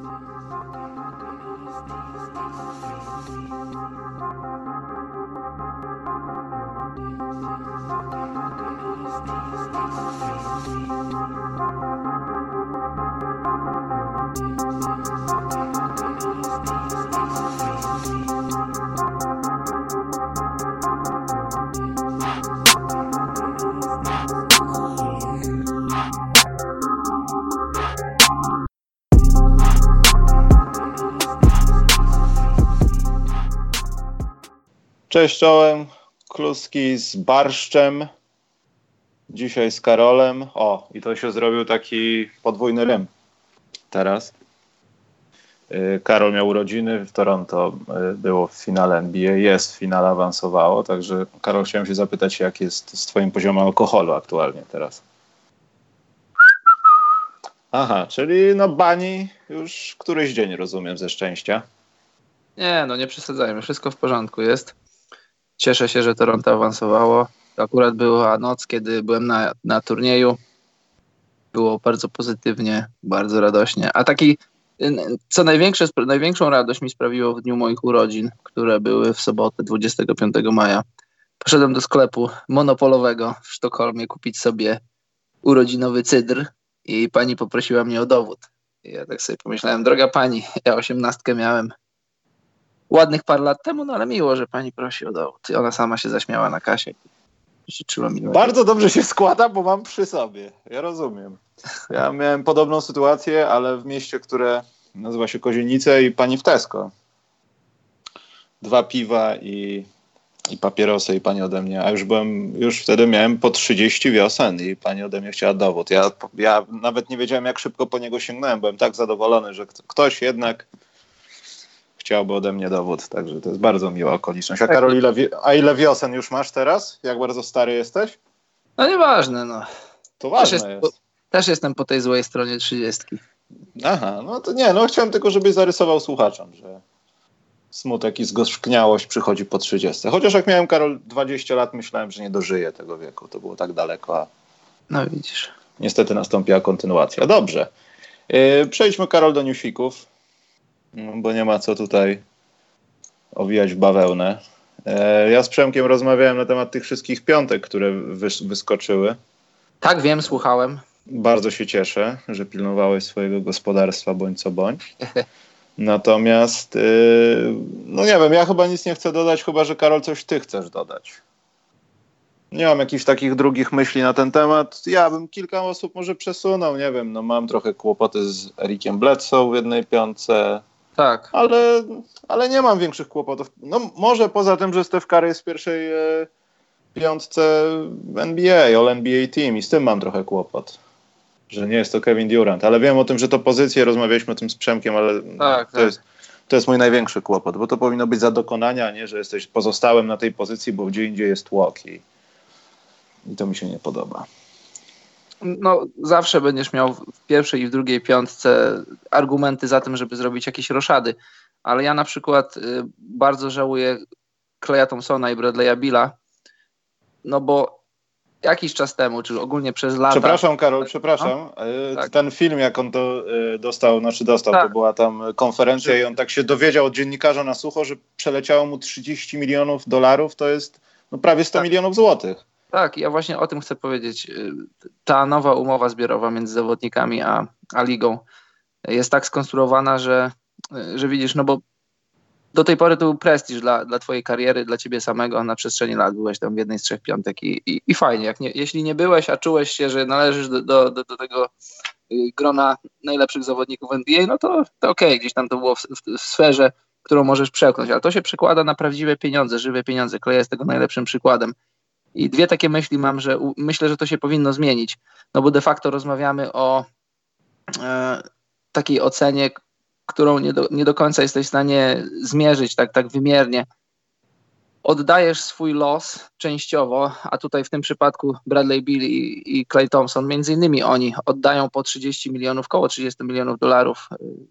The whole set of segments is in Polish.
Cześć czołem, kluski z barszczem, dzisiaj z Karolem. O, i to się zrobił taki podwójny rym teraz. Karol miał urodziny w Toronto, było w finale NBA, jest w finale, awansowało, także Karol, chciałem się zapytać, jak jest z twoim poziomem alkoholu aktualnie teraz? Aha, czyli no bani już któryś dzień, rozumiem, ze szczęścia. Nie, no nie przesadzajmy, wszystko w porządku jest. Cieszę się, że Toronto awansowało. To akurat była noc, kiedy byłem na turnieju. Było bardzo pozytywnie, bardzo radośnie. A taki, co największą radość mi sprawiło w dniu moich urodzin, które były w sobotę 25 maja. Poszedłem do sklepu monopolowego w Sztokholmie kupić sobie urodzinowy cydr i pani poprosiła mnie o dowód. I ja tak sobie pomyślałem, droga pani, ja 18 miałem ładnych parę lat temu, no ale miło, że pani prosi o dowód. I ona sama się zaśmiała na kasie. Bardzo dobrze się składa, bo mam przy sobie. Ja rozumiem. Ja miałem podobną sytuację, ale w mieście, które nazywa się Kozienice i pani w Tesco. 2 piwa i papierosy i pani ode mnie, a już wtedy miałem po 30 wiosen i pani ode mnie chciała dowód. Ja nawet nie wiedziałem, jak szybko po niego sięgnąłem. Byłem tak zadowolony, że ktoś jednak chciałby ode mnie dowód, także to jest bardzo miła okoliczność. A Karol, ile wiosen już masz teraz? Jak bardzo stary jesteś? No nieważne, no. To ważne jest. Też jestem po tej złej stronie 30. Aha, no to nie, no chciałem tylko, żebyś zarysował słuchaczom, że smutek i zgorzkniałość przychodzi po 30. Chociaż jak miałem, Karol, 20 lat, myślałem, że nie dożyję tego wieku. To było tak daleko, a no widzisz. Niestety nastąpiła kontynuacja. Dobrze. Przejdźmy, Karol, do newsików, bo nie ma co tutaj owijać w bawełnę. Ja z Przemkiem rozmawiałem na temat tych wszystkich piątek, które wyskoczyły. Tak, wiem, słuchałem. Bardzo się cieszę, że pilnowałeś swojego gospodarstwa bądź co bądź. Natomiast, no nie wiem, ja chyba nic nie chcę dodać, chyba że Karol, coś ty chcesz dodać. Nie mam jakichś takich drugich myśli na ten temat. Ja bym kilka osób może przesunął, nie wiem, no mam trochę kłopoty z Ericiem Bledsoe w jednej piątce. Tak. Ale nie mam większych kłopotów. No może poza tym, że Steph Curry jest w pierwszej piątce NBA, All-NBA Team i z tym mam trochę kłopot. Że nie jest to Kevin Durant, ale wiem o tym, że to pozycje, rozmawialiśmy o tym z Przemkiem, ale tak. To jest mój największy kłopot, bo to powinno być za dokonania, a nie, że jesteś pozostałym na tej pozycji, bo gdzie indziej jest tłok i to mi się nie podoba. No zawsze będziesz miał w pierwszej i w drugiej piątce argumenty za tym, żeby zrobić jakieś roszady, ale ja na przykład bardzo żałuję Klaya Thompsona i Bradley'a Billa, no bo jakiś czas temu, czy ogólnie przez lata... Przepraszam, Karol, tak. Ten film, jak on to dostał, tak. To była tam konferencja i on tak się dowiedział od dziennikarza na sucho, że przeleciało mu $30 milionów, to jest no, prawie 100 milionów złotych. Tak, ja właśnie o tym chcę powiedzieć. Ta nowa umowa zbiorowa między zawodnikami a ligą jest tak skonstruowana, że widzisz, no bo do tej pory to był prestiż dla twojej kariery, dla ciebie samego, na przestrzeni lat byłeś tam w jednej z 3 piątek i fajnie. Jeśli nie byłeś, a czułeś się, że należysz do tego grona najlepszych zawodników NBA, no to okej, gdzieś tam to było w sferze, którą możesz przełknąć, ale to się przekłada na prawdziwe pieniądze, żywe pieniądze. Klay jest tego najlepszym przykładem. I 2 takie myśli mam, że myślę, że to się powinno zmienić, no bo de facto rozmawiamy o takiej ocenie, którą nie do końca jesteś w stanie zmierzyć tak wymiernie. Oddajesz swój los częściowo, a tutaj w tym przypadku Bradley Beal i Klay Thompson, między innymi oni oddają po 30 milionów, około 30 milionów dolarów.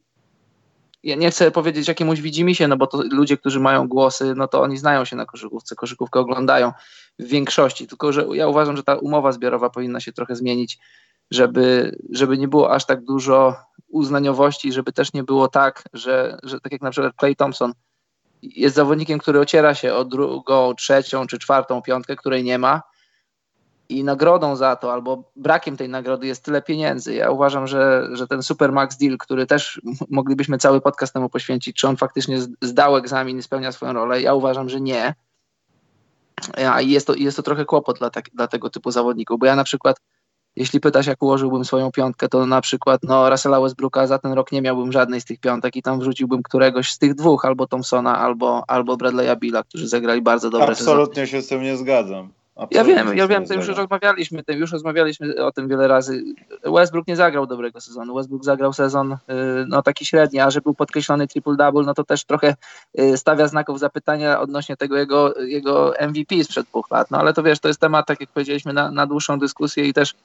Ja nie chcę powiedzieć jakiemuś widzimisię, no bo to ludzie, którzy mają głosy, no to oni znają się na koszykówce, koszykówkę oglądają w większości, tylko że ja uważam, że ta umowa zbiorowa powinna się trochę zmienić, żeby nie było aż tak dużo uznaniowości, żeby też nie było tak, że tak jak na przykład Klay Thompson jest zawodnikiem, który ociera się o drugą, trzecią czy czwartą piątkę, której nie ma i nagrodą za to albo brakiem tej nagrody jest tyle pieniędzy. Ja uważam, że ten Supermax Deal, który też moglibyśmy cały podcast temu poświęcić, czy on faktycznie zdał egzamin i spełnia swoją rolę, ja uważam, że nie. I jest to trochę kłopot dla tego typu zawodników, bo ja na przykład, jeśli pytasz, jak ułożyłbym swoją piątkę, to na przykład Russella Westbrooka za ten rok nie miałbym żadnej z tych piątek i tam wrzuciłbym któregoś z tych dwóch, albo Thompsona, albo Bradley'a Billa, którzy zagrali bardzo dobre sezony. Absolutnie się z tym nie zgadzam. Ja wiem, to już rozmawialiśmy o tym wiele razy. Westbrook nie zagrał dobrego sezonu. Westbrook zagrał sezon taki średni, a że był podkreślony triple-double, no to też trochę stawia znaków zapytania odnośnie tego jego MVP sprzed 2 lat. No ale to wiesz, to jest temat, tak jak powiedzieliśmy, na dłuższą dyskusję i też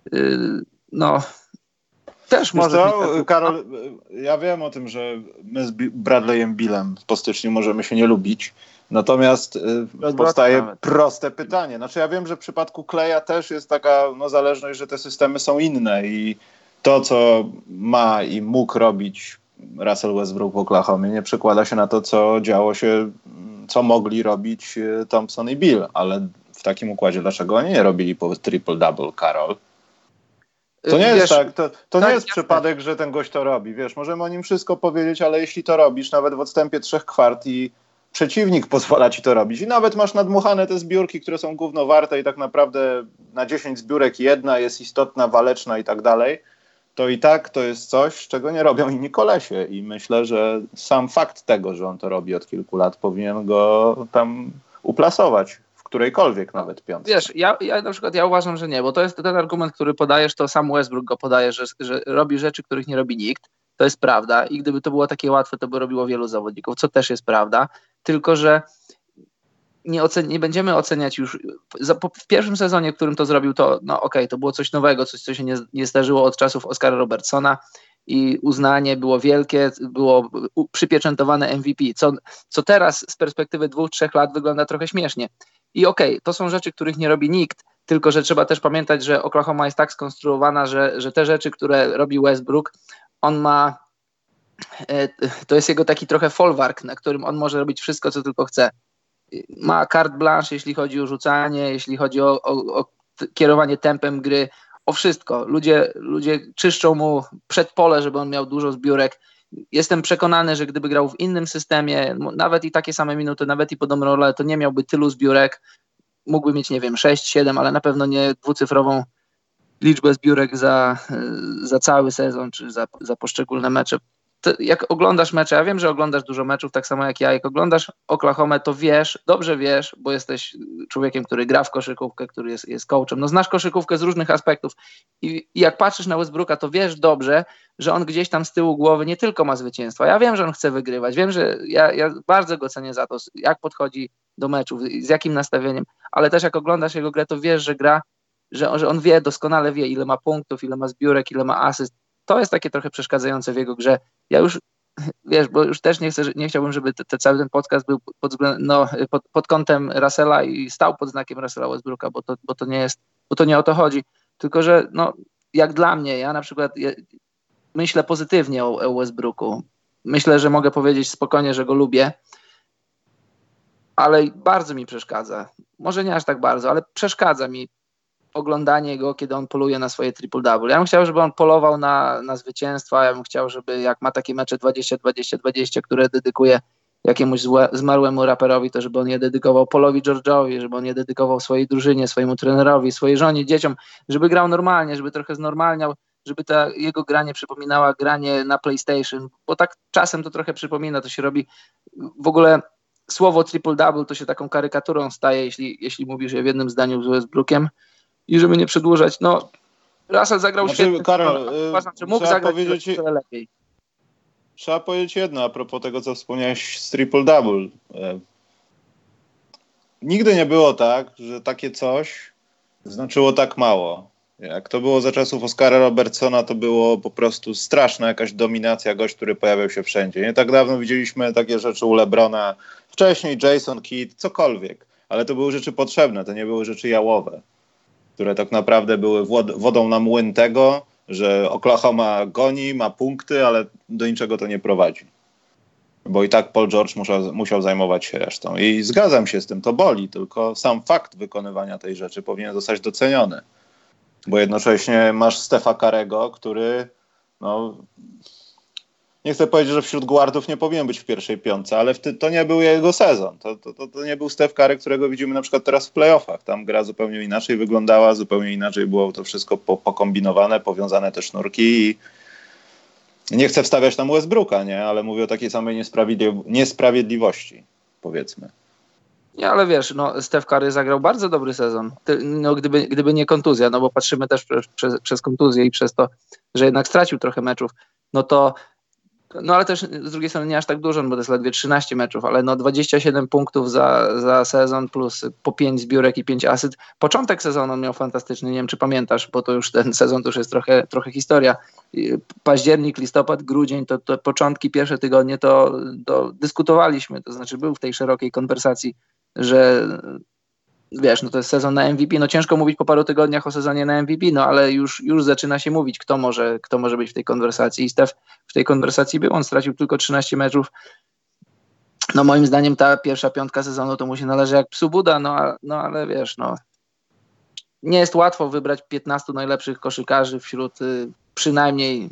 też może... Karol, ja wiem o tym, że my z Bradleyem Billem po styczniu możemy się nie lubić. Natomiast powstaje proste pytanie. Znaczy ja wiem, że w przypadku Klaya też jest taka zależność, że te systemy są inne i to, co ma i mógł robić Russell Westbrook w Oklahomie, nie przekłada się na to, co działo się, co mogli robić Thompson i Bill. Ale w takim układzie dlaczego oni nie robili po triple-double, Karol? To nie jest tak, to nie jest przypadek, że ten gość to robi. Wiesz, możemy o nim wszystko powiedzieć, ale jeśli to robisz nawet w odstępie 3 kwart i przeciwnik pozwala ci to robić i nawet masz nadmuchane te zbiórki, które są gówno warte i tak naprawdę na 10 zbiórek jedna jest istotna, waleczna i tak dalej, to i tak to jest coś, czego nie robią inni kolesie i myślę, że sam fakt tego, że on to robi od kilku lat, powinien go tam uplasować w którejkolwiek nawet piątce. Wiesz, ja na przykład uważam, że nie, bo to jest ten argument, który podajesz, to sam Westbrook go podaje, że robi rzeczy, których nie robi nikt. To jest prawda i gdyby to było takie łatwe, to by robiło wielu zawodników, co też jest prawda, tylko że nie będziemy oceniać już w pierwszym sezonie, w którym to zrobił, to to było coś nowego, coś, co się nie zdarzyło od czasów Oscara Robertsona i uznanie było wielkie, było przypieczętowane MVP, co teraz z perspektywy 2-3 lat wygląda trochę śmiesznie. I to są rzeczy, których nie robi nikt, tylko że trzeba też pamiętać, że Oklahoma jest tak skonstruowana, że te rzeczy, które robi Westbrook, on ma, to jest jego taki trochę folwark, na którym on może robić wszystko, co tylko chce. Ma carte blanche, jeśli chodzi o rzucanie, jeśli chodzi o kierowanie tempem gry, o wszystko. Ludzie czyszczą mu przedpole, żeby on miał dużo zbiórek. Jestem przekonany, że gdyby grał w innym systemie, nawet i takie same minuty, nawet i podobną rolę, to nie miałby tylu zbiórek. Mógłby mieć, 6, 7, ale na pewno nie dwucyfrową liczbę zbiórek za cały sezon, czy za poszczególne mecze. To jak oglądasz mecze, ja wiem, że oglądasz dużo meczów, tak samo jak ja, jak oglądasz Oklahomę, to dobrze wiesz, bo jesteś człowiekiem, który gra w koszykówkę, który jest coachem, znasz koszykówkę z różnych aspektów i jak patrzysz na Westbrooka, to wiesz dobrze, że on gdzieś tam z tyłu głowy nie tylko ma zwycięstwa. Ja wiem, że on chce wygrywać, wiem, że ja bardzo go cenię za to, jak podchodzi do meczów, z jakim nastawieniem, ale też jak oglądasz jego grę, to wiesz, że gra, że on doskonale wie, ile ma punktów, ile ma zbiórek, ile ma asyst. To jest takie trochę przeszkadzające w jego grze. Ja już, wiesz, bo już też nie chciałbym, żeby cały ten podcast był pod kątem Russella i stał pod znakiem Russella Westbrooka, bo to nie o to chodzi. Tylko, że jak dla mnie, ja na przykład myślę pozytywnie o Westbrooku. Myślę, że mogę powiedzieć spokojnie, że go lubię, ale bardzo mi przeszkadza. Może nie aż tak bardzo, ale przeszkadza mi oglądanie go, kiedy on poluje na swoje triple-double. Ja bym chciał, żeby on polował na zwycięstwa, ja bym chciał, żeby jak ma takie mecze 20-20-20, które dedykuje jakiemuś zmarłemu raperowi, to żeby on je dedykował Paulowi George'owi, żeby on je dedykował swojej drużynie, swojemu trenerowi, swojej żonie, dzieciom, żeby grał normalnie, żeby trochę znormalniał, żeby ta jego granie przypominała granie na PlayStation, bo tak czasem to trochę przypomina, to się robi w ogóle słowo triple-double to się taką karykaturą staje, jeśli mówisz je w jednym zdaniu z Westbrookiem. I żeby nie przedłużać, Russell zagrał świetnie. Karol, uważam, że mógł zagrać trochę lepiej. Trzeba powiedzieć jedno a propos tego, co wspomniałeś z triple-double. Nigdy nie było tak, że takie coś znaczyło tak mało. Jak to było za czasów Oscara Robertsona, to było po prostu straszna jakaś dominacja, gość, który pojawiał się wszędzie. Nie tak dawno widzieliśmy takie rzeczy u LeBrona, wcześniej Jason Kidd, cokolwiek. Ale to były rzeczy potrzebne, to nie były rzeczy jałowe. które tak naprawdę były wodą na młyn tego, że Oklahoma goni, ma punkty, ale do niczego to nie prowadzi. Bo i tak Paul George musiał zajmować się resztą. I zgadzam się z tym, to boli, tylko sam fakt wykonywania tej rzeczy powinien zostać doceniony. Bo jednocześnie masz Stefa Curry'ego, który nie chcę powiedzieć, że wśród guardów nie powinien być w pierwszej piątce, ale to nie był jego sezon. To nie był Steph Curry, którego widzimy na przykład teraz w playoffach. Tam gra zupełnie inaczej wyglądała, zupełnie inaczej było to wszystko pokombinowane, powiązane te sznurki i nie chcę wstawiać tam Westbrooka, nie? Ale mówię o takiej samej niesprawiedliwości, powiedzmy. Nie, ale wiesz, Steph Curry zagrał bardzo dobry sezon. Gdyby nie kontuzja, bo patrzymy też przez kontuzję i przez to, że jednak stracił trochę meczów, ale też z drugiej strony nie aż tak dużo, bo to jest ledwie 13 meczów, ale 27 punktów za sezon plus po 5 zbiórek i 5 asyst. Początek sezonu miał fantastyczny, nie wiem czy pamiętasz, bo to już ten sezon to już jest trochę historia. Październik, listopad, grudzień, to początki, pierwsze tygodnie to dyskutowaliśmy, to znaczy był w tej szerokiej konwersacji, że wiesz, to jest sezon na MVP, ciężko mówić po paru tygodniach o sezonie na MVP, ale już zaczyna się mówić, kto może być w tej konwersacji i Steph w tej konwersacji był, on stracił tylko 13 meczów. Moim zdaniem ta pierwsza piątka sezonu to mu się należy jak psu Buda, ale wiesz, nie jest łatwo wybrać 15 najlepszych koszykarzy wśród przynajmniej,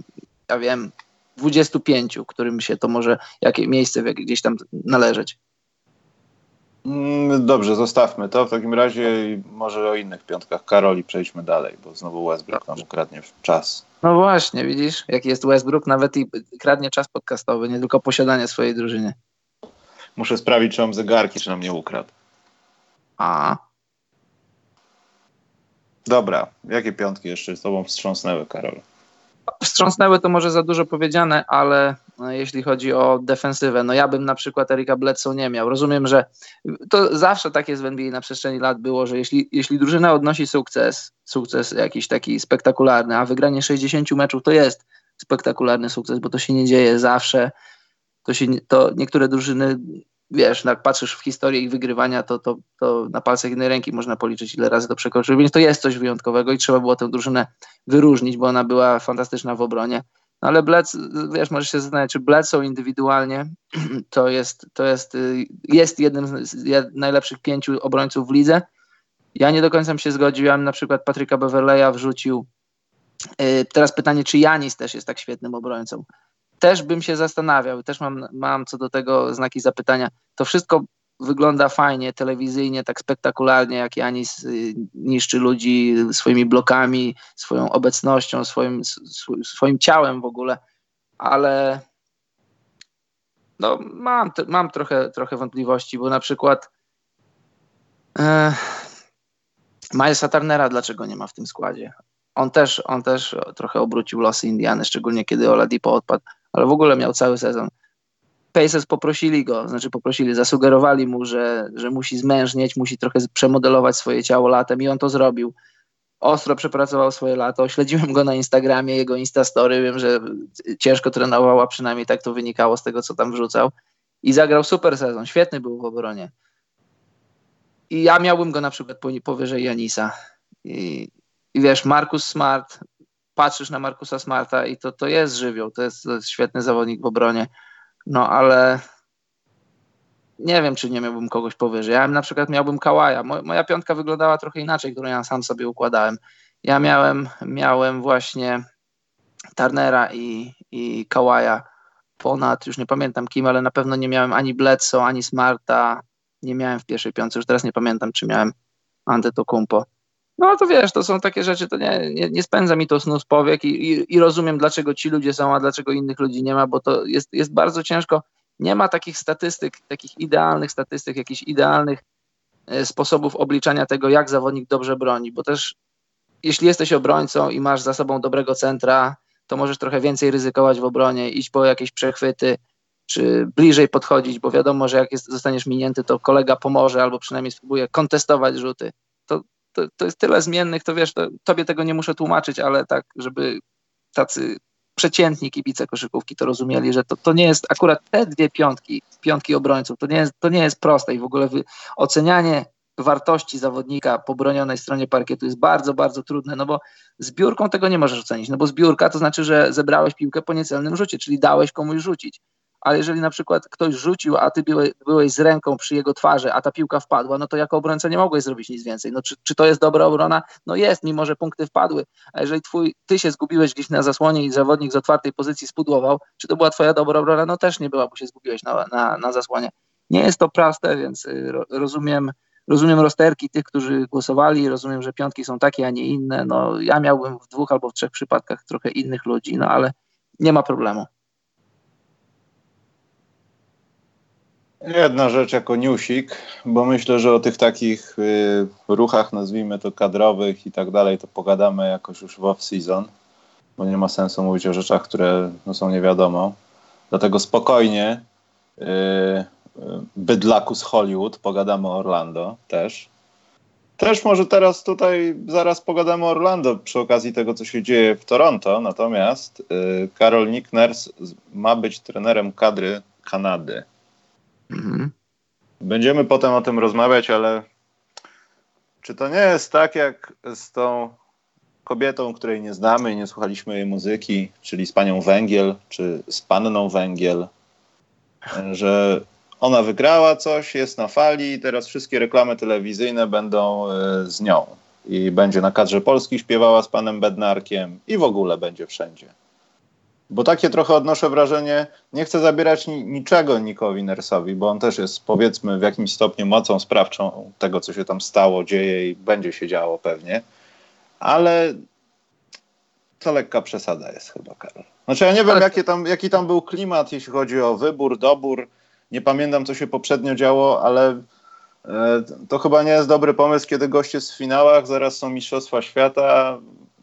25, którym się to może jakie miejsce gdzieś tam należeć. Dobrze, zostawmy to. W takim razie może o innych piątkach Karoli przejdźmy dalej, bo znowu Westbrook nam ukradnie czas. No właśnie, widzisz, jaki jest Westbrook, nawet i kradnie czas podcastowy, nie tylko posiadanie swojej drużyny. Muszę sprawdzić, czy mam zegarki, czy nam nie ukradł. Dobra, jakie piątki jeszcze z tobą wstrząsnęły, Karol? Wstrząsnęły to może za dużo powiedziane, ale jeśli chodzi o defensywę, ja bym na przykład Erika Bledsoe nie miał. Rozumiem, że to zawsze tak jest w NBA na przestrzeni lat było, że jeśli drużyna odnosi sukces jakiś taki spektakularny, a wygranie 60 meczów to jest spektakularny sukces, bo to się nie dzieje zawsze. To niektóre drużyny, wiesz, jak patrzysz w historię ich wygrywania, to na palcach jednej ręki można policzyć, ile razy to przekroczyły, więc to jest coś wyjątkowego i trzeba było tę drużynę wyróżnić, bo ona była fantastyczna w obronie. Ale wiesz, możesz się zastanawiać, czy Bledsoe indywidualnie jest jednym z najlepszych 5 obrońców w lidze. Ja nie do końca bym się zgodził, ja bym na przykład Patryka Beverleya wrzucił. Teraz pytanie, czy Janis też jest tak świetnym obrońcą. Też bym się zastanawiał, też mam co do tego znaki zapytania. To wszystko wygląda fajnie, telewizyjnie, tak spektakularnie, jak Janis niszczy ludzi swoimi blokami, swoją obecnością, swoim ciałem w ogóle, ale mam trochę wątpliwości, bo na przykład Milesa Turnera dlaczego nie ma w tym składzie? On też trochę obrócił losy Indiany, szczególnie kiedy Oladipo odpadł, ale w ogóle miał cały sezon. Pacers zasugerowali mu, że musi zmężnieć, musi trochę przemodelować swoje ciało latem i on to zrobił. Ostro przepracował swoje lato, śledziłem go na Instagramie, jego Instastory, wiem, że ciężko trenował, a przynajmniej tak to wynikało z tego, co tam wrzucał i zagrał super sezon, świetny był w obronie. I ja miałbym go na przykład powyżej Janisa. I wiesz, Marcus Smart, patrzysz na Marcusa Smarta i to jest żywioł, to jest świetny zawodnik w obronie, ale nie wiem, czy nie miałbym kogoś powyżej. Ja na przykład miałbym Kawaja. Moja piątka wyglądała trochę inaczej, którą ja sam sobie układałem. Ja miałem właśnie Turnera i Kawaja ponad, już nie pamiętam kim, ale na pewno nie miałem ani Bledsoe, ani Smarta, nie miałem w pierwszej piątce, już teraz nie pamiętam, czy miałem Antetokounmpo. To wiesz, to są takie rzeczy, to nie spędza mi to snu z powiek i rozumiem, dlaczego ci ludzie są, a dlaczego innych ludzi nie ma, bo to jest bardzo ciężko. Nie ma takich statystyk, takich idealnych statystyk, jakichś idealnych sposobów obliczania tego, jak zawodnik dobrze broni, bo też jeśli jesteś obrońcą i masz za sobą dobrego centra, to możesz trochę więcej ryzykować w obronie, iść po jakieś przechwyty, czy bliżej podchodzić, bo wiadomo, że jak zostaniesz minięty, to kolega pomoże albo przynajmniej spróbuje kontestować rzuty. To jest tyle zmiennych, to wiesz, tobie tego nie muszę tłumaczyć, ale tak, żeby tacy przeciętni kibice koszykówki to rozumieli, że to nie jest akurat te dwie piątki obrońców, to nie jest proste i w ogóle ocenianie wartości zawodnika po bronionej stronie parkietu jest bardzo, bardzo trudne, no bo zbiórką tego nie możesz ocenić, no bo zbiórka to znaczy, że zebrałeś piłkę po niecelnym rzucie, czyli dałeś komuś rzucić. Ale jeżeli na przykład ktoś rzucił, a ty byłeś z ręką przy jego twarzy, a ta piłka wpadła, no to jako obrońca nie mogłeś zrobić nic więcej. No czy to jest dobra obrona? No jest, mimo że punkty wpadły. A jeżeli ty się zgubiłeś gdzieś na zasłonie i zawodnik z otwartej pozycji spudłował, czy to była twoja dobra obrona? No też nie była, bo się zgubiłeś na zasłonie. Nie jest to proste, więc rozumiem rozterki tych, którzy głosowali, rozumiem, że piątki są takie, a nie inne. No ja miałbym w 2 albo w 3 przypadkach trochę innych ludzi, no ale nie ma problemu. Jedna rzecz jako newsik, bo myślę, że o tych takich ruchach, nazwijmy to kadrowych i tak dalej, to pogadamy jakoś już w off-season, bo nie ma sensu mówić o rzeczach, które są nie wiadomo. Dlatego spokojnie bydlaku z Hollywood, pogadamy o Orlando też. Też może teraz tutaj zaraz pogadamy o Orlando przy okazji tego, co się dzieje w Toronto, natomiast Karol Nick Nurse ma być trenerem kadry Kanady. Mhm. Będziemy potem o tym rozmawiać, ale czy to nie jest tak jak z tą kobietą, której nie znamy i nie słuchaliśmy jej muzyki, czyli z panią Węgiel, czy z panną Węgiel, że ona wygrała coś, jest na fali i teraz wszystkie reklamy telewizyjne będą z nią i będzie na kadrze Polski śpiewała z panem Bednarkiem i w ogóle będzie wszędzie. Bo takie trochę odnoszę wrażenie, nie chcę zabierać niczego Nickowi Nurse'owi, bo on też jest, powiedzmy, w jakimś stopniu mocą sprawczą tego, co się tam stało, dzieje i będzie się działo pewnie, ale to lekka przesada jest chyba, Karol. Znaczy ja nie wiem, jaki tam był klimat, jeśli chodzi o wybór, dobór, nie pamiętam, co się poprzednio działo, ale to chyba nie jest dobry pomysł, kiedy gość jest w finałach, zaraz są Mistrzostwa Świata.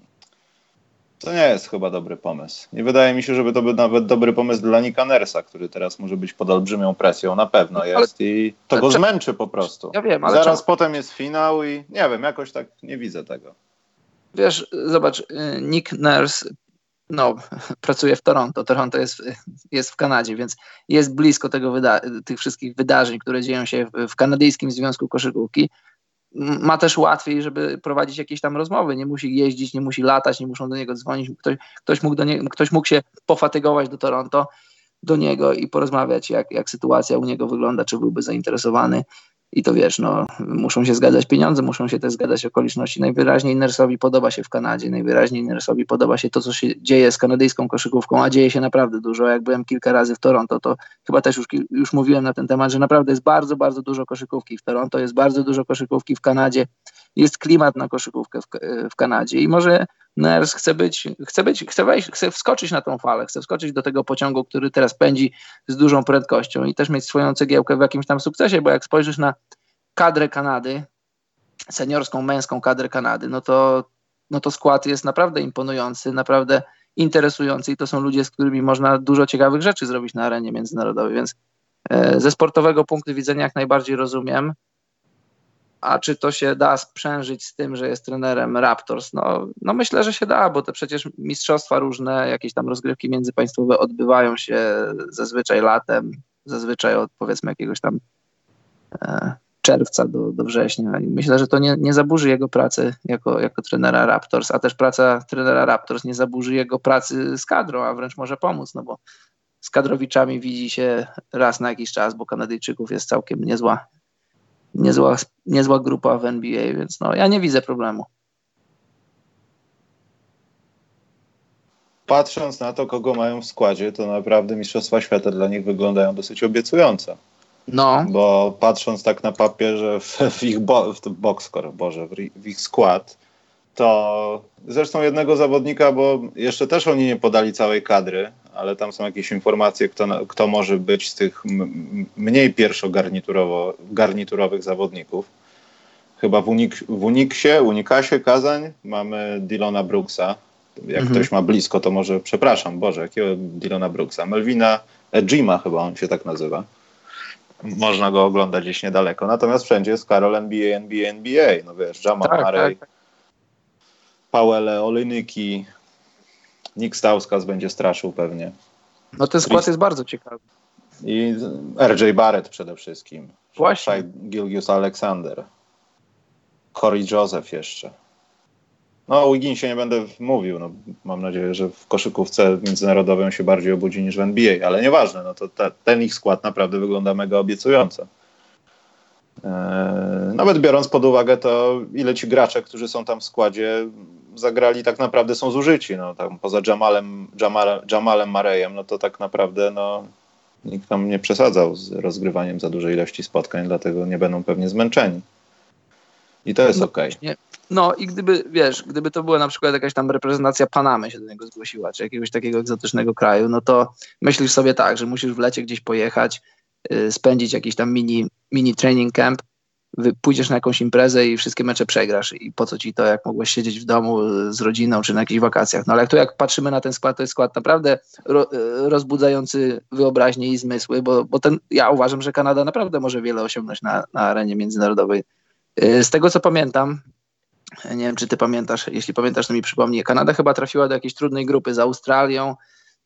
To nie jest chyba dobry pomysł. Nie wydaje mi się, żeby to był nawet dobry pomysł dla Nicka Nurse'a, który teraz może być pod olbrzymią presją. Na pewno jest i to go zmęczy po prostu. Ja wiem, ale zaraz potem jest finał i nie wiem, jakoś tak nie widzę tego. Wiesz, zobacz, Nick Nurse pracuje w Toronto. Toronto jest w Kanadzie, więc jest blisko tych wszystkich wydarzeń, które dzieją się w Kanadyjskim Związku Koszykówki. Ma też łatwiej, żeby prowadzić jakieś tam rozmowy. Nie musi jeździć, nie musi latać, nie muszą do niego dzwonić. Ktoś mógł się pofatygować do Toronto, do niego i porozmawiać, jak sytuacja u niego wygląda, czy byłby zainteresowany. I to wiesz, muszą się zgadzać pieniądze, muszą się też zgadzać okoliczności. Najwyraźniej Nurse'owi podoba się w Kanadzie, najwyraźniej Nurse'owi podoba się to, co się dzieje z kanadyjską koszykówką, a dzieje się naprawdę dużo. Jak byłem kilka razy w Toronto, to chyba też już mówiłem na ten temat, że naprawdę jest bardzo, bardzo dużo koszykówki w Toronto, jest bardzo dużo koszykówki w Kanadzie, jest klimat na koszykówkę w Kanadzie i może Nurse chce wskoczyć na tą falę, chce wskoczyć do tego pociągu, który teraz pędzi z dużą prędkością i też mieć swoją cegiełkę w jakimś tam sukcesie, bo jak spojrzysz na kadrę Kanady, seniorską, męską kadrę Kanady, no to skład jest naprawdę imponujący, naprawdę interesujący i to są ludzie, z którymi można dużo ciekawych rzeczy zrobić na arenie międzynarodowej, więc ze sportowego punktu widzenia jak najbardziej rozumiem. A czy to się da sprzężyć z tym, że jest trenerem Raptors? No myślę, że się da, bo to przecież mistrzostwa różne, jakieś tam rozgrywki międzypaństwowe odbywają się zazwyczaj latem, zazwyczaj od powiedzmy jakiegoś tam czerwca do września. I myślę, że to nie zaburzy jego pracy jako trenera Raptors, a też praca trenera Raptors nie zaburzy jego pracy z kadrą, a wręcz może pomóc, no bo z kadrowiczami widzi się raz na jakiś czas, bo Kanadyjczyków jest całkiem niezła grupa w NBA, więc ja nie widzę problemu. Patrząc na to, kogo mają w składzie, to naprawdę Mistrzostwa Świata dla nich wyglądają dosyć obiecująco. Bo patrząc tak na papierze w ich w ich skład, to zresztą jednego zawodnika, bo jeszcze też oni nie podali całej kadry, ale tam są jakieś informacje, kto może być z tych mniej pierwszogarniturowych zawodników. Chyba w Unikasie Kazań mamy Dylana Brooksa. Jak ktoś ma blisko, to może, jakiego Dylana Brooksa? Melvina Ejima chyba on się tak nazywa. Można go oglądać gdzieś niedaleko. Natomiast wszędzie jest Karol NBA. No wiesz, Jamal Murray, tak. Powell, Olynyki, Nick Stauskas będzie straszył pewnie. No ten skład jest bardzo ciekawy. I RJ Barrett przede wszystkim. Właśnie. Gilgeous Alexander. Corey Joseph jeszcze. No o Wigginsie nie będę mówił. No, mam nadzieję, że w koszykówce międzynarodowej on się bardziej obudzi niż w NBA, ale nieważne. No to ten ich skład naprawdę wygląda mega obiecująco. Nawet biorąc pod uwagę to, ile ci gracze, którzy są tam w składzie, zagrali, tak naprawdę są zużyci. No, tam poza Jamalem Murrayem, no to tak naprawdę nikt tam nie przesadzał z rozgrywaniem za dużej ilości spotkań, dlatego nie będą pewnie zmęczeni. I to jest okej. No i gdyby to była na przykład jakaś tam reprezentacja Panamy się do niego zgłosiła, czy jakiegoś takiego egzotycznego kraju, no to myślisz sobie tak, że musisz w lecie gdzieś pojechać, spędzić jakiś tam mini training camp, pójdziesz na jakąś imprezę i wszystkie mecze przegrasz i po co ci to, jak mogłeś siedzieć w domu z rodziną czy na jakichś wakacjach. No ale jak patrzymy na ten skład, to jest skład naprawdę rozbudzający wyobraźnię i zmysły, bo ja uważam, że Kanada naprawdę może wiele osiągnąć na arenie międzynarodowej. Z tego co pamiętam, nie wiem czy ty pamiętasz, jeśli pamiętasz to mi przypomnij, Kanada chyba trafiła do jakiejś trudnej grupy z Australią,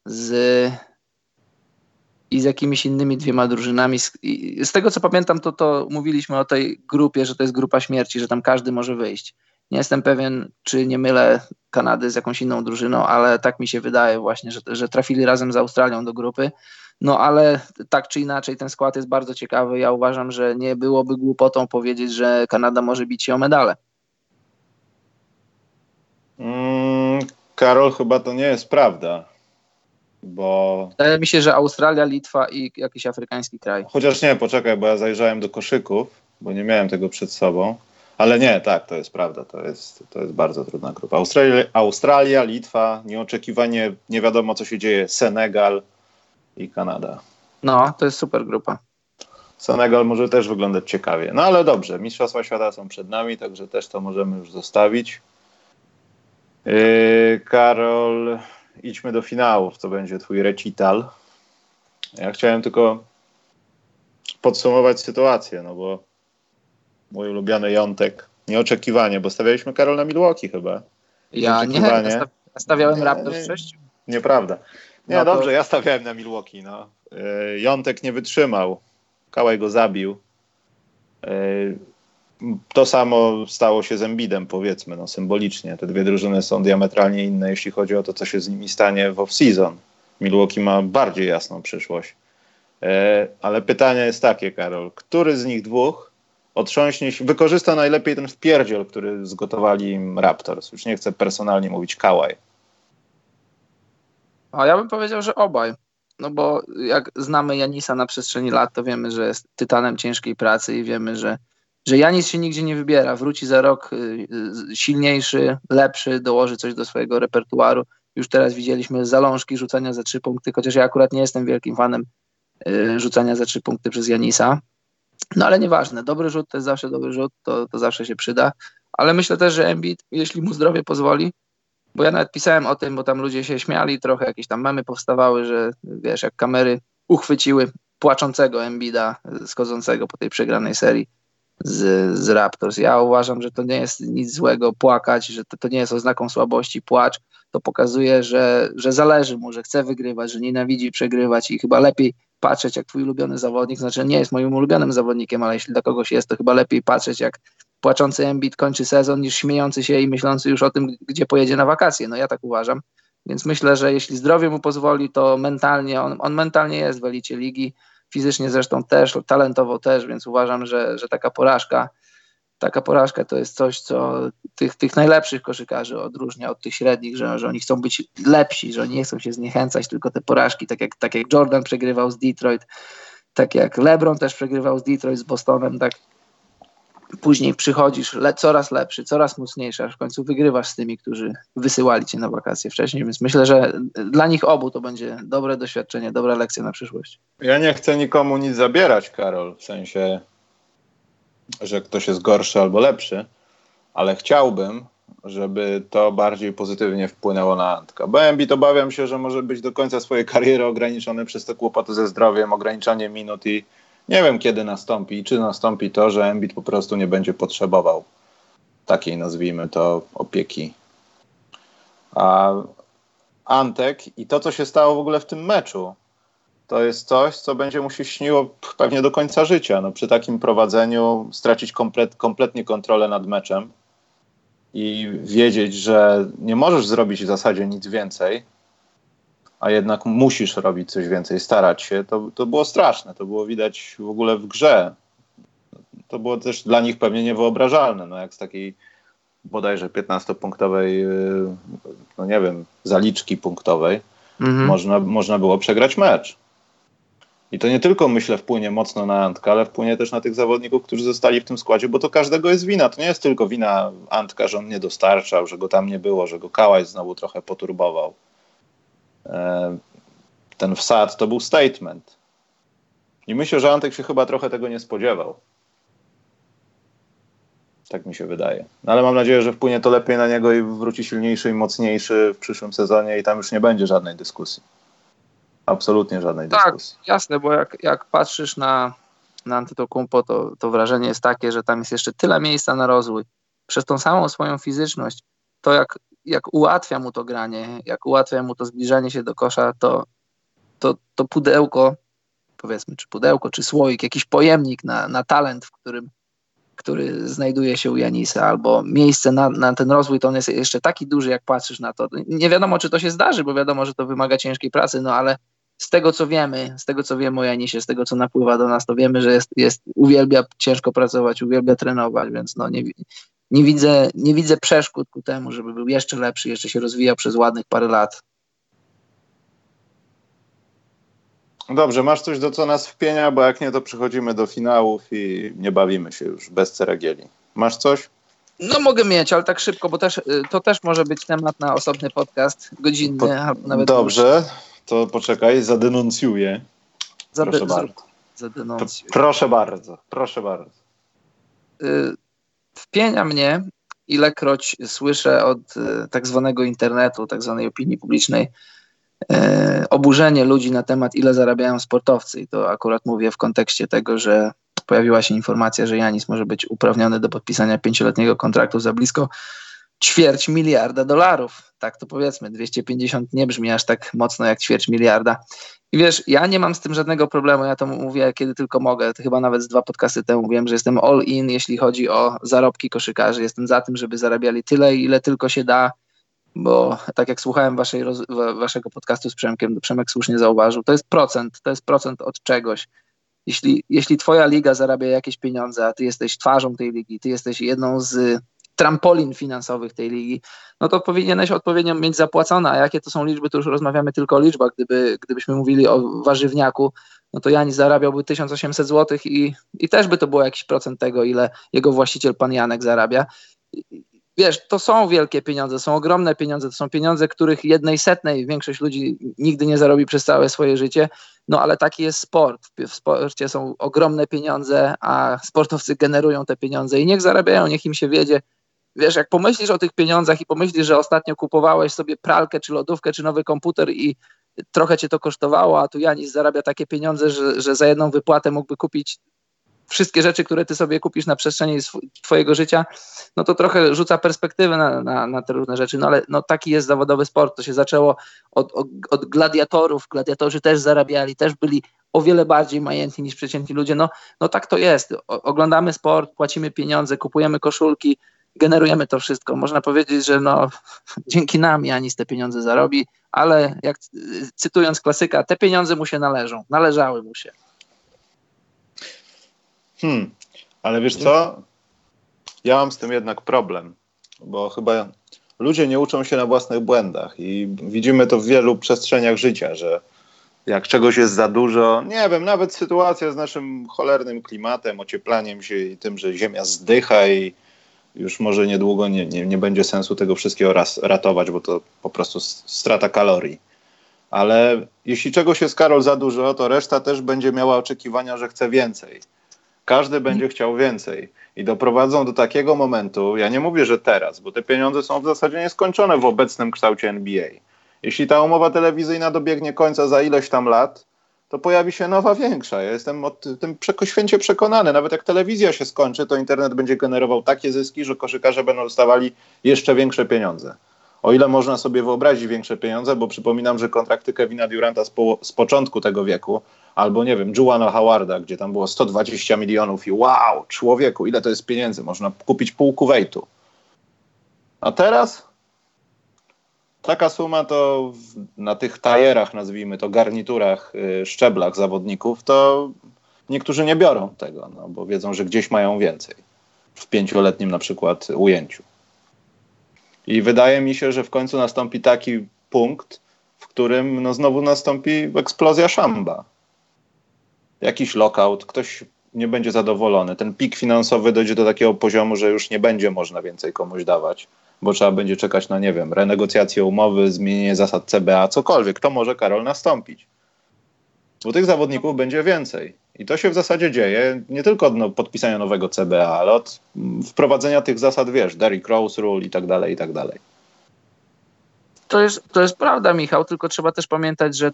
i z jakimiś innymi 2 drużynami. Z tego, co pamiętam, to mówiliśmy o tej grupie, że to jest grupa śmierci, że tam każdy może wyjść. Nie jestem pewien, czy nie mylę Kanady z jakąś inną drużyną, ale tak mi się wydaje właśnie, że trafili razem z Australią do grupy. No ale tak czy inaczej ten skład jest bardzo ciekawy. Ja uważam, że nie byłoby głupotą powiedzieć, że Kanada może bić się o medale. Karol, chyba to nie jest prawda. Bo... Wydaje mi się, że Australia, Litwa i jakiś afrykański kraj. Chociaż nie, poczekaj, bo ja zajrzałem do koszyków, bo nie miałem tego przed sobą. Ale nie, tak, to jest prawda. To jest bardzo trudna grupa. Australia, Litwa, nieoczekiwanie, nie wiadomo co się dzieje, Senegal i Kanada. No, to jest super grupa. Senegal może też wyglądać ciekawie. No ale dobrze, Mistrzostwa Świata są przed nami, także też to możemy już zostawić. Karol... Idźmy do finałów, to będzie twój recital. Ja chciałem tylko podsumować sytuację, no bo mój ulubiony Jątek, nieoczekiwanie, bo stawialiśmy Karol na Milwaukee chyba. Ja nie, stawiałem Raptors w 6. Nieprawda. Nie, no dobrze, ja stawiałem na Milwaukee. No. Jątek nie wytrzymał. Kawhi go zabił. To samo stało się z Embidem, powiedzmy, no, symbolicznie. Te 2 drużyny są diametralnie inne, jeśli chodzi o to, co się z nimi stanie w off-season. Milwaukee ma bardziej jasną przyszłość. Ale pytanie jest takie, Karol. Który z nich 2 wykorzysta najlepiej ten wpierdziel, który zgotowali im Raptors? Już nie chcę personalnie mówić Kawhi. A ja bym powiedział, że obaj. No bo jak znamy Janisa na przestrzeni lat, to wiemy, że jest tytanem ciężkiej pracy i wiemy, że Janis się nigdzie nie wybiera, wróci za rok silniejszy, lepszy, dołoży coś do swojego repertuaru. Już teraz widzieliśmy zalążki rzucania za 3 punkty, chociaż ja akurat nie jestem wielkim fanem rzucania za 3 punkty przez Janisa. No ale nieważne, dobry rzut to jest zawsze dobry rzut, to zawsze się przyda. Ale myślę też, że Embiid, jeśli mu zdrowie pozwoli, bo ja nawet pisałem o tym, bo tam ludzie się śmiali, trochę jakieś tam memy powstawały, że wiesz, jak kamery uchwyciły płaczącego Embida schodzącego po tej przegranej serii z Raptors. Ja uważam, że to nie jest nic złego płakać, że to nie jest oznaką słabości, płacz. To pokazuje, że zależy mu, że chce wygrywać, że nienawidzi przegrywać i chyba lepiej patrzeć, jak twój ulubiony zawodnik, znaczy nie jest moim ulubionym zawodnikiem, ale jeśli dla kogoś jest, to chyba lepiej patrzeć, jak płaczący Embiid kończy sezon, niż śmiejący się i myślący już o tym, gdzie pojedzie na wakacje. No ja tak uważam. Więc myślę, że jeśli zdrowie mu pozwoli, to mentalnie, on mentalnie jest w elicie ligi, fizycznie zresztą też, talentowo też, więc uważam, że taka porażka to jest coś, co tych najlepszych koszykarzy odróżnia od tych średnich, że oni chcą być lepsi, że oni nie chcą się zniechęcać, tylko te porażki, tak jak Jordan przegrywał z Detroit, tak jak LeBron też przegrywał z Detroit, z Bostonem, tak później przychodzisz coraz lepszy, coraz mocniejszy, aż w końcu wygrywasz z tymi, którzy wysyłali cię na wakacje wcześniej, więc myślę, że dla nich obu to będzie dobre doświadczenie, dobra lekcja na przyszłość. Ja nie chcę nikomu nic zabierać, Karol, w sensie, że ktoś jest gorszy albo lepszy, ale chciałbym, żeby to bardziej pozytywnie wpłynęło na Antka. Bo Embiid, obawiam się, że może być do końca swojej kariery ograniczony przez te kłopoty ze zdrowiem, ograniczanie minut i nie wiem, kiedy nastąpi i czy nastąpi to, że Embiid po prostu nie będzie potrzebował takiej, nazwijmy to, opieki. A Antek i to, co się stało w ogóle w tym meczu, to jest coś, co będzie mu się śniło pewnie do końca życia. No, przy takim prowadzeniu stracić kompletnie kontrolę nad meczem i wiedzieć, że nie możesz zrobić w zasadzie nic więcej, a jednak musisz robić coś więcej, starać się, to było straszne. To było widać w ogóle w grze. To było też dla nich pewnie niewyobrażalne. No, jak z takiej bodajże 15-punktowej, no nie wiem, zaliczki punktowej można było przegrać mecz. I to nie tylko, myślę, wpłynie mocno na Antka, ale wpłynie też na tych zawodników, którzy zostali w tym składzie, bo to każdego jest wina. To nie jest tylko wina Antka, że on nie dostarczał, że go tam nie było, że go Kałaj znowu trochę poturbował. Ten wsad to był statement. I myślę, że Antek się chyba trochę tego nie spodziewał. Tak mi się wydaje. No, ale mam nadzieję, że wpłynie to lepiej na niego i wróci silniejszy i mocniejszy w przyszłym sezonie i tam już nie będzie żadnej dyskusji. Absolutnie żadnej dyskusji. Tak, jasne, bo jak patrzysz na Antetokounmpo, to wrażenie jest takie, że tam jest jeszcze tyle miejsca na rozwój. Przez tą samą swoją fizyczność, to jak ułatwia mu to granie, jak ułatwia mu to zbliżanie się do kosza, to pudełko, powiedzmy, czy pudełko, czy słoik, jakiś pojemnik na talent, który znajduje się u Janisa, albo miejsce na ten rozwój, to on jest jeszcze taki duży, jak patrzysz na to. Nie wiadomo, czy to się zdarzy, bo wiadomo, że to wymaga ciężkiej pracy, no ale z tego, co wiemy o Janisie, z tego, co napływa do nas, to wiemy, że uwielbia ciężko pracować, uwielbia trenować, więc no nie widzę przeszkód ku temu, żeby był jeszcze lepszy, jeszcze się rozwijał przez ładnych parę lat. Dobrze, masz coś, do co nas wpienia, bo jak nie, to przechodzimy do finałów i nie bawimy się już bez ceregieli. Masz coś? No mogę mieć, ale tak szybko, bo to też może być temat na osobny podcast, godzinny, albo nawet dobrze, dłuższy. To poczekaj, zadenuncjuję. Proszę bardzo. Proszę bardzo. Wpienia mnie, ilekroć słyszę od tak zwanego internetu, tak zwanej opinii publicznej, oburzenie ludzi na temat, ile zarabiają sportowcy. I to akurat mówię w kontekście tego, że pojawiła się informacja, że Janis może być uprawniony do podpisania 5-letniego kontraktu za blisko $250 miliarda. Tak to powiedzmy, 250 nie brzmi aż tak mocno jak $250 miliarda. I wiesz, ja nie mam z tym żadnego problemu, ja to mówię kiedy tylko mogę. To chyba nawet z 2 podcasty temu mówiłem, że jestem all in, jeśli chodzi o zarobki koszykarzy. Jestem za tym, żeby zarabiali tyle, ile tylko się da, bo tak jak słuchałem waszego podcastu z Przemkiem, to Przemek słusznie zauważył, to jest procent od czegoś. Jeśli twoja liga zarabia jakieś pieniądze, a ty jesteś twarzą tej ligi, ty jesteś jedną z trampolin finansowych tej ligi, no to powinieneś odpowiednio mieć zapłacone, a jakie to są liczby, to już rozmawiamy tylko o liczbach. Gdybyśmy mówili o warzywniaku, no to Janis zarabiałby 1800 zł i też by to było jakiś procent tego, ile jego właściciel, pan Janek, zarabia. Wiesz, to są wielkie pieniądze, są ogromne pieniądze, to są pieniądze, których 1/100 większość ludzi nigdy nie zarobi przez całe swoje życie, no ale taki jest sport. W sporcie są ogromne pieniądze, a sportowcy generują te pieniądze i niech zarabiają, niech im się wiedzie. Wiesz, jak pomyślisz o tych pieniądzach i pomyślisz, że ostatnio kupowałeś sobie pralkę, czy lodówkę, czy nowy komputer i trochę cię to kosztowało, a tu Janis zarabia takie pieniądze, że za jedną wypłatę mógłby kupić wszystkie rzeczy, które ty sobie kupisz na przestrzeni twojego życia, no to trochę rzuca perspektywę na te różne rzeczy, no ale no taki jest zawodowy sport. To się zaczęło od gladiatorów. Gladiatorzy też zarabiali, też byli o wiele bardziej majętni niż przeciętni ludzie. No tak to jest. Oglądamy sport, płacimy pieniądze, kupujemy koszulki, generujemy to wszystko. Można powiedzieć, że no dzięki nam Janis te pieniądze zarobi, ale jak cytując klasyka, te pieniądze mu się należą. Należały mu się. Ale wiesz co? Ja mam z tym jednak problem, bo chyba ludzie nie uczą się na własnych błędach i widzimy to w wielu przestrzeniach życia, że jak czegoś jest za dużo, nie wiem, nawet sytuacja z naszym cholernym klimatem, ocieplaniem się i tym, że ziemia zdycha i już może niedługo nie będzie sensu tego wszystkiego ratować, bo to po prostu strata kalorii. Ale jeśli czegoś jest, Karol, za dużo, to reszta też będzie miała oczekiwania, że chce więcej. Każdy będzie chciał więcej i doprowadzą do takiego momentu, ja nie mówię, że teraz, bo te pieniądze są w zasadzie nieskończone w obecnym kształcie NBA. Jeśli ta umowa telewizyjna dobiegnie końca za ileś tam lat, to pojawi się nowa, większa. Ja jestem o tym święcie przekonany. Nawet jak telewizja się skończy, to internet będzie generował takie zyski, że koszykarze będą dostawali jeszcze większe pieniądze. O ile można sobie wyobrazić większe pieniądze, bo przypominam, że kontrakty Kevina Duranta z początku tego wieku, albo nie wiem, Juwana Howarda, gdzie tam było 120 milionów i wow, człowieku, ile to jest pieniędzy, można kupić pół Kuwejtu. A teraz taka suma to na tych tajerach, nazwijmy to, garniturach, szczeblach zawodników, to niektórzy nie biorą tego, no, bo wiedzą, że gdzieś mają więcej. W 5-letnim na przykład ujęciu. I wydaje mi się, że w końcu nastąpi taki punkt, w którym no, znowu nastąpi eksplozja szamba. Jakiś lockout, ktoś nie będzie zadowolony. Ten pik finansowy dojdzie do takiego poziomu, że już nie będzie można więcej komuś dawać, bo trzeba będzie czekać na, nie wiem, renegocjację umowy, zmienienie zasad CBA, cokolwiek. To może, Karol, nastąpić. Bo tych zawodników będzie więcej. I to się w zasadzie dzieje nie tylko od podpisania nowego CBA, ale od wprowadzenia tych zasad, wiesz, Derrick Rose Rule i tak dalej, i tak dalej. To jest prawda, Michał, tylko trzeba też pamiętać, że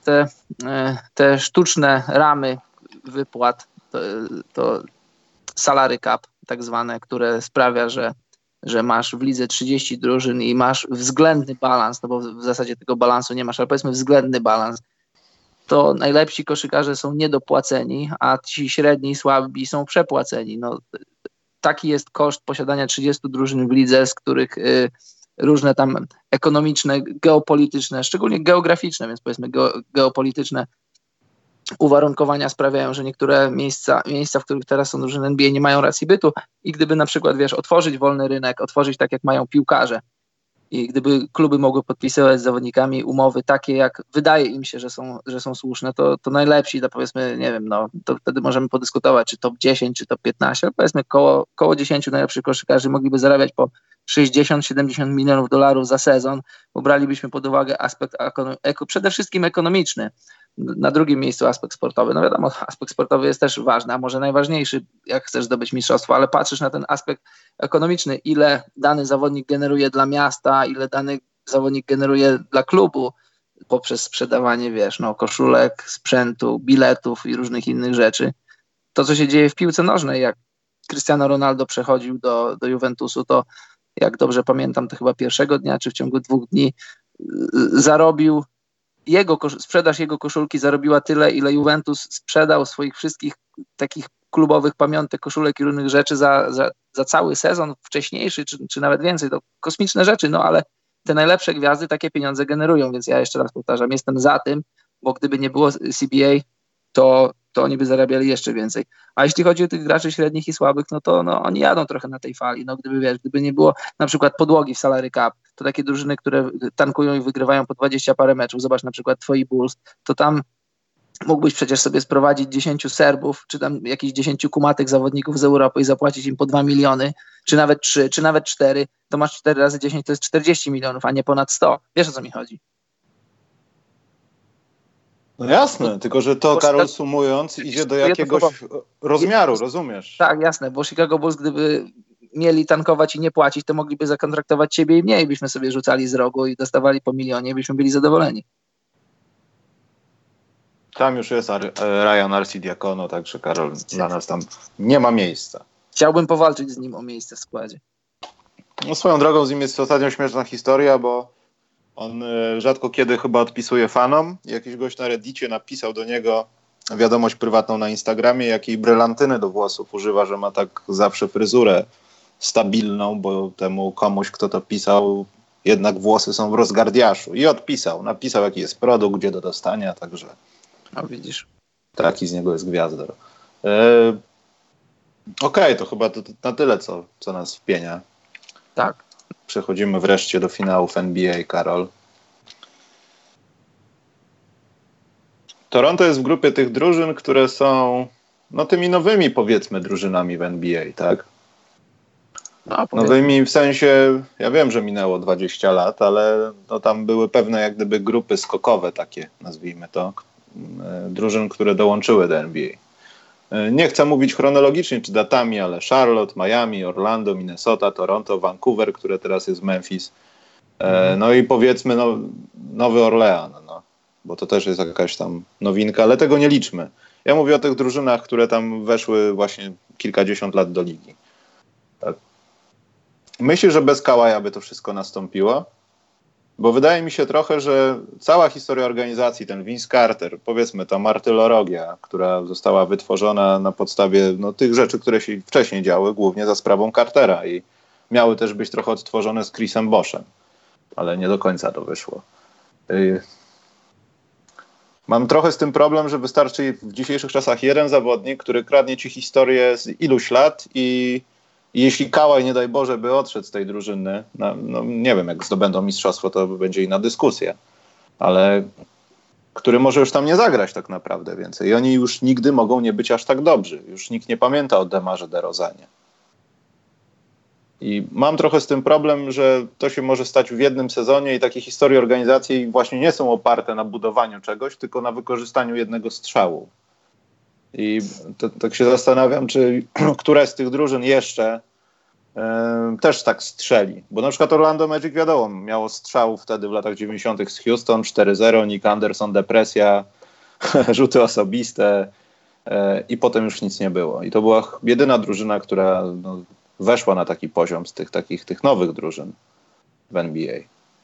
te sztuczne ramy wypłat, to salary cap tak zwane, które sprawia, że masz w lidze 30 drużyn i masz względny balans, no bo w zasadzie tego balansu nie masz, ale powiedzmy względny balans, to najlepsi koszykarze są niedopłaceni, a ci średni, słabi są przepłaceni. No, taki jest koszt posiadania 30 drużyn w lidze, z których różne tam ekonomiczne, geopolityczne, szczególnie geograficzne, więc powiedzmy geopolityczne uwarunkowania sprawiają, że niektóre miejsca, w których teraz są drużyny NBA, nie mają racji bytu i gdyby na przykład, wiesz, otworzyć wolny rynek, otworzyć tak jak mają piłkarze i gdyby kluby mogły podpisywać z zawodnikami umowy takie, jak wydaje im się, że są słuszne, to najlepsi, to powiedzmy, nie wiem, no, to wtedy możemy podyskutować, czy top 10, czy top 15, ale powiedzmy koło 10 najlepszych koszykarzy mogliby zarabiać po 60-70 milionów dolarów za sezon, bo bralibyśmy pod uwagę aspekt przede wszystkim ekonomiczny. Na drugim miejscu aspekt sportowy. No wiadomo, aspekt sportowy jest też ważny, a może najważniejszy, jak chcesz zdobyć mistrzostwo, ale patrzysz na ten aspekt ekonomiczny, ile dany zawodnik generuje dla miasta, ile dany zawodnik generuje dla klubu poprzez sprzedawanie, wiesz, no, koszulek, sprzętu, biletów i różnych innych rzeczy. To, co się dzieje w piłce nożnej, jak Cristiano Ronaldo przechodził do Juventusu, to jak dobrze pamiętam, to chyba pierwszego dnia, czy w ciągu 2 dni zarobił sprzedaż jego koszulki zarobiła tyle, ile Juventus sprzedał swoich wszystkich takich klubowych pamiątek, koszulek i różnych rzeczy za cały sezon wcześniejszy, czy nawet więcej. To kosmiczne rzeczy, no ale te najlepsze gwiazdy takie pieniądze generują, więc ja jeszcze raz powtarzam, jestem za tym, bo gdyby nie było CBA, to oni by zarabiali jeszcze więcej. A jeśli chodzi o tych graczy średnich i słabych, no to oni jadą trochę na tej fali. No gdyby nie było na przykład podłogi w salary cap, to takie drużyny, które tankują i wygrywają po 20 parę meczów, zobacz na przykład twoi Bulls, to tam mógłbyś przecież sobie sprowadzić 10 Serbów, czy tam jakichś 10 kumatych zawodników z Europy i zapłacić im po 2 miliony, czy nawet 3, czy nawet 4, to masz 4 razy 10, to jest 40 milionów, a nie ponad 100. Wiesz, o co mi chodzi? No jasne, tylko że to, Karol, sumując, idzie do jakiegoś rozmiaru, rozumiesz? Tak, jasne, bo Chicago Bulls, gdyby mieli tankować i nie płacić, to mogliby zakontraktować ciebie i mnie i byśmy sobie rzucali z rogu i dostawali po milionie i byśmy byli zadowoleni. Tam już jest Ryan Arcidiacono, także Karol, dla nas tam nie ma miejsca. Chciałbym powalczyć z nim o miejsce w składzie. No, swoją drogą z nim jest ostatnio śmieszna historia, bo on rzadko kiedy chyba odpisuje fanom. Jakiś gość na Reddicie napisał do niego wiadomość prywatną na Instagramie, jakiej brylantyny do włosów używa, że ma tak zawsze fryzurę stabilną, bo temu komuś, kto to pisał, jednak włosy są w rozgardiaszu. I odpisał. Napisał, jaki jest produkt, gdzie do dostania, także... No widzisz. Taki z niego jest gwiazdor. Okej, to chyba to na tyle, co nas wpienia. Tak. Przechodzimy wreszcie do finałów NBA, Karol. Toronto jest w grupie tych drużyn, które są tymi nowymi, powiedzmy, drużynami w NBA, tak? No, nowymi w sensie, ja wiem, że minęło 20 lat, ale tam były pewne jak gdyby grupy skokowe takie, nazwijmy to, drużyn, które dołączyły do NBA. Nie chcę mówić chronologicznie czy datami, ale Charlotte, Miami, Orlando, Minnesota, Toronto, Vancouver, które teraz jest Memphis. No i powiedzmy Nowy Orlean, bo to też jest jakaś tam nowinka, ale tego nie liczmy. Ja mówię o tych drużynach, które tam weszły właśnie kilkadziesiąt lat do ligi. Tak. Myślisz, że bez Kałaja by to wszystko nastąpiło? Bo wydaje mi się trochę, że cała historia organizacji, ten Vince Carter, powiedzmy ta martyrologia, która została wytworzona na podstawie tych rzeczy, które się wcześniej działy, głównie za sprawą Cartera i miały też być trochę odtworzone z Chrisem Boschem, ale nie do końca to wyszło. Mam trochę z tym problem, że wystarczy w dzisiejszych czasach jeden zawodnik, który kradnie ci historię z iluś lat i jeśli Kałaj, nie daj Boże, by odszedł z tej drużyny, nie wiem, jak zdobędą mistrzostwo, to będzie inna dyskusja, ale który może już tam nie zagrać tak naprawdę więcej. I oni już nigdy mogą nie być aż tak dobrzy. Już nikt nie pamięta o Demarze DeRozanie. I mam trochę z tym problem, że to się może stać w jednym sezonie i takie historie organizacji właśnie nie są oparte na budowaniu czegoś, tylko na wykorzystaniu jednego strzału. I tak się zastanawiam, czy któraś z tych drużyn jeszcze też tak strzeli. Bo na przykład Orlando Magic, wiadomo, miało strzałów wtedy w latach 90. z Houston, 4-0, Nick Anderson, depresja, rzuty osobiste i potem już nic nie było. I to była jedyna drużyna, która weszła na taki poziom z tych nowych drużyn w NBA.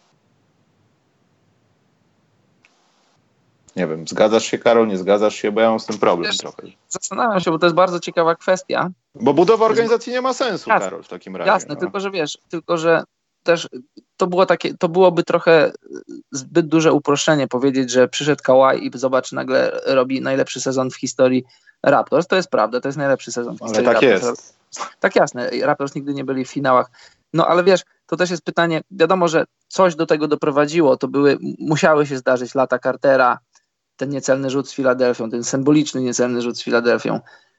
Nie wiem, zgadzasz się, Karol, nie zgadzasz się, bo ja mam z tym problem trochę. Zastanawiam się, bo to jest bardzo ciekawa kwestia. Bo budowa organizacji nie ma sensu, jasne, Karol, w takim razie. Jasne, tylko że też to byłoby trochę zbyt duże uproszczenie powiedzieć, że przyszedł Kawhi i zobacz, nagle robi najlepszy sezon w historii Raptors. To jest prawda, to jest najlepszy sezon w historii Raptors. Ale tak Raptors. jest. Tak, jasne, Raptors nigdy nie byli w finałach. No ale wiesz, to też jest pytanie, wiadomo, że coś do tego doprowadziło, musiały się zdarzyć lata Cartera, ten niecelny rzut z Filadelfią, ten symboliczny niecelny rzut z Filadelfią.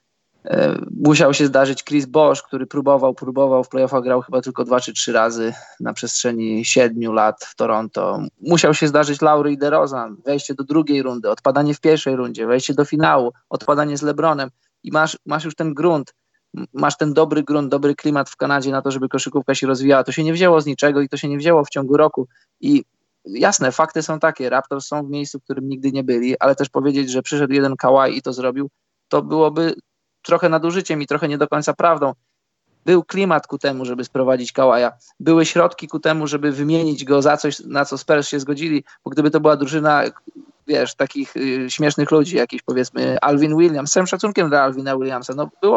Musiał się zdarzyć Chris Bosh, który próbował, w playoffach grał chyba tylko 2 czy 3 razy na przestrzeni 7 lat w Toronto. Musiał się zdarzyć Lowry i DeRozan, wejście do drugiej rundy, odpadanie w pierwszej rundzie, wejście do finału, odpadanie z LeBronem i masz już ten grunt, masz ten dobry grunt, dobry klimat w Kanadzie na to, żeby koszykówka się rozwijała. To się nie wzięło z niczego i to się nie wzięło w ciągu roku i jasne, fakty są takie, Raptors są w miejscu, w którym nigdy nie byli, ale też powiedzieć, że przyszedł jeden Kawhi i to zrobił, to byłoby trochę nadużyciem i trochę nie do końca prawdą. Był klimat ku temu, żeby sprowadzić Kawhi'a. Były środki ku temu, żeby wymienić go za coś, na co Spurs się zgodzili, bo gdyby to była drużyna, wiesz, takich śmiesznych ludzi, jakiś powiedzmy Alvin Williams, z całym szacunkiem dla Alvina Williamsa, było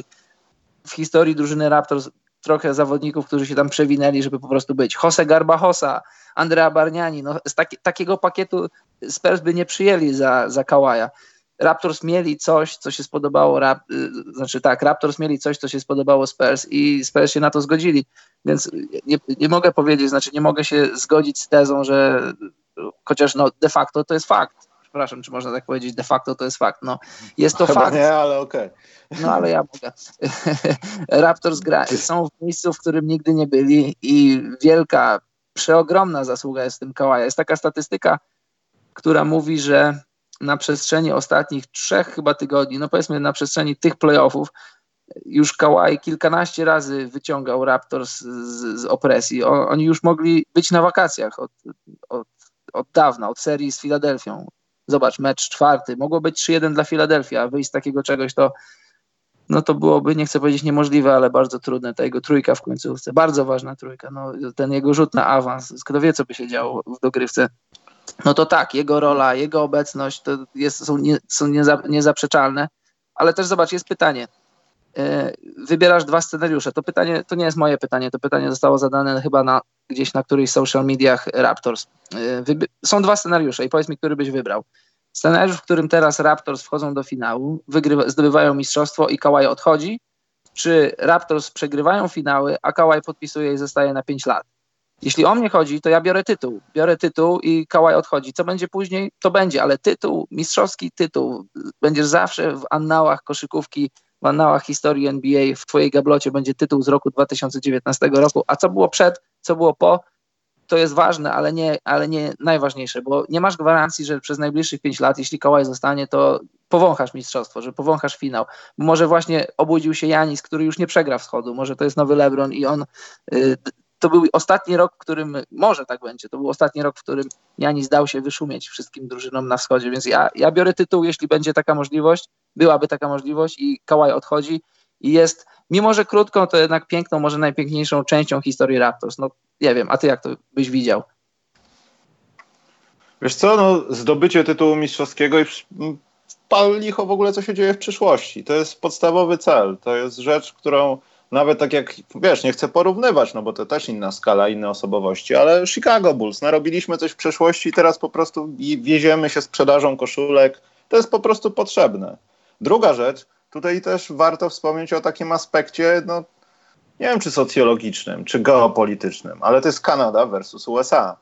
w historii drużyny Raptors trochę zawodników, którzy się tam przewinęli, żeby po prostu być. Jose Garbajosa, Andrea Bargnani, takiego pakietu Spurs by nie przyjęli za Kawhi'a. Raptors mieli coś, co się spodobało, Raptors mieli coś, co się spodobało Spurs i Spurs się na to zgodzili, więc nie mogę powiedzieć, nie mogę się zgodzić z tezą, że chociaż de facto to jest fakt. Przepraszam, czy można tak powiedzieć, de facto to jest fakt. Jest to Chyba fakt. Nie, ale okej. Ale ja mogę. Raptors są w miejscu, w którym nigdy nie byli i wielka, przeogromna zasługa jest w tym Kawhi'a. Jest taka statystyka, która mówi, że na przestrzeni ostatnich 3 chyba tygodni, powiedzmy na przestrzeni tych playoffów, już Kawhi kilkanaście razy wyciągał Raptors z opresji. Oni już mogli być na wakacjach od dawna, od serii z Filadelfią. Zobacz, mecz 4. Mogło być 3-1 dla Filadelfii, a wyjść z takiego czegoś to byłoby, nie chcę powiedzieć niemożliwe, ale bardzo trudne. Ta jego trójka w końcówce, bardzo ważna trójka. Ten jego rzut na awans, kto wie, co by się działo w dogrywce. To tak, jego rola, jego obecność są niezaprzeczalne, ale też zobacz, jest pytanie. Wybierasz 2 scenariusze. To pytanie, to nie jest moje pytanie, to pytanie zostało zadane chyba gdzieś na którychś social mediach Raptors. Są 2 scenariusze i powiedz mi, który byś wybrał. Scenariusz, w którym teraz Raptors wchodzą do finału, zdobywają mistrzostwo i Kawhi odchodzi, czy Raptors przegrywają finały, a Kawhi podpisuje i zostaje na 5 lat. Jeśli o mnie chodzi, to ja biorę tytuł i Kawhi odchodzi. Co będzie później? To będzie, ale tytuł, mistrzowski tytuł, będziesz zawsze w annałach koszykówki, w annałach historii NBA, w twojej gablocie będzie tytuł z roku 2019 roku, a co było przed, co było po, to jest ważne, ale nie najważniejsze, bo nie masz gwarancji, że przez najbliższych 5 lat, jeśli Kawhi zostanie, to powąchasz mistrzostwo, że powąchasz finał. Może właśnie obudził się Janis, który już nie przegra wschodu, może to jest nowy LeBron i on... To był ostatni rok, w którym, może tak będzie, to był ostatni rok, w którym Janis dał się wyszumieć wszystkim drużynom na wschodzie, więc ja biorę tytuł, jeśli będzie taka możliwość, byłaby taka możliwość i Kawhi odchodzi i jest, mimo że krótką, to jednak piękną, może najpiękniejszą częścią historii Raptors. Nie wiem, a ty jak to byś widział? Wiesz co, no zdobycie tytułu mistrzowskiego i pal licho w ogóle, co się dzieje w przyszłości. To jest podstawowy cel. To jest rzecz, którą nawet tak jak, wiesz, nie chcę porównywać, no bo to też inna skala, inne osobowości, ale Chicago Bulls, narobiliśmy coś w przeszłości i teraz po prostu wieziemy się sprzedażą koszulek. To jest po prostu potrzebne. Druga rzecz, tutaj też warto wspomnieć o takim aspekcie, no nie wiem czy socjologicznym, czy geopolitycznym, ale to jest Kanada versus USA.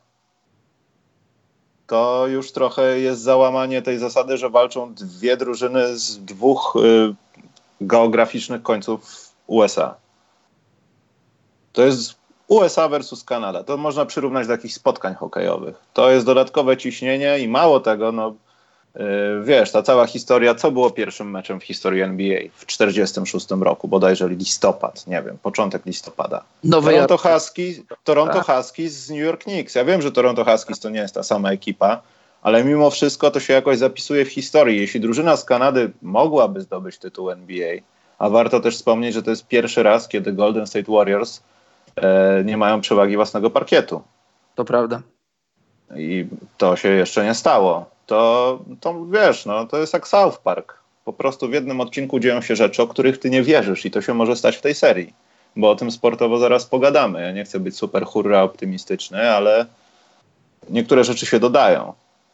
To już trochę jest załamanie tej zasady, że walczą dwie drużyny z dwóch geograficznych końców USA. To jest USA versus Kanada. To można przyrównać do jakichś spotkań hokejowych. To jest dodatkowe ciśnienie i mało tego, no wiesz, ta cała historia, co było pierwszym meczem w historii NBA w 1946 roku, bodajże listopad, nie wiem, początek listopada. Toronto Huskies z New York Knicks. Ja wiem, że Toronto Huskies to nie jest ta sama ekipa, ale mimo wszystko to się jakoś zapisuje w historii. Jeśli drużyna z Kanady mogłaby zdobyć tytuł NBA, a warto też wspomnieć, że to jest pierwszy raz, kiedy Golden State Warriors nie mają przewagi własnego parkietu. To prawda. I to się jeszcze nie stało. To wiesz, no, to jest jak South Park. Po prostu w jednym odcinku dzieją się rzeczy, o których ty nie wierzysz i to się może stać w tej serii. Bo o tym sportowo zaraz pogadamy. Ja nie chcę być super hurra optymistyczny, ale niektóre rzeczy się dodają.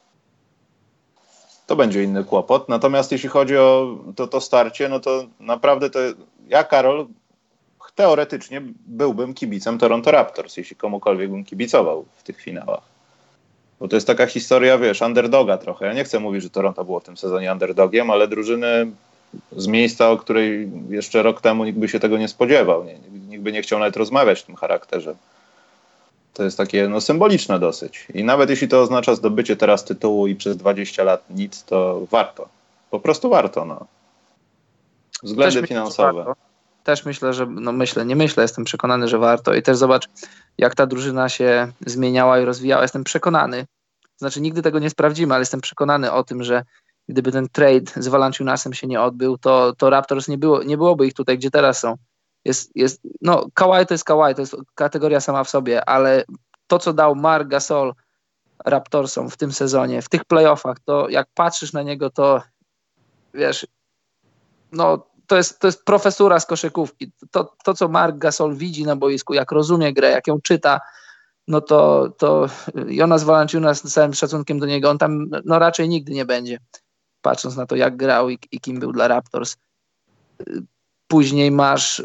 To będzie inny kłopot. Natomiast jeśli chodzi o to starcie, no to naprawdę to ja, Karol, teoretycznie byłbym kibicem Toronto Raptors, jeśli komukolwiek bym kibicował w tych finałach. Bo to jest taka historia, wiesz, underdoga trochę. Ja nie chcę mówić, że Toronto było w tym sezonie underdogiem, ale drużyny z miejsca, o której jeszcze rok temu nikt by się tego nie spodziewał. Nikt by nie chciał nawet rozmawiać w tym charakterze. To jest takie no, symboliczne dosyć. I nawet jeśli to oznacza zdobycie teraz tytułu i przez 20 lat nic, to warto. Po prostu warto, no. Względy finansowe. Też myślę, że jestem przekonany, że warto. I też zobacz, jak ta drużyna się zmieniała i rozwijała. Jestem przekonany, znaczy nigdy tego nie sprawdzimy, ale jestem przekonany o tym, że gdyby ten trade z Valanciunasem się nie odbył, to Raptors nie byłoby ich tutaj, gdzie teraz są. No, Kawhi to jest kategoria sama w sobie, ale to, co dał Marc Gasol Raptorsom w tym sezonie, w tych playoffach, to jak patrzysz na niego, to wiesz, no to jest profesura z koszykówki. To, co Marc Gasol widzi na boisku, jak rozumie grę, jak ją czyta, no to Jonas Valanciunas, z całym szacunkiem do niego, on tam no raczej nigdy nie będzie, patrząc na to, jak grał i kim był dla Raptors. Później masz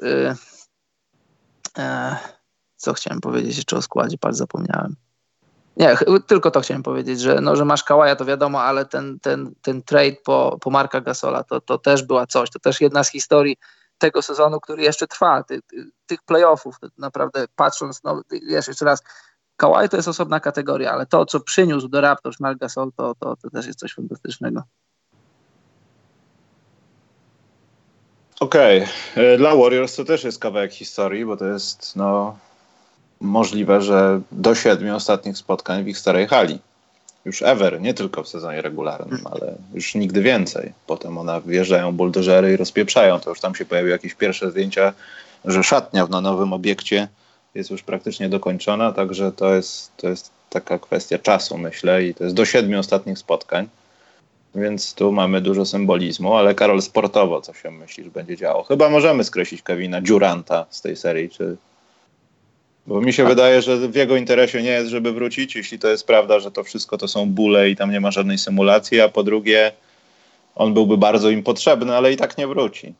co chciałem powiedzieć jeszcze o składzie, patrz, zapomniałem. Nie, tylko to chciałem powiedzieć, że masz Kawaja, to wiadomo, ale ten trade po Marca Gasola to też była coś, to też jedna z historii tego sezonu, który jeszcze trwa, tych playoffów, naprawdę patrząc, no wiesz, jeszcze raz, Kawhi to jest osobna kategoria, ale to, co przyniósł do Raptors Marc Gasol, to też jest coś fantastycznego. Okej. Dla Warriors to też jest kawałek historii, bo to jest możliwe, że do 7 ostatnich spotkań w ich starej hali. Już ever, nie tylko w sezonie regularnym, ale już nigdy więcej. Potem wjeżdżają buldożery i rozpieprzają. To już tam się pojawiły jakieś pierwsze zdjęcia, że szatnia na nowym obiekcie jest już praktycznie dokończona, także to jest taka kwestia czasu, myślę, i to jest do 7 ostatnich spotkań. Więc tu mamy dużo symbolizmu, ale Karol, sportowo co się myślisz będzie działo? Chyba możemy skreślić Kevina Duranta z tej serii, bo mi się wydaje, że w jego interesie nie jest, żeby wrócić, jeśli to jest prawda, że to wszystko to są bóle i tam nie ma żadnej symulacji, a po drugie on byłby bardzo im potrzebny, ale i tak nie wróci.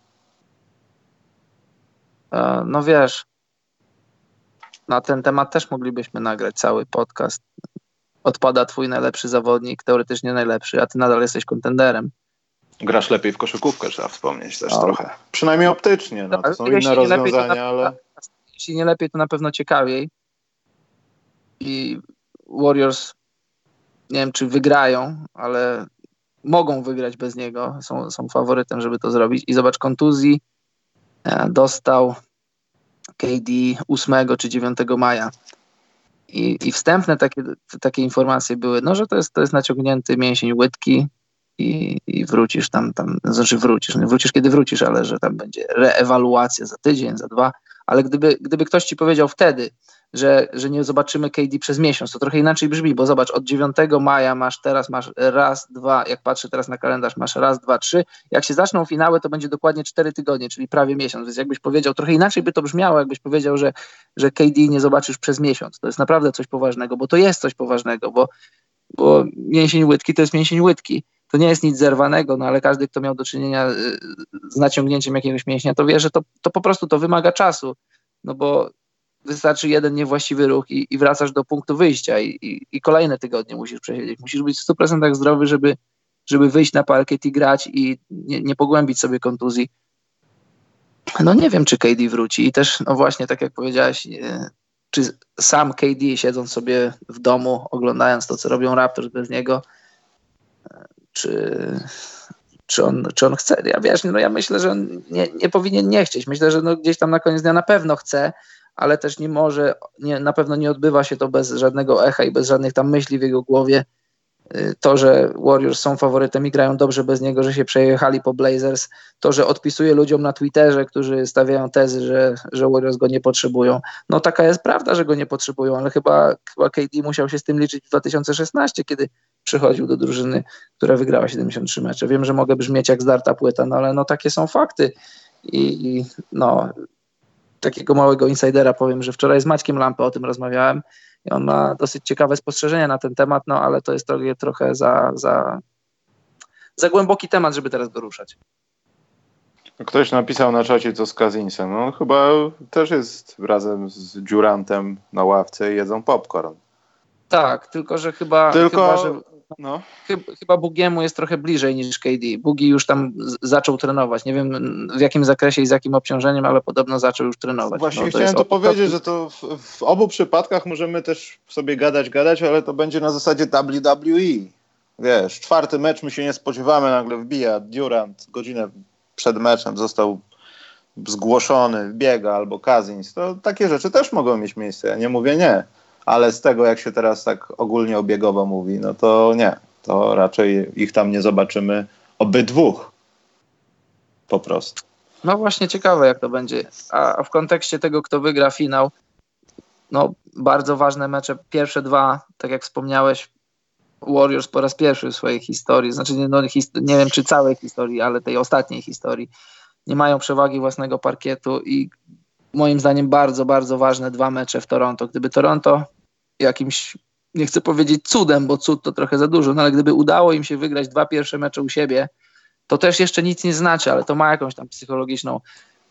No wiesz, na ten temat też moglibyśmy nagrać cały podcast. Odpada twój najlepszy zawodnik, teoretycznie najlepszy, a ty nadal jesteś kontenderem. Grasz lepiej w koszykówkę, trzeba wspomnieć też trochę. Przynajmniej optycznie, to są inne rozwiązania, ale... Jeśli nie lepiej, to na pewno ciekawiej. I Warriors, nie wiem, czy wygrają, ale mogą wygrać bez niego. Są faworytem, żeby to zrobić. I zobacz, kontuzji dostał KD 8 czy 9 maja. I wstępne takie informacje były, że to jest naciągnięty mięsień łydki i wrócisz tam, znaczy wrócisz kiedy wrócisz, ale że tam będzie reewaluacja za tydzień, za 2, ale gdyby ktoś ci powiedział wtedy, że nie zobaczymy KD przez miesiąc. To trochę inaczej brzmi, bo zobacz, od 9 maja masz raz, dwa, jak patrzę teraz na kalendarz, masz raz, dwa, trzy. Jak się zaczną finały, to będzie dokładnie 4 tygodnie, czyli prawie miesiąc. Więc jakbyś powiedział, trochę inaczej by to brzmiało, jakbyś powiedział, że KD nie zobaczysz przez miesiąc. To jest naprawdę coś poważnego, bo to jest coś poważnego, bo mięsień łydki to jest mięsień łydki. To nie jest nic zerwanego, no ale każdy, kto miał do czynienia z naciągnięciem jakiegoś mięśnia, to wie, że to po prostu to wymaga czasu, no bo wystarczy jeden niewłaściwy ruch i wracasz do punktu wyjścia i kolejne tygodnie musisz przesiedzieć. Musisz być w 100% zdrowy, żeby wyjść na parkiet i grać i nie pogłębić sobie kontuzji. No nie wiem, czy KD wróci i też, no właśnie, tak jak powiedziałeś, czy sam KD siedząc sobie w domu, oglądając to, co robią Raptors bez niego, czy on chce. Ja myślę, że on nie powinien nie chcieć. Myślę, że gdzieś tam na koniec dnia na pewno chce, ale też nie może, na pewno nie odbywa się to bez żadnego echa i bez żadnych tam myśli w jego głowie. To, że Warriors są faworytem i grają dobrze bez niego, że się przejechali po Blazers, to, że odpisuje ludziom na Twitterze, którzy stawiają tezy, że Warriors go nie potrzebują. No taka jest prawda, że go nie potrzebują, ale chyba KD musiał się z tym liczyć w 2016, kiedy przychodził do drużyny, która wygrała 73 mecze. Wiem, że mogę brzmieć jak zdarta płyta, no ale no takie są fakty. I no takiego małego insidera powiem, że wczoraj z Maćkiem Lampę o tym rozmawiałem i on ma dosyć ciekawe spostrzeżenia na ten temat, no ale to jest trochę za głęboki temat, żeby teraz go ruszać. Ktoś napisał na czacie, co z Cousinsem. No chyba też jest razem z Durantem na ławce i jedzą popcorn. Tak, tylko że chyba Boogiemu jest trochę bliżej niż KD. Boogie już tam zaczął trenować. Nie wiem w jakim zakresie i z jakim obciążeniem, ale podobno zaczął już trenować. Właśnie chciałem to powiedzieć, że to w obu przypadkach możemy też sobie gadać, ale to będzie na zasadzie WWE. Wiesz, 4. mecz my się nie spodziewamy, nagle wbija Durant godzinę przed meczem, został zgłoszony, biega albo Cousins. To takie rzeczy też mogą mieć miejsce. Ja nie mówię nie. Ale z tego, jak się teraz tak ogólnie obiegowo mówi, no to nie. To raczej ich tam nie zobaczymy obydwóch. Po prostu. No właśnie ciekawe, jak to będzie. A w kontekście tego, kto wygra finał, no bardzo ważne mecze. Pierwsze dwa, tak jak wspomniałeś, Warriors po raz pierwszy w swojej historii, znaczy nie wiem czy całej historii, ale tej ostatniej historii, nie mają przewagi własnego parkietu i moim zdaniem bardzo, bardzo ważne 2 mecze w Toronto. Gdyby Toronto jakimś, nie chcę powiedzieć cudem, bo cud to trochę za dużo, no ale gdyby udało im się wygrać 2 pierwsze mecze u siebie, to też jeszcze nic nie znaczy, ale to ma jakąś tam psychologiczną,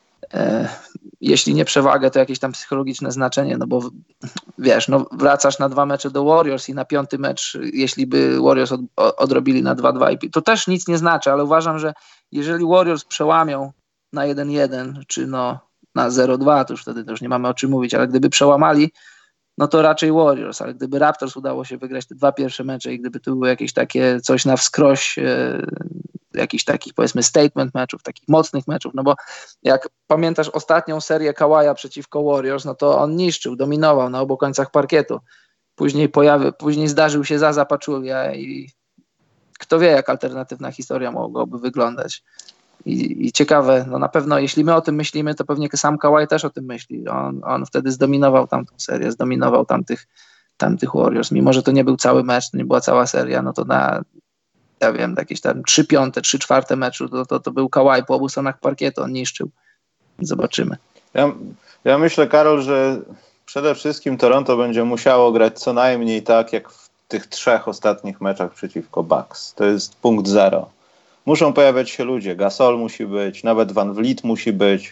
jeśli nie przewagę, to jakieś tam psychologiczne znaczenie, no bo wiesz, no wracasz na 2 mecze do Warriors i na 5. mecz, jeśli by Warriors odrobili na 2-2, to też nic nie znaczy, ale uważam, że jeżeli Warriors przełamią na 1-1, czy no na 0-2, to już wtedy to już nie mamy o czym mówić, ale gdyby przełamali, no to raczej Warriors, ale gdyby Raptors udało się wygrać te 2 pierwsze mecze i gdyby to było jakieś takie coś na wskroś, jakichś takich powiedzmy statement meczów, takich mocnych meczów, no bo jak pamiętasz ostatnią serię Kawaja przeciwko Warriors, no to on niszczył, dominował na obu końcach parkietu. Później zdarzył się Zaza Pachulia i kto wie, jak alternatywna historia mogłaby wyglądać. I ciekawe, no na pewno jeśli my o tym myślimy, to pewnie sam Kawhi też o tym myśli. On wtedy zdominował tamtą serię, zdominował tamtych Warriors. Mimo że to nie był cały mecz, to nie była cała seria, no to na, ja wiem, jakieś tam 3/5, 3/4 meczu, to był Kawhi po obu stronach parkietu, on niszczył. Zobaczymy. Ja myślę, Karol, że przede wszystkim Toronto będzie musiało grać co najmniej tak, jak w tych 3 ostatnich meczach przeciwko Bucks. To jest punkt 0. Muszą pojawiać się ludzie. Gasol musi być, nawet Van Vliet musi być.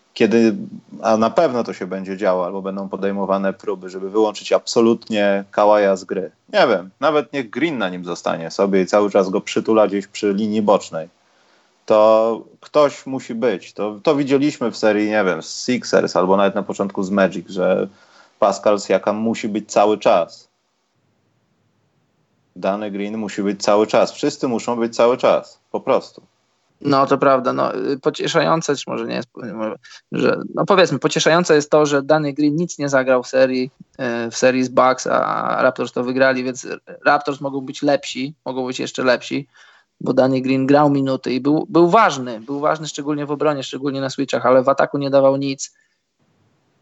A na pewno to się będzie działo, albo będą podejmowane próby, żeby wyłączyć absolutnie Kawaja z gry. Nie wiem, nawet niech Green na nim zostanie sobie i cały czas go przytula gdzieś przy linii bocznej. To ktoś musi być. To widzieliśmy w serii, nie wiem, z Sixers, albo nawet na początku z Magic, że Pascal Siakam musi być cały czas. Danny Green musi być cały czas. Wszyscy muszą być cały czas. Po prostu. No to prawda. No, pocieszające, czy może nie jest, że, no powiedzmy, pocieszające jest to, że Danny Green nic nie zagrał w serii z Bucks, a Raptors to wygrali, więc Raptors mogą być lepsi, mogą być jeszcze lepsi, bo Danny Green grał minuty i był ważny szczególnie w obronie, szczególnie na switchach, ale w ataku nie dawał nic.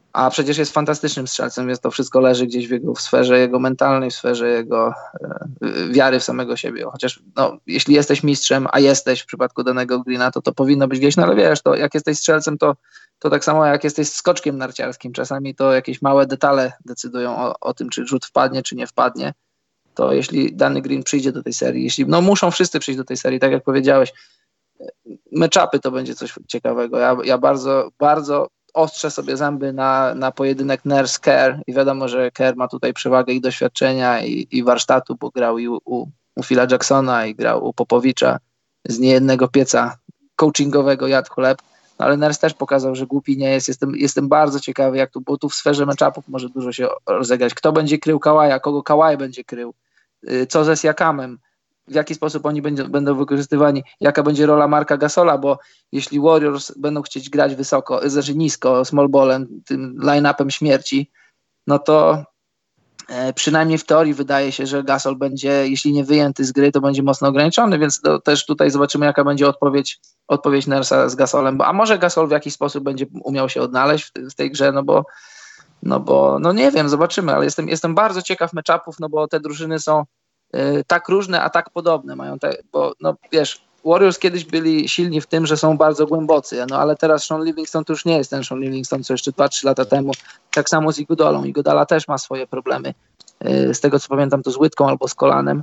a przecież jest fantastycznym strzelcem, więc to wszystko leży gdzieś w sferze jego mentalnej, w sferze jego wiary w samego siebie. Chociaż no, jeśli jesteś mistrzem, a jesteś w przypadku danego Greena, to powinno być gdzieś, no ale wiesz, to jak jesteś strzelcem, to tak samo jak jesteś skoczkiem narciarskim. Czasami to jakieś małe detale decydują o tym, czy rzut wpadnie, czy nie wpadnie. To jeśli dany Green przyjdzie do tej serii, jeśli no muszą wszyscy przyjść do tej serii, tak jak powiedziałeś, matchupy to będzie coś ciekawego. Ja bardzo, bardzo ostrzę sobie zęby na pojedynek Nurse-Kerr i wiadomo, że Kerr ma tutaj przewagę i doświadczenia i warsztatu, bo grał i u Phila Jacksona i grał u Popowicza, z niejednego pieca coachingowego jadł chleb, no ale Nurse też pokazał, że głupi nie jest. Jestem bardzo ciekawy, bo tu w sferze matchupów może dużo się rozegrać. Kto będzie krył Kawaja, kogo Kawaj będzie krył, co ze Siakamem, w jaki sposób oni będą wykorzystywani, jaka będzie rola Marka Gasola, bo jeśli Warriors będą chcieć grać wysoko, znaczy nisko, small ballem, tym line-upem śmierci, no to przynajmniej w teorii wydaje się, że Gasol będzie, jeśli nie wyjęty z gry, to będzie mocno ograniczony, więc też tutaj zobaczymy, jaka będzie odpowiedź Nurse'a z Gasolem, a może Gasol w jakiś sposób będzie umiał się odnaleźć w tej grze, no nie wiem, zobaczymy, ale jestem bardzo ciekaw matchupów, no bo te drużyny są tak różne, a tak podobne mają, bo no wiesz, Warriors kiedyś byli silni w tym, że są bardzo głębocy, no ale teraz Sean Livingston to już nie jest ten Sean Livingston, co jeszcze 2-3 lata temu, tak samo z Iguodalą. Iguodala też ma swoje problemy, z tego co pamiętam to z łydką albo z kolanem.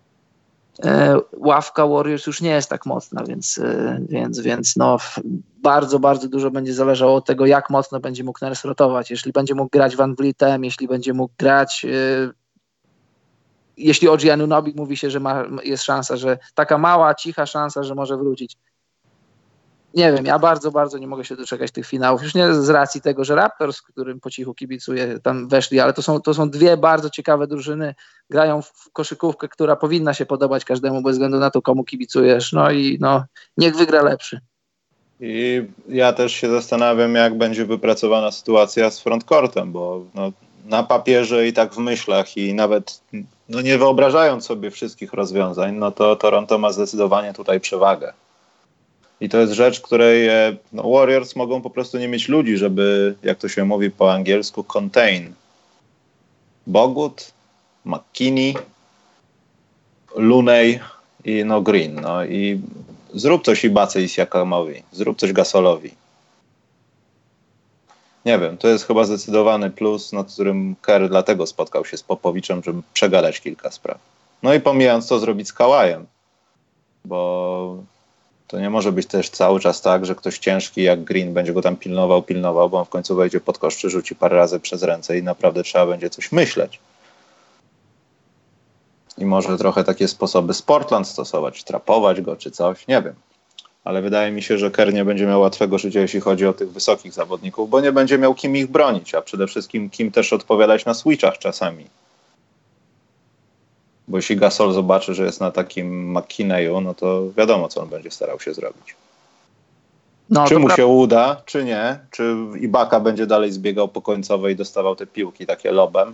Ławka Warriors już nie jest tak mocna, więc no bardzo, bardzo dużo będzie zależało od tego, jak mocno będzie mógł Nurse rotować. Jeśli będzie mógł grać Van Vlietem, jeśli będzie mógł grać jeśli o Giannunobi mówi się, że jest szansa, że taka mała, cicha szansa, że może wrócić. Nie wiem, ja bardzo, bardzo nie mogę się doczekać tych finałów. Już nie z racji tego, że Raptors, którym po cichu kibicuję, tam weszli, ale to są dwie bardzo ciekawe drużyny. Grają w koszykówkę, która powinna się podobać każdemu bez względu na to, komu kibicujesz. No i niech wygra lepszy. I ja też się zastanawiam, jak będzie wypracowana sytuacja z frontcourtem, bo na papierze i tak w myślach i nawet nie wyobrażając sobie wszystkich rozwiązań, no to Toronto ma zdecydowanie tutaj przewagę. I to jest rzecz, której Warriors mogą po prostu nie mieć ludzi, żeby, jak to się mówi po angielsku, contain. Bogut, McKinney, Looney i Green. I zrób coś Ibace i Siakamowi, zrób coś Gasolowi. Nie wiem, to jest chyba zdecydowany plus, nad którym Kerr dlatego spotkał się z Popowiczem, żeby przegadać kilka spraw. No i pomijając to zrobić z Kawajem, bo to nie może być też cały czas tak, że ktoś ciężki jak Green będzie go tam pilnował, bo on w końcu wejdzie pod kosz, czy rzuci parę razy przez ręce i naprawdę trzeba będzie coś myśleć. I może trochę takie sposoby z Portland stosować, trapować go czy coś, nie wiem. Ale wydaje mi się, że Kerr nie będzie miał łatwego życia, jeśli chodzi o tych wysokich zawodników, bo nie będzie miał kim ich bronić, a przede wszystkim kim też odpowiadać na switchach czasami. Bo jeśli Gasol zobaczy, że jest na takim McKinneyu, no to wiadomo, co on będzie starał się zrobić. Czy mu się uda, czy nie. Czy Ibaka będzie dalej zbiegał po końcowej i dostawał te piłki takie lobem.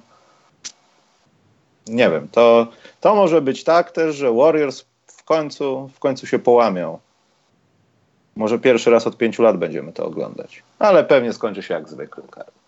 Nie wiem. To może być tak też, że Warriors w końcu się połamią. Może pierwszy raz od 5 lat będziemy to oglądać. Ale pewnie skończy się jak zwykle.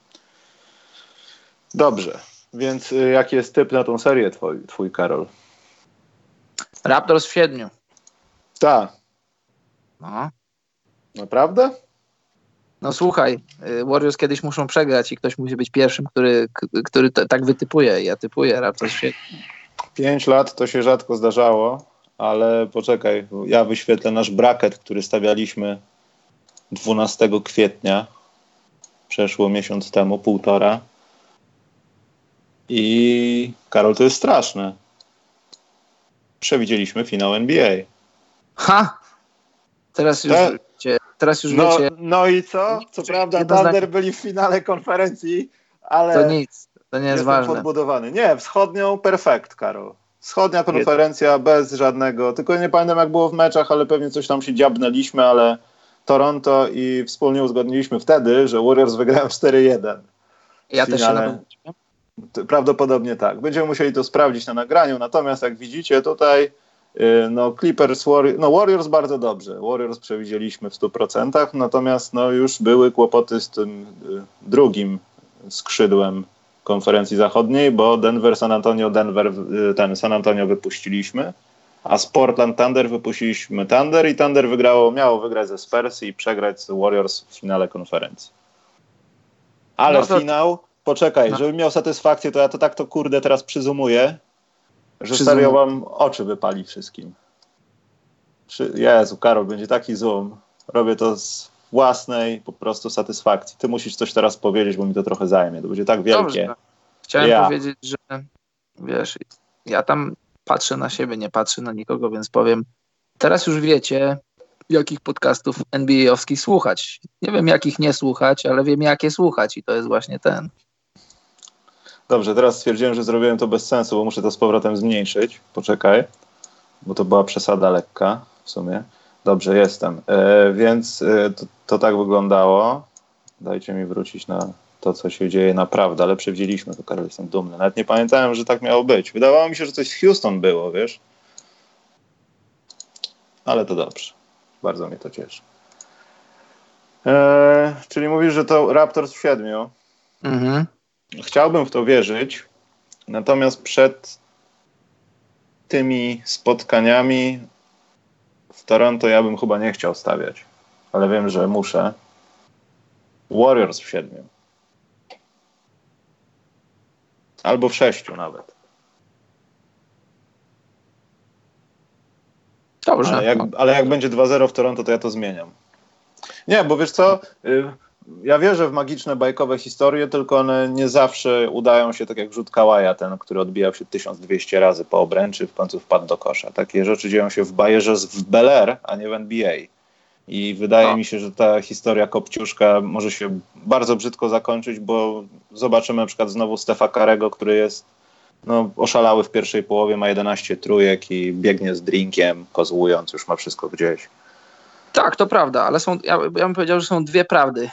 Dobrze. Więc jaki jest typ na tą serię twój, Karol? Raptors w 7. Tak. No. Naprawdę? No słuchaj, Warriors kiedyś muszą przegrać i ktoś musi być pierwszym, który tak wytypuje. Ja typuję Raptors w 7. 5 lat to się rzadko zdarzało, ale poczekaj, ja wyświetlę nasz bracket, który stawialiśmy 12 kwietnia. Przeszło miesiąc temu, 1,5. I Karol, to jest straszne. Przewidzieliśmy finał NBA. Ha! Teraz już wiecie. No i co? Co prawda Thunder byli w finale konferencji, ale to nic, to nie jest ważne. Podbudowany. Nie, wschodnią perfekt, Karol. Wschodnia konferencja bez żadnego, tylko nie pamiętam jak było w meczach, ale pewnie coś tam się dziabnęliśmy, ale Toronto i wspólnie uzgodniliśmy wtedy, że Warriors wygrają 4-1. Ja też się nawet... Prawdopodobnie tak. Będziemy musieli to sprawdzić na nagraniu, natomiast jak widzicie tutaj No Clippers, Warriors bardzo dobrze. Warriors przewidzieliśmy w 100%, natomiast no już były kłopoty z tym drugim skrzydłem konferencji zachodniej, bo San Antonio wypuściliśmy, a z Portland Thunder wypuściliśmy Thunder i Thunder miało wygrać ze Spurs i przegrać z Warriors w finale konferencji. Ale finał, poczekaj, żebym miał satysfakcję, to ja to tak kurde teraz przyzumuję, że serio wam oczy wypali wszystkim. Jezu, Karol, będzie taki zoom. Robię to z własnej po prostu satysfakcji. Ty musisz coś teraz powiedzieć, bo mi to trochę zajmie. To będzie tak wielkie. Dobrze. Chciałem powiedzieć, że wiesz, ja tam patrzę na siebie, nie patrzę na nikogo, więc powiem, teraz już wiecie, jakich podcastów NBA-owskich słuchać. Nie wiem, jakich nie słuchać, ale wiem, jakie słuchać i to jest właśnie ten. Dobrze, teraz stwierdziłem, że zrobiłem to bez sensu, bo muszę to z powrotem zmniejszyć. Poczekaj, bo to była przesada lekka w sumie. Dobrze, jestem. Więc to tak wyglądało. Dajcie mi wrócić na to, co się dzieje naprawdę, ale przewidzieliśmy to, Karol, jestem dumny. Nawet nie pamiętałem, że tak miało być. Wydawało mi się, że coś z Houston było, wiesz? Ale to dobrze. Bardzo mnie to cieszy. Czyli mówisz, że to Raptors w 7. Mhm. Chciałbym w to wierzyć, natomiast przed tymi spotkaniami w Toronto ja bym chyba nie chciał stawiać, ale wiem, że muszę. Warriors w 7. Albo w 6 nawet. Dobrze. Ale jak będzie 2-0 w Toronto, to ja to zmieniam. Nie, bo wiesz co, ja wierzę w magiczne, bajkowe historie, tylko one nie zawsze udają się, tak jak rzut Kałaja, ten, który odbijał się 1200 razy po obręczy, w końcu wpadł do kosza. Takie rzeczy dzieją się w Bayerze w Bel Air, a nie w NBA. I wydaje mi się, że ta historia Kopciuszka może się bardzo brzydko zakończyć, bo zobaczymy na przykład znowu Stefa Karego, który jest oszalały w pierwszej połowie, ma 11 trójek i biegnie z drinkiem, kozłując, już ma wszystko gdzieś. Tak, to prawda, ale ja bym powiedział, że są dwie prawdy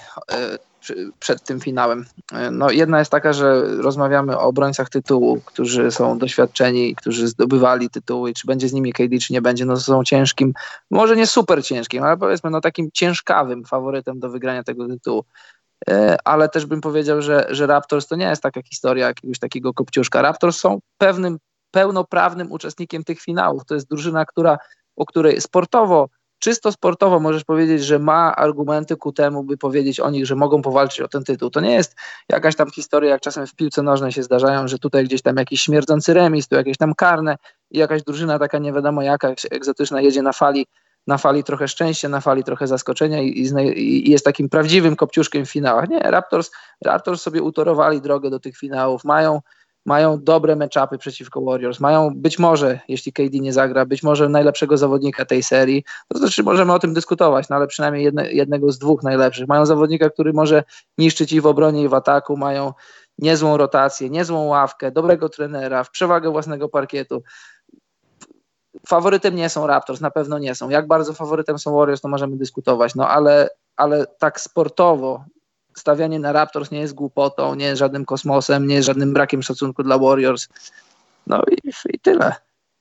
przed tym finałem. No, jedna jest taka, że rozmawiamy o obrońcach tytułu, którzy są doświadczeni, którzy zdobywali tytuły i czy będzie z nimi KD, czy nie będzie, no to są ciężkim, może nie super ciężkim, ale powiedzmy takim ciężkawym faworytem do wygrania tego tytułu. Ale też bym powiedział, że Raptors to nie jest taka historia jakiegoś takiego kopciuszka. Raptors są pewnym, pełnoprawnym uczestnikiem tych finałów. To jest drużyna, o której czysto sportowo możesz powiedzieć, że ma argumenty ku temu, by powiedzieć o nich, że mogą powalczyć o ten tytuł. To nie jest jakaś tam historia, jak czasem w piłce nożnej się zdarzają, że tutaj gdzieś tam jakiś śmierdzący remis, tu jakieś tam karne i jakaś drużyna taka nie wiadomo jaka, egzotyczna jedzie na fali trochę szczęścia, na fali trochę zaskoczenia i jest takim prawdziwym kopciuszkiem w finałach. Nie, Raptors sobie utorowali drogę do tych finałów, mają dobre match-upy przeciwko Warriors, mają być może, jeśli KD nie zagra, być może najlepszego zawodnika tej serii, to znaczy możemy o tym dyskutować, no ale przynajmniej jednego z dwóch najlepszych. Mają zawodnika, który może niszczyć i w obronie, i w ataku, mają niezłą rotację, niezłą ławkę, dobrego trenera, przewagę własnego parkietu. Faworytem nie są Raptors, na pewno nie są. Jak bardzo faworytem są Warriors, to możemy dyskutować, no ale tak sportowo stawianie na Raptors nie jest głupotą, nie jest żadnym kosmosem, nie jest żadnym brakiem szacunku dla Warriors. No i tyle.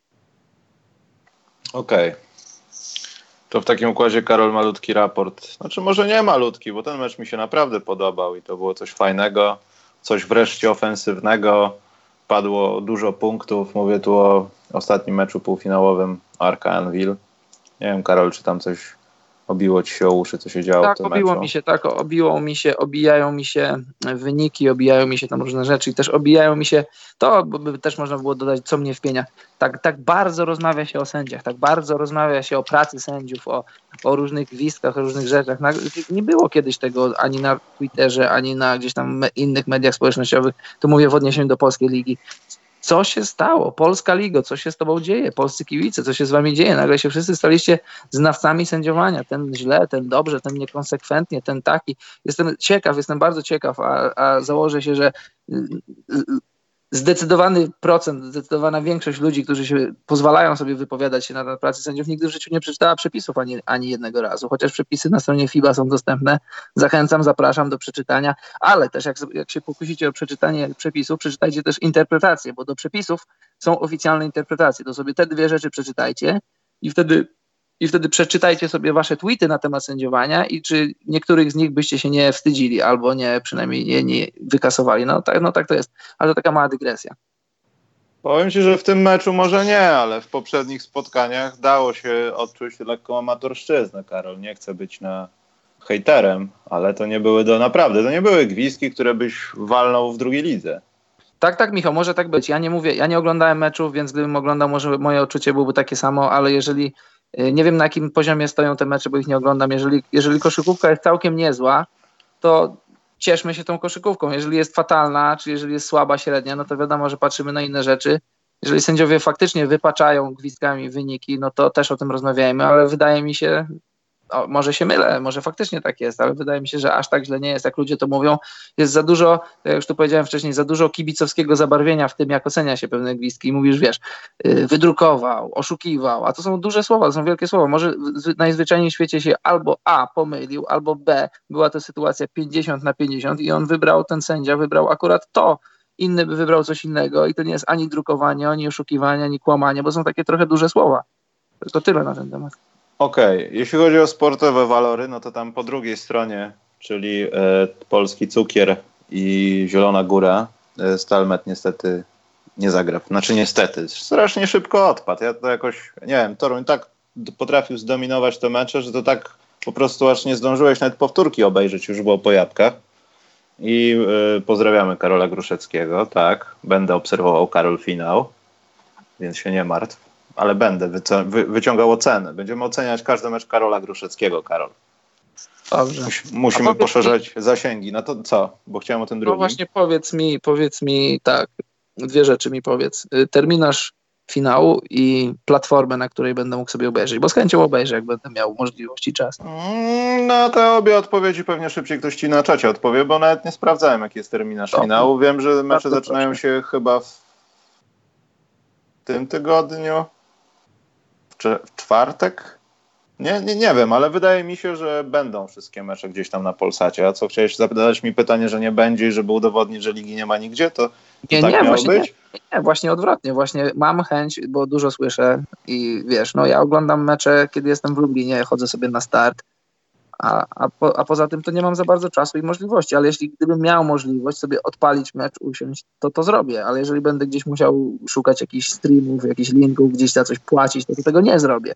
Okej. To w takim układzie, Karol, malutki raport. Znaczy może nie malutki, bo ten mecz mi się naprawdę podobał i to było coś fajnego, coś wreszcie ofensywnego. Padło dużo punktów. Mówię tu o ostatnim meczu półfinałowym Arka Anvil. Nie wiem, Karol, czy tam coś obiło ci się o uszy, co się działo w tym meczu? Obijają mi się wyniki, obijają mi się tam różne rzeczy i też obijają mi się, to by też można było dodać, co mnie wpienia. Tak bardzo rozmawia się o sędziach, tak bardzo rozmawia się o pracy sędziów, o różnych gwizdkach, o różnych rzeczach. Nie było kiedyś tego ani na Twitterze, ani na gdzieś tam innych mediach społecznościowych, tu mówię w odniesieniu do polskiej ligi. Co się stało? Polska Liga, co się z tobą dzieje? Polscy kibice, co się z wami dzieje? Nagle się wszyscy staliście znawcami sędziowania. Ten źle, ten dobrze, ten niekonsekwentnie, ten taki. Jestem bardzo ciekaw, a założę się, że zdecydowany procent, zdecydowana większość ludzi, którzy się pozwalają sobie wypowiadać się na temat pracy sędziów, nigdy w życiu nie przeczytała przepisów ani jednego razu, chociaż przepisy na stronie FIBA są dostępne. Zachęcam, zapraszam do przeczytania, ale też jak się pokusicie o przeczytanie przepisów, przeczytajcie też interpretacje, bo do przepisów są oficjalne interpretacje. To sobie te dwie rzeczy przeczytajcie i wtedy przeczytajcie sobie wasze tweety na temat sędziowania i czy niektórych z nich byście się nie wstydzili albo przynajmniej nie wykasowali. No tak to jest. Ale to taka mała dygresja. Powiem ci, że w tym meczu może nie, ale w poprzednich spotkaniach dało się odczuć lekką amatorszczyznę, Karol. Nie chcę być hejterem, ale to nie były gwizdki, które byś walnął w drugiej lidze. Tak, Michał, może tak być. Ja nie oglądałem meczów, więc gdybym oglądał, może moje odczucie byłoby takie samo, ale jeżeli nie wiem, na jakim poziomie stoją te mecze, bo ich nie oglądam. Jeżeli koszykówka jest całkiem niezła, to cieszmy się tą koszykówką. Jeżeli jest fatalna, czy jeżeli jest słaba, średnia, no to wiadomo, że patrzymy na inne rzeczy. Jeżeli sędziowie faktycznie wypaczają gwizdkami wyniki, no to też o tym rozmawiajmy, ale wydaje mi się, może się mylę, może faktycznie tak jest, ale wydaje mi się, że aż tak źle nie jest, jak ludzie to mówią. Jest za dużo, jak już tu powiedziałem wcześniej, za dużo kibicowskiego zabarwienia w tym, jak ocenia się pewne gwizdki i mówisz, wydrukował, oszukiwał, a to są duże słowa, to są wielkie słowa. Może najzwyczajniej w świecie się albo A pomylił, albo B, była to sytuacja 50/50 i ten sędzia wybrał akurat to. Inny by wybrał coś innego i to nie jest ani drukowanie, ani oszukiwanie, ani kłamanie, bo są takie trochę duże słowa. To tyle na ten temat. Okej, jeśli chodzi o sportowe walory, no to tam po drugiej stronie, czyli Polski Cukier i Zielona Góra, Stalmet niestety nie zagrał. Znaczy niestety, strasznie szybko odpadł. Ja to jakoś, nie wiem, Toruń tak potrafił zdominować te mecze, że to tak po prostu aż nie zdążyłeś nawet powtórki obejrzeć, już było po jabłkach. I pozdrawiamy Karola Gruszeckiego, tak, będę obserwował Karol finał, więc się nie martw. Ale będę wyciągał ocenę. Będziemy oceniać każdy mecz Karola Gruszeckiego, Karol. Dobrze. Musimy poszerzać zasięgi. No to co? Bo chciałem o tym drugim. No właśnie powiedz mi tak, dwie rzeczy mi powiedz. Terminarz finału i platformę, na której będę mógł sobie obejrzeć, bo z chęcią obejrzę, jak będę miał możliwość i czas. No te obie odpowiedzi pewnie szybciej ktoś ci na czacie odpowie, bo nawet nie sprawdzałem, jaki jest terminarz finału. Wiem, że mecze zaczynają się chyba w tym tygodniu. W czwartek? Nie wiem, ale wydaje mi się, że będą wszystkie mecze gdzieś tam na Polsacie. A co, chciałeś zadać mi pytanie, że nie będzie i żeby udowodnić, że ligi nie ma nigdzie? To tak miało być? Nie, właśnie odwrotnie. Właśnie mam chęć, bo dużo słyszę i wiesz, no ja oglądam mecze, kiedy jestem w Lublinie, chodzę sobie na start, a poza tym to nie mam za bardzo czasu i możliwości, ale gdybym miał możliwość sobie odpalić mecz, usiąść, to zrobię, ale jeżeli będę gdzieś musiał szukać jakichś streamów, jakichś linków, gdzieś za coś płacić, to tego nie zrobię.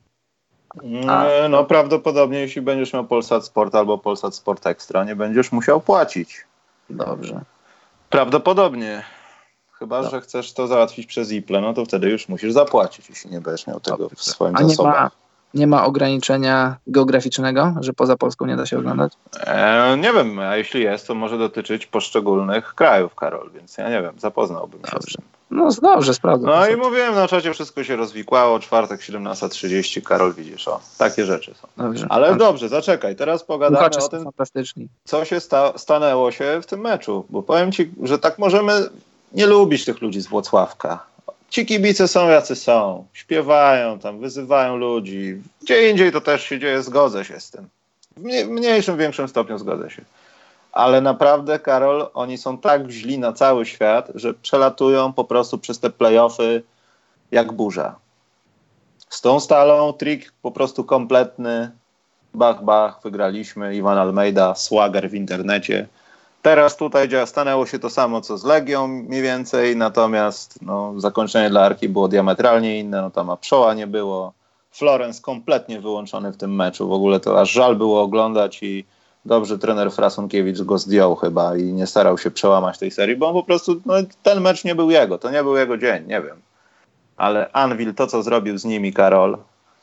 No prawdopodobnie jeśli będziesz miał Polsat Sport albo Polsat Sport Extra, nie będziesz musiał płacić. Dobrze. Prawdopodobnie. Chyba, że chcesz to załatwić przez Iple, no to wtedy już musisz zapłacić, jeśli nie będziesz miał tego w swoim zasobach. Nie ma ograniczenia geograficznego, że poza Polską nie da się oglądać? Nie wiem, a jeśli jest, to może dotyczyć poszczególnych krajów, Karol, więc ja nie wiem, zapoznałbym się z tym. No dobrze, sprawdzę. No i mówiłem, na czacie wszystko się rozwikłało, czwartek 17:30, Karol, widzisz, takie rzeczy są. Dobrze. Ale dobrze, zaczekaj, teraz pogadamy o tym, co się stanęło się w tym meczu, bo powiem ci, że tak możemy nie lubić tych ludzi z Włocławka. Ci kibice są jacy są, śpiewają tam, wyzywają ludzi. Gdzie indziej to też się dzieje, zgodzę się z tym. W mniejszym, większym stopniu zgodzę się. Ale naprawdę, Karol, oni są tak źli na cały świat, że przelatują po prostu przez te play-offy jak burza. Z tą Stalą trik po prostu kompletny. Bach, bach, wygraliśmy. Iwan Almeida, swagger w internecie. Teraz tutaj stanęło się to samo, co z Legią mniej więcej, natomiast zakończenie dla Arki było diametralnie inne, tam Apszoła nie było. Florence kompletnie wyłączony w tym meczu, w ogóle to aż żal było oglądać i dobrze trener Frasunkiewicz go zdjął chyba i nie starał się przełamać tej serii, bo on po prostu, ten mecz nie był jego, to nie był jego dzień, nie wiem. Ale Anwil, to co zrobił z nimi Karol,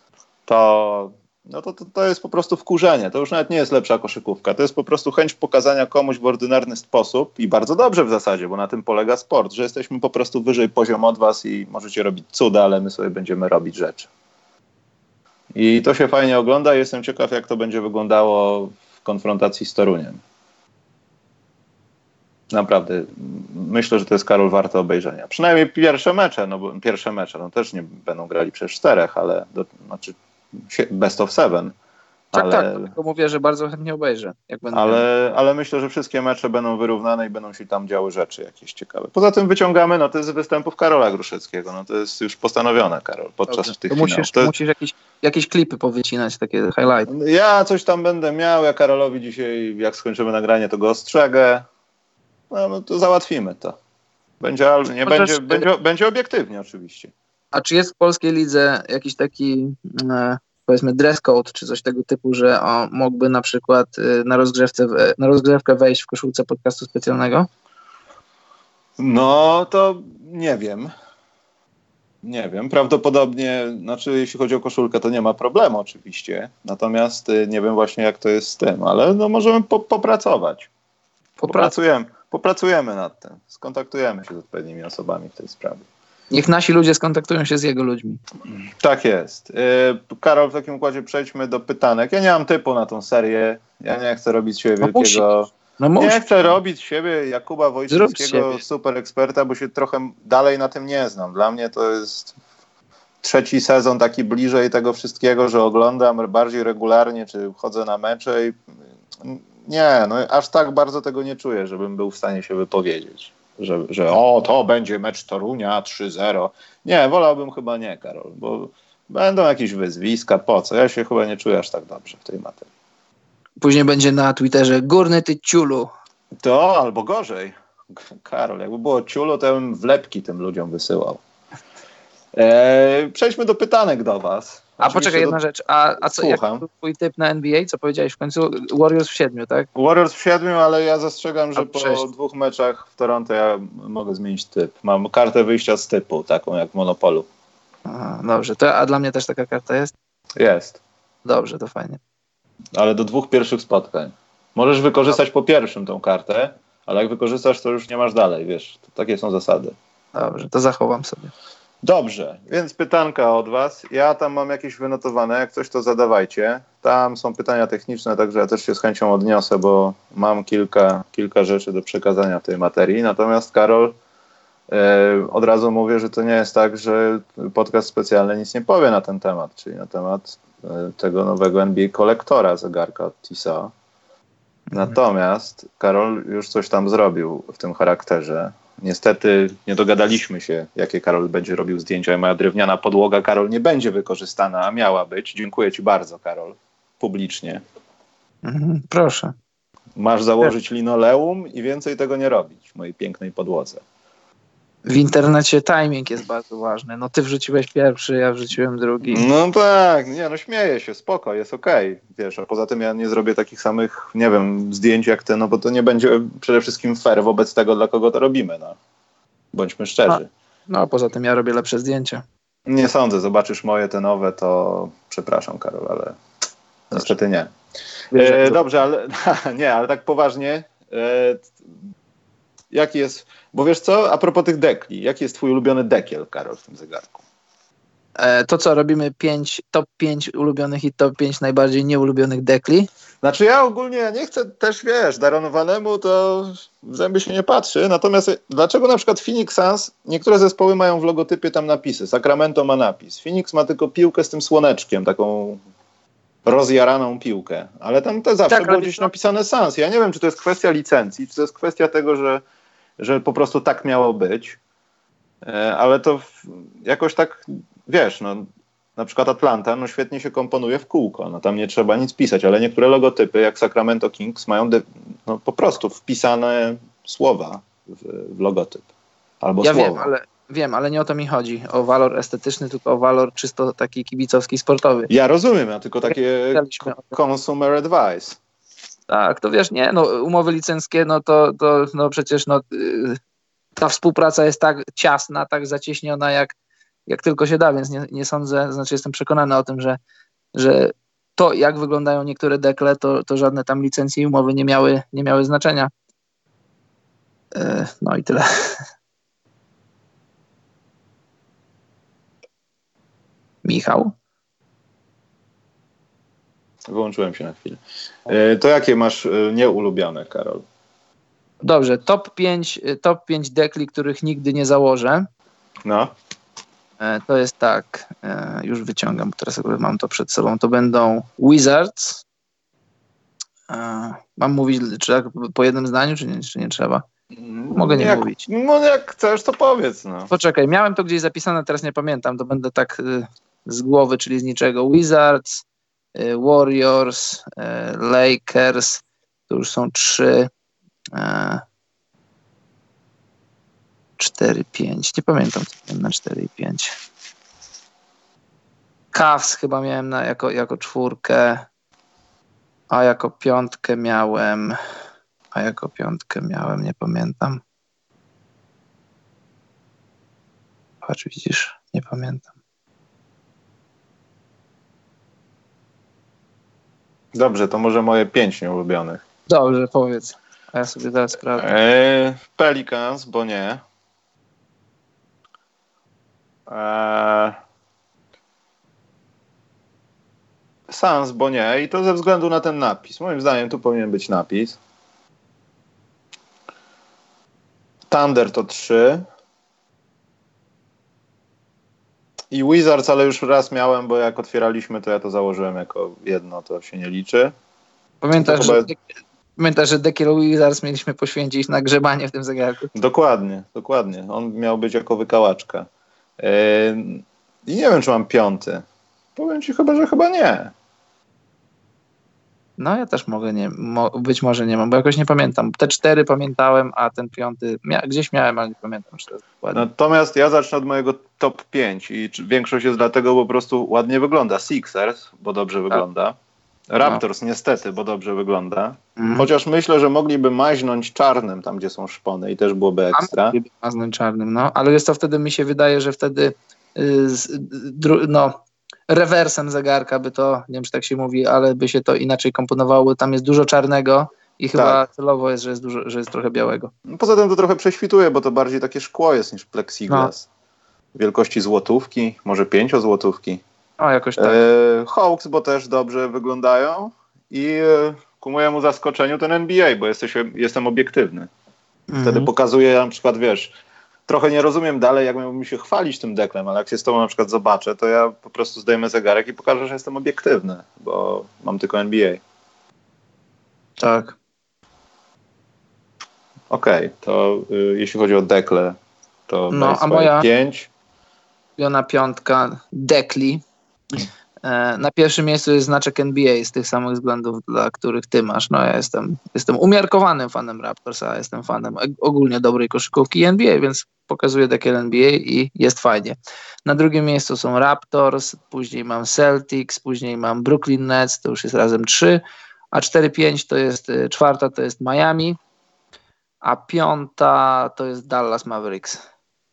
to jest po prostu wkurzenie. To już nawet nie jest lepsza koszykówka. To jest po prostu chęć pokazania komuś w ordynarny sposób i bardzo dobrze w zasadzie, bo na tym polega sport, że jesteśmy po prostu wyżej poziom od was i możecie robić cuda, ale my sobie będziemy robić rzeczy. I to się fajnie ogląda i jestem ciekaw, jak to będzie wyglądało w konfrontacji z Toruniem. Naprawdę, myślę, że to jest, Karol, warte obejrzenia. Przynajmniej pierwsze mecze, bo też nie będą grali przez 4, ale znaczy best of 7. Tak, tylko mówię, że bardzo chętnie obejrzę. Jak będę ale myślę, że wszystkie mecze będą wyrównane i będą się tam działy rzeczy jakieś ciekawe. Poza tym wyciągamy noty z występów Karola Gruszeckiego. To jest już postanowione, Karol, podczas tych finałów. Musisz jakieś klipy powycinać, takie highlighty. Ja coś tam będę miał, ja Karolowi dzisiaj, jak skończymy nagranie, to go ostrzegę. No to załatwimy to. Będzie obiektywnie oczywiście. A czy jest w polskiej lidze jakiś taki powiedzmy dress code, czy coś tego typu, że mógłby na przykład na rozgrzewkę wejść w koszulce podcastu specjalnego? No to nie wiem. Nie wiem. Prawdopodobnie, jeśli chodzi o koszulkę, to nie ma problemu oczywiście. Natomiast nie wiem właśnie, jak to jest z tym, ale możemy popracować. Popracujemy nad tym. Skontaktujemy się z odpowiednimi osobami w tej sprawie. Niech nasi ludzie skontaktują się z jego ludźmi. Tak jest. Karol, w takim układzie przejdźmy do pytanek. Ja nie mam typu na tą serię. Ja nie chcę robić siebie wielkiego... Nie chcę robić siebie Jakuba Wojciechowskiego super eksperta, bo się trochę dalej na tym nie znam. Dla mnie to jest 3. sezon taki bliżej tego wszystkiego, że oglądam bardziej regularnie, czy chodzę na mecze i nie, aż tak bardzo tego nie czuję, żebym był w stanie się wypowiedzieć. Że to będzie mecz Torunia 3-0. Nie, wolałbym chyba nie, Karol, bo będą jakieś wyzwiska, po co? Ja się chyba nie czuję aż tak dobrze w tej materii. Później będzie na Twitterze górny ty ciulu. To albo gorzej. Karol, jakby było ciulu, to ja bym wlepki tym ludziom wysyłał. Przejdźmy do pytanek do was. A poczekaj, jedna rzecz. A co, jaki był twój typ na NBA? Co powiedziałeś w końcu? Warriors w 7, tak? Warriors w 7, ale ja zastrzegam, że po 2 meczach w Toronto ja mogę zmienić typ. Mam kartę wyjścia z typu, taką jak w Monopolu. Aha, dobrze. A dla mnie też taka karta jest? Jest. Dobrze, to fajnie. Ale do 2 pierwszych spotkań. Możesz wykorzystać po pierwszym tą kartę, ale jak wykorzystasz, to już nie masz dalej, wiesz. Takie są zasady. Dobrze, to zachowam sobie. Dobrze, więc pytanka od was. Ja tam mam jakieś wynotowane, jak coś to zadawajcie. Tam są pytania techniczne, także ja też się z chęcią odniosę, bo mam kilka rzeczy do przekazania w tej materii. Natomiast Karol, od razu mówię, że to nie jest tak, że podcast specjalny nic nie powie na ten temat, czyli na temat tego nowego NBA kolektora zegarka od Tissot. Natomiast Karol już coś tam zrobił w tym charakterze. Niestety nie dogadaliśmy się, jakie Karol będzie robił zdjęcia i moja drewniana podłoga, Karol, nie będzie wykorzystana, a miała być. Dziękuję ci bardzo, Karol, publicznie. Proszę. Masz założyć linoleum i więcej tego nie robić w mojej pięknej podłodze. W internecie timing jest bardzo ważny. No ty wrzuciłeś pierwszy, ja wrzuciłem drugi. No tak, śmieję się, spoko, jest okej. Wiesz, a poza tym ja nie zrobię takich samych, nie wiem, zdjęć jak ty, bo to nie będzie przede wszystkim fair wobec tego, dla kogo to robimy, Bądźmy szczerzy. No a poza tym ja robię lepsze zdjęcia. Nie sądzę, zobaczysz moje, te nowe, to przepraszam, Karol, ale niestety nie. Dobrze, ale nie, ale tak poważnie, jaki jest, bo wiesz co, a propos tych dekli, jaki jest twój ulubiony dekiel, Karol, w tym zegarku? To co, robimy top 5 ulubionych i top 5 najbardziej nieulubionych dekli? Znaczy ja ogólnie nie chcę też, wiesz, darowanemu to w zęby się nie patrzy, natomiast dlaczego na przykład Phoenix Suns, niektóre zespoły mają w logotypie tam napisy, Sacramento ma napis, Phoenix ma tylko piłkę z tym słoneczkiem, taką rozjaraną piłkę, ale tam to zawsze było gdzieś napisane Suns. Ja nie wiem, czy to jest kwestia licencji, czy to jest kwestia tego, że po prostu tak miało być, ale to jakoś tak, wiesz, na przykład Atlanta, świetnie się komponuje w kółko, tam nie trzeba nic pisać, ale niektóre logotypy, jak Sacramento Kings, mają po prostu wpisane słowa w logotyp, albo słowa. Wiem, ale nie o to mi chodzi, o walor estetyczny, tylko o walor czysto taki kibicowski, sportowy. Ja rozumiem, a tylko takie consumer advice. Tak, to wiesz, umowy licenckie, to przecież ta współpraca jest tak ciasna, tak zacieśniona, jak tylko się da, więc nie sądzę, jestem przekonany o tym, że to, jak wyglądają niektóre dekle, to żadne tam licencje i umowy nie miały znaczenia. No i tyle. Michał? Wyłączyłem się na chwilę. To jakie masz nieulubione, Karol? Dobrze, top 5 dekli, których nigdy nie założę. No. To jest tak, już wyciągam, bo teraz mam to przed sobą. To będą Wizards. Mam mówić czy tak po jednym zdaniu, czy nie trzeba? Mogę nie mówić. No jak chcesz, to powiedz. No. Poczekaj, miałem to gdzieś zapisane, teraz nie pamiętam. To będę tak z głowy, czyli z niczego. Wizards, Warriors, Lakers. To już są 3. 4-5. Nie pamiętam, co miałem na 4 i 5. Cavs chyba miałem jako 4, a jako 5 miałem, nie pamiętam. Patrz, widzisz, nie pamiętam. Dobrze, to może moje 5 nieulubionych. Dobrze, powiedz. A ja sobie zaraz sprawdzę. Pelicans, bo nie. Suns, bo nie. I to ze względu na ten napis. Moim zdaniem tu powinien być napis. Thunder to 3. I Wizards, ale już raz miałem, bo jak otwieraliśmy, to ja to założyłem jako jedno, to się nie liczy. Pamiętasz, że Dekiel Wizards mieliśmy poświęcić na grzebanie w tym zegarku? Dokładnie. On miał być jako wykałaczka. I nie wiem, czy mam 5. Powiem ci że chyba nie. No ja też być może nie mam, bo jakoś nie pamiętam. Te 4 pamiętałem, a ten 5 gdzieś miałem, ale nie pamiętam już teraz dokładnie. Natomiast ja zacznę od mojego top 5 i większość jest dlatego, bo po prostu ładnie wygląda. Sixers, bo dobrze wygląda. Raptors niestety, bo dobrze wygląda. Chociaż myślę, że mogliby maźnąć czarnym tam, gdzie są szpony i też byłoby ekstra. Mogliby maźnąć czarnym, no. Ale jest to wtedy, mi się wydaje, że wtedy rewersem zegarka by to, nie wiem, czy tak się mówi, ale by się to inaczej komponowało. Tam jest dużo czarnego i chyba celowo jest, że jest trochę białego. Poza tym to trochę prześwituje, bo to bardziej takie szkło jest niż plexiglas. Wielkości złotówki, może 5-złotówki. Jakoś tak. Hawks, bo też dobrze wyglądają i ku mojemu zaskoczeniu ten NBA, bo jestem obiektywny. Wtedy pokazuję na przykład, trochę nie rozumiem dalej, jak miałbym się chwalić tym deklem, ale jak się z tobą na przykład zobaczę, to ja po prostu zdejmę zegarek i pokażę, że jestem obiektywny, bo mam tylko NBA. Tak. Okej, to jeśli chodzi o dekle, to a moja 5. Piona 5 dekli. Na pierwszym miejscu jest znaczek NBA z tych samych względów, dla których ty masz. No ja jestem umiarkowanym fanem Raptors, a jestem fanem ogólnie dobrej koszykówki NBA, więc pokazuję dekiel NBA i jest fajnie. Na drugim miejscu są Raptors, później mam Celtics, później mam Brooklyn Nets, to już jest razem 3, a 4-5 to jest 4 to jest Miami, a 5 to jest Dallas Mavericks.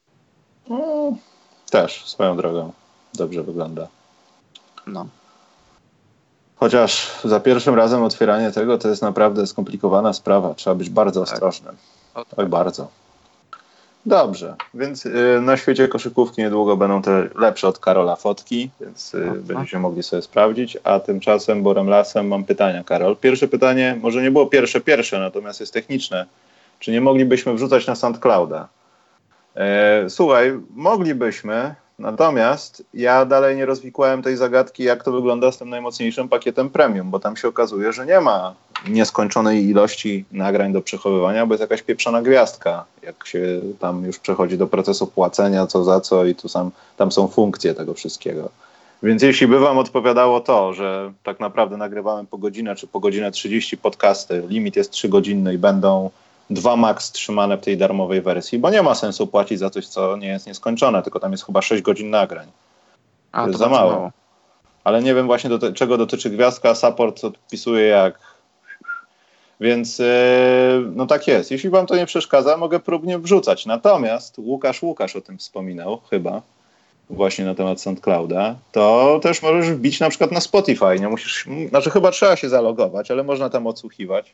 Też swoją drogą dobrze wygląda. No. Chociaż za pierwszym razem otwieranie tego to jest naprawdę skomplikowana sprawa. Trzeba być bardzo ostrożnym. Oj, bardzo. Dobrze, więc na świecie koszykówki niedługo będą te lepsze od Karola fotki, więc będziecie mogli sobie sprawdzić. A tymczasem borem lasem mam pytania, Karol. Pierwsze pytanie, może nie było pierwsze, natomiast jest techniczne. Czy nie moglibyśmy wrzucać na SoundClouda? Słuchaj, moglibyśmy, natomiast ja dalej nie rozwikłałem tej zagadki, jak to wygląda z tym najmocniejszym pakietem premium, bo tam się okazuje, że nie ma nieskończonej ilości nagrań do przechowywania, bo jest jakaś pieprzona gwiazdka, jak się tam już przechodzi do procesu płacenia, co za co i tam są funkcje tego wszystkiego. Więc jeśli by wam odpowiadało to, że tak naprawdę nagrywamy po godzinę czy po godzinę 30 podcasty, limit jest 3-godzinny i będą 2 max trzymane w tej darmowej wersji, bo nie ma sensu płacić za coś, co nie jest nieskończone, tylko tam jest chyba 6 godzin nagrań. To jest za mało. Ale nie wiem właśnie czego dotyczy gwiazdka, support odpisuje jak. Więc no tak jest. Jeśli wam to nie przeszkadza, mogę próbnie wrzucać. Natomiast Łukasz o tym wspominał chyba, właśnie na temat SoundClouda, to też możesz wbić na przykład na Spotify. Nie musisz, chyba trzeba się zalogować, ale można tam odsłuchiwać.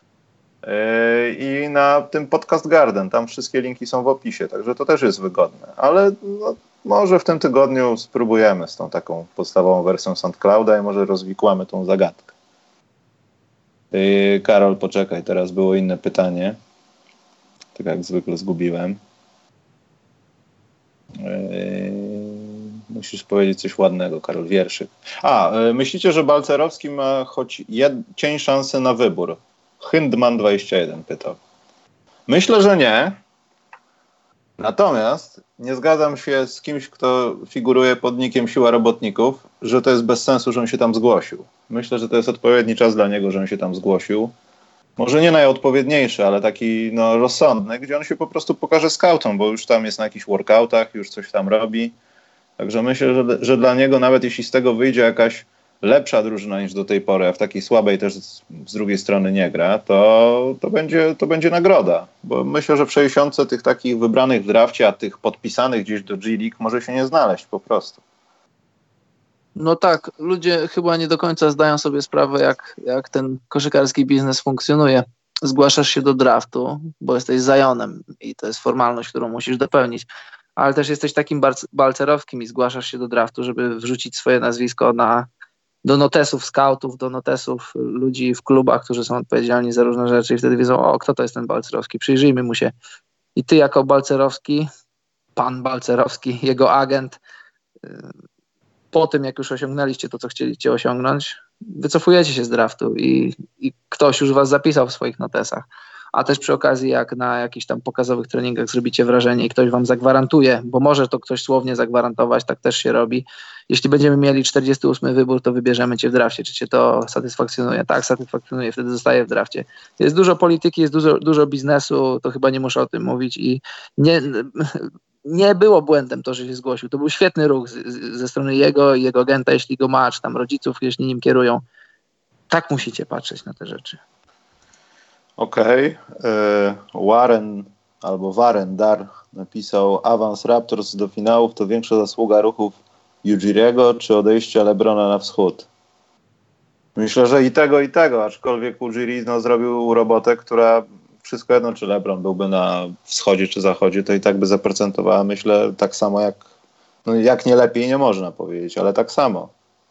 I na tym Podcast Garden, tam wszystkie linki są w opisie, także to też jest wygodne, ale może w tym tygodniu spróbujemy z tą taką podstawową wersją SoundClouda i może rozwikłamy tą zagadkę. Karol, poczekaj, teraz było inne pytanie. Tak jak zwykle zgubiłem. Musisz powiedzieć coś ładnego, Karol, wierszyk. Myślicie, że Balcerowski ma choć cień szansy na wybór? Hyndman21 pytał. Myślę, że nie. Natomiast nie zgadzam się z kimś, kto figuruje pod nickiem Siła Robotników, że to jest bez sensu, że on się tam zgłosił. Myślę, że to jest odpowiedni czas dla niego, że on się tam zgłosił. Może nie najodpowiedniejszy, ale taki rozsądny, gdzie on się po prostu pokaże skautom, bo już tam jest na jakichś workoutach, już coś tam robi. Także myślę, że dla niego nawet jeśli z tego wyjdzie jakaś lepsza drużyna niż do tej pory, a w takiej słabej też z drugiej strony nie gra, to będzie nagroda. Bo myślę, że w 60 tych takich wybranych w drafcie, a tych podpisanych gdzieś do G-League może się nie znaleźć po prostu. No tak, ludzie chyba nie do końca zdają sobie sprawę, jak ten koszykarski biznes funkcjonuje. Zgłaszasz się do draftu, bo jesteś Zionem i to jest formalność, którą musisz dopełnić, ale też jesteś takim balcerowskim i zgłaszasz się do draftu, żeby wrzucić swoje nazwisko do notesów scoutów, do notesów ludzi w klubach, którzy są odpowiedzialni za różne rzeczy i wtedy wiedzą, kto to jest ten Balcerowski, przyjrzyjmy mu się. I ty jako Balcerowski, pan Balcerowski, jego agent, po tym jak już osiągnęliście to, co chcieliście osiągnąć, wycofujecie się z draftu i ktoś już was zapisał w swoich notesach. A też przy okazji, jak na jakichś tam pokazowych treningach zrobicie wrażenie i ktoś wam zagwarantuje, bo może to ktoś słownie zagwarantować, tak też się robi. Jeśli będziemy mieli 48 wybór, to wybierzemy cię w drafcie. Czy cię to satysfakcjonuje? Tak, satysfakcjonuje, wtedy zostaje w drafcie. Jest dużo polityki, jest dużo biznesu, to chyba nie muszę o tym mówić i nie było błędem to, że się zgłosił. To był świetny ruch ze strony jego i jego agenta, jeśli go ma, czy tam rodziców, jeśli nim kierują. Tak musicie patrzeć na te rzeczy. Okej. Warren albo Warren Dar napisał: awans Raptors do finałów to większa zasługa ruchów Ujiriego czy odejścia LeBrona na wschód. Myślę, że i tego, aczkolwiek Ujiri zrobił robotę, która wszystko jedno, czy LeBron byłby na wschodzie czy zachodzie, to i tak by zaprocentowała, myślę, tak samo jak nie lepiej nie można powiedzieć, ale tak samo.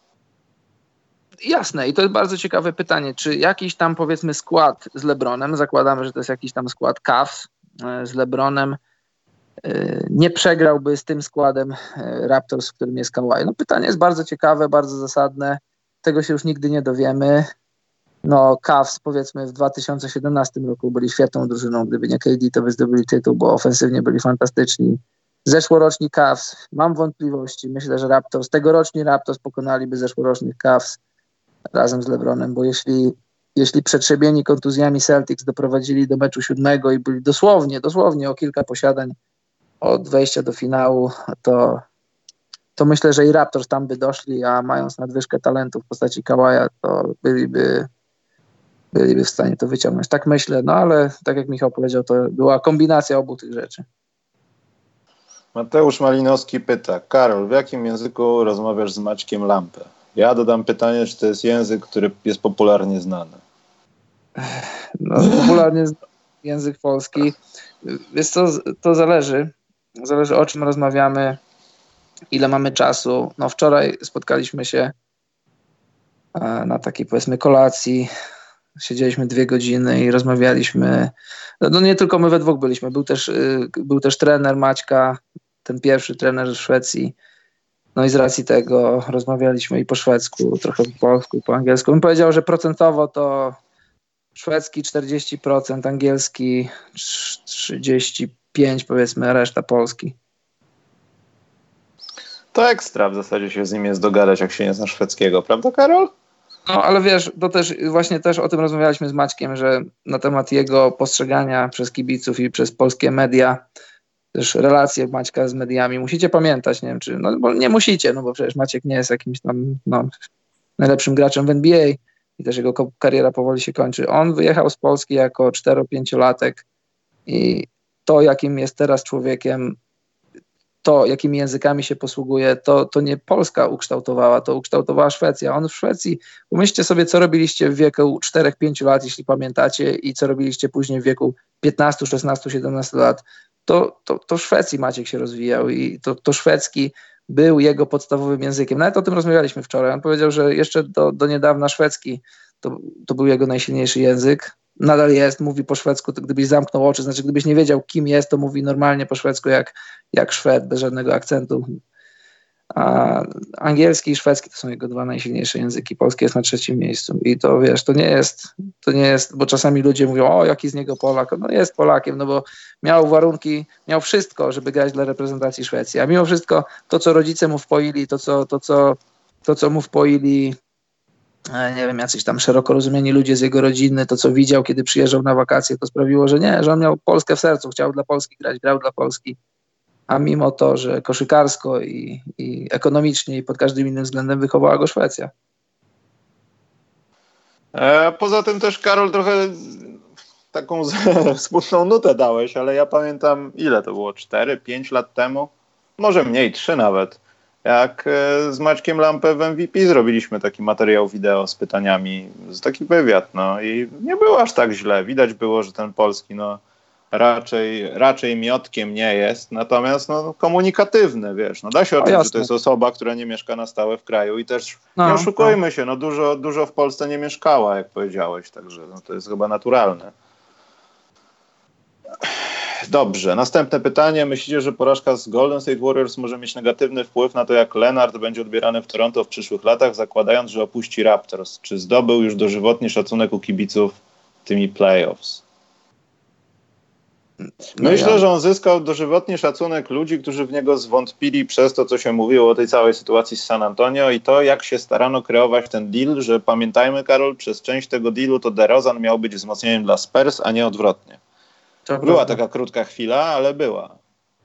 Jasne, i to jest bardzo ciekawe pytanie, czy jakiś tam powiedzmy skład z LeBronem, zakładamy, że to jest jakiś tam skład Cavs z LeBronem, nie przegrałby z tym składem Raptors, w którym jest Kawhi. No pytanie jest bardzo ciekawe, bardzo zasadne, tego się już nigdy nie dowiemy. No Cavs powiedzmy w 2017 roku byli świetną drużyną, gdyby nie KD, to by zdobyli tytuł, bo ofensywnie byli fantastyczni. Zeszłoroczni Cavs, mam wątpliwości, myślę, że tegoroczni Raptors pokonaliby zeszłorocznych Cavs razem z LeBronem, bo jeśli przetrzebieni kontuzjami Celtics doprowadzili do meczu 7 i byli dosłownie o kilka posiadań od wejścia do finału, to myślę, że i Raptors tam by doszli, a mając nadwyżkę talentu w postaci Kawaja, to byliby w stanie to wyciągnąć. Tak myślę, no ale tak jak Michał powiedział, to była kombinacja obu tych rzeczy. Mateusz Malinowski pyta: Karol, w jakim języku rozmawiasz z Maćkiem Lampę? Ja dodam pytanie, czy to jest język, który jest popularnie znany? No, popularnie język polski. Wiesz co, to zależy. Zależy, o czym rozmawiamy, ile mamy czasu. No wczoraj spotkaliśmy się na takiej powiedzmy kolacji. Siedzieliśmy 2 godziny i rozmawialiśmy. No nie tylko my we dwóch byliśmy. Był też trener Maćka, ten pierwszy trener z Szwecji. No i z racji tego rozmawialiśmy i po szwedzku, trochę po polsku, po angielsku. On powiedział, że procentowo to szwedzki 40%, angielski 35% powiedzmy, a reszta polski. To ekstra w zasadzie się z nim jest dogadać, jak się nie zna szwedzkiego, prawda Karol? No ale wiesz, to też właśnie o tym rozmawialiśmy z Maćkiem, że na temat jego postrzegania przez kibiców i przez polskie media, też relacje Maćka z mediami, musicie pamiętać, nie wiem czy, no bo nie musicie, no bo przecież Maciek nie jest jakimś tam najlepszym graczem w NBA i też jego kariera powoli się kończy. On wyjechał z Polski jako 4-5-latek i to, jakim jest teraz człowiekiem, to, jakimi językami się posługuje, to nie Polska ukształtowała, to ukształtowała Szwecja. On w Szwecji, pomyślcie sobie, co robiliście w wieku 4-5 lat, jeśli pamiętacie, i co robiliście później w wieku 15, 16, 17 lat. To w Szwecji Maciek się rozwijał i to szwedzki był jego podstawowym językiem. Nawet o tym rozmawialiśmy wczoraj. On powiedział, że jeszcze do niedawna szwedzki to był jego najsilniejszy język. nadal jest, mówi po szwedzku, to gdybyś zamknął oczy, znaczy gdybyś nie wiedział, kim jest, to mówi normalnie po szwedzku jak Szwed, bez żadnego akcentu. A angielski i szwedzki to są jego dwa najsilniejsze języki. Polski jest na 3. miejscu. I to wiesz, to nie jest, bo czasami ludzie mówią, o jaki z niego Polak. No jest Polakiem, no bo miał warunki, miał wszystko, żeby grać dla reprezentacji Szwecji. A mimo wszystko to, co rodzice mu wpoili, to, co mu wpoili, nie wiem, jacyś tam szeroko rozumieni ludzie z jego rodziny, to co widział, kiedy przyjeżdżał na wakacje, to sprawiło, że on miał Polskę w sercu, chciał dla Polski grać, grał dla Polski. A mimo to, że koszykarsko i ekonomicznie i pod każdym innym względem wychowała go Szwecja. Poza tym też, Karol, trochę taką smutną nutę dałeś, ale ja pamiętam, ile to było, 4-5 lat temu? Może mniej, 3 nawet. Jak z Maćkiem Lampę w MVP zrobiliśmy taki materiał wideo z pytaniami, taki wywiad, no i nie było aż tak źle. Widać było, że ten polski, no raczej miotkiem nie jest, natomiast no, komunikatywny, wiesz, no da się ocenić, że to jest osoba, która nie mieszka na stałe w kraju i też nie oszukujmy się, no dużo w Polsce nie mieszkała, jak powiedziałeś, także no, to jest chyba naturalne. Dobrze, następne pytanie. Myślicie, że porażka z Golden State Warriors może mieć negatywny wpływ na to, jak Leonard będzie odbierany w Toronto w przyszłych latach, zakładając, że opuści Raptors? Czy zdobył już dożywotni szacunek u kibiców tymi playoffs? Myślę, że on zyskał dożywotni szacunek ludzi, którzy w niego zwątpili przez to, co się mówiło o tej całej sytuacji z San Antonio i to, jak się starano kreować ten deal, że pamiętajmy, Karol, przez część tego dealu to DeRozan miał być wzmocnieniem dla Spurs, a nie odwrotnie. Była taka krótka chwila, ale była.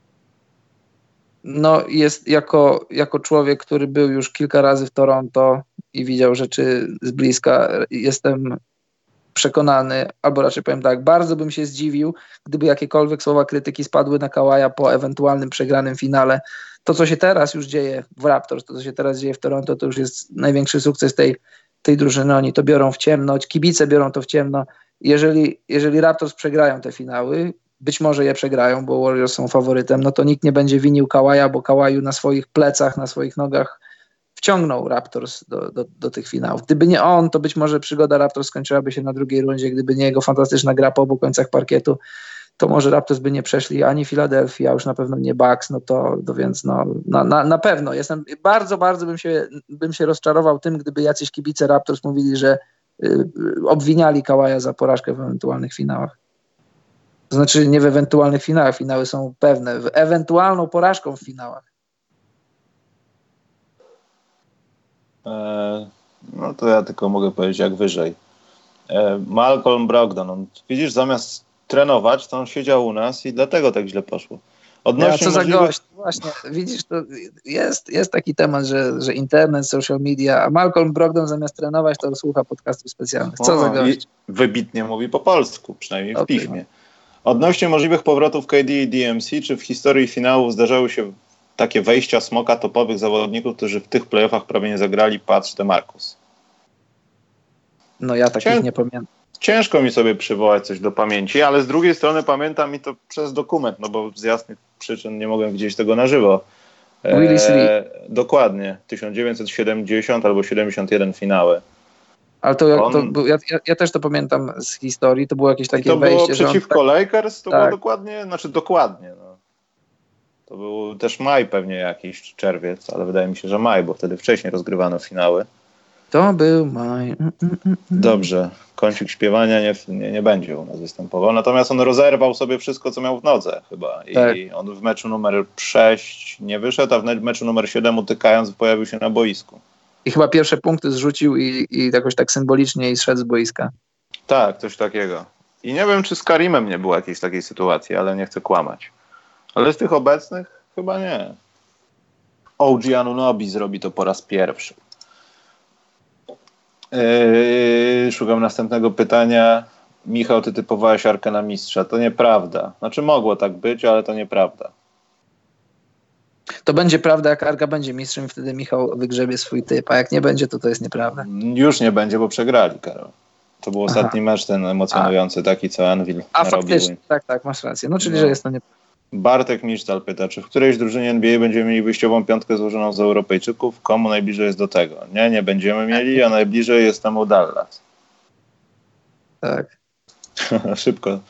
No jest jako człowiek, który był już kilka razy w Toronto i widział rzeczy z bliska, jestem przekonany, albo raczej powiem tak, bardzo bym się zdziwił, gdyby jakiekolwiek słowa krytyki spadły na Kawaja po ewentualnym przegranym finale. To, co się teraz już dzieje w Raptors, to, co się teraz dzieje w Toronto, to już jest największy sukces tej drużyny. Oni to biorą w ciemno, kibice biorą to w ciemno. Jeżeli Raptors przegrają te finały, być może je przegrają, bo Warriors są faworytem, no to nikt nie będzie winił Kawaja, bo Kawaju na swoich plecach, na swoich nogach wciągnął Raptors do tych finałów. Gdyby nie on, to być może przygoda Raptors skończyłaby się na drugiej rundzie. Gdyby nie jego fantastyczna gra po obu końcach parkietu, to może Raptors by nie przeszli ani Filadelfii, a już na pewno nie Bucks, no to więc no, na pewno. Bardzo bym się rozczarował tym, gdyby jacyś kibice Raptors mówili, że obwiniali Kawaja za porażkę w ewentualnych finałach. To znaczy nie w ewentualnych finałach, finały są pewne, w ewentualną porażką w finałach. No to ja tylko mogę powiedzieć jak wyżej. Malcolm Brogdon, widzisz, zamiast trenować, to on siedział u nas i dlatego tak źle poszło. Co za gość, właśnie, widzisz, to jest taki temat, że internet, social media, a Malcolm Brogdon zamiast trenować, to słucha podcastów specjalnych. Co za gość. Wybitnie mówi po polsku, przynajmniej w piśmie. Odnośnie możliwych powrotów KD i DMC, czy w historii finałów zdarzały się takie wejścia smoka topowych zawodników, którzy w tych playoffach prawie nie zagrali, patrz DeMarcus? No ja takich nie pamiętam. Ciężko mi sobie przywołać coś do pamięci, ale z drugiej strony pamiętam i to przez dokument, no bo z jasnych przyczyn nie mogłem widzieć tego na żywo. Willis Lee. Dokładnie, 1970 albo 71 finały. Ale ja też to pamiętam z historii, to było jakieś takie wejście. To było przeciwko tak, Lakers, to było dokładnie. No. To był też maj pewnie jakiś, czerwiec, ale wydaje mi się, że maj, bo wtedy wcześniej rozgrywano finały. To był maj. Dobrze, kącik śpiewania nie będzie u nas występował, natomiast on rozerwał sobie wszystko, co miał w nodze chyba i tak. On w meczu numer 6 nie wyszedł, a w meczu numer 7 utykając pojawił się na boisku. I chyba pierwsze punkty zrzucił i jakoś tak symbolicznie i zszedł z boiska. Tak, coś takiego. I nie wiem, czy z Karimem nie było jakiejś takiej sytuacji, ale nie chcę kłamać. Ale z tych obecnych chyba nie. OG Anunoby zrobi to po raz pierwszy. Szukam następnego pytania. Michał, ty typowałeś Arkę na mistrza. To nieprawda. Znaczy mogło tak być, ale to nieprawda. To będzie prawda, jak Arka będzie mistrzem i wtedy Michał wygrzebie swój typ, a jak nie będzie, to jest nieprawda. Już nie będzie, bo przegrali, Karol. To był ostatni mecz ten emocjonujący, taki co Anvil narobił. Faktycznie, tak, masz rację. No czyli, że jest to nieprawda. Bartek Misztal pyta, czy w którejś drużynie NBA będziemy mieli wyjściową piątkę złożoną z Europejczyków? Komu najbliżej jest do tego? Nie będziemy mieli, a najbliżej jest tam Dallas. Tak. Szybko.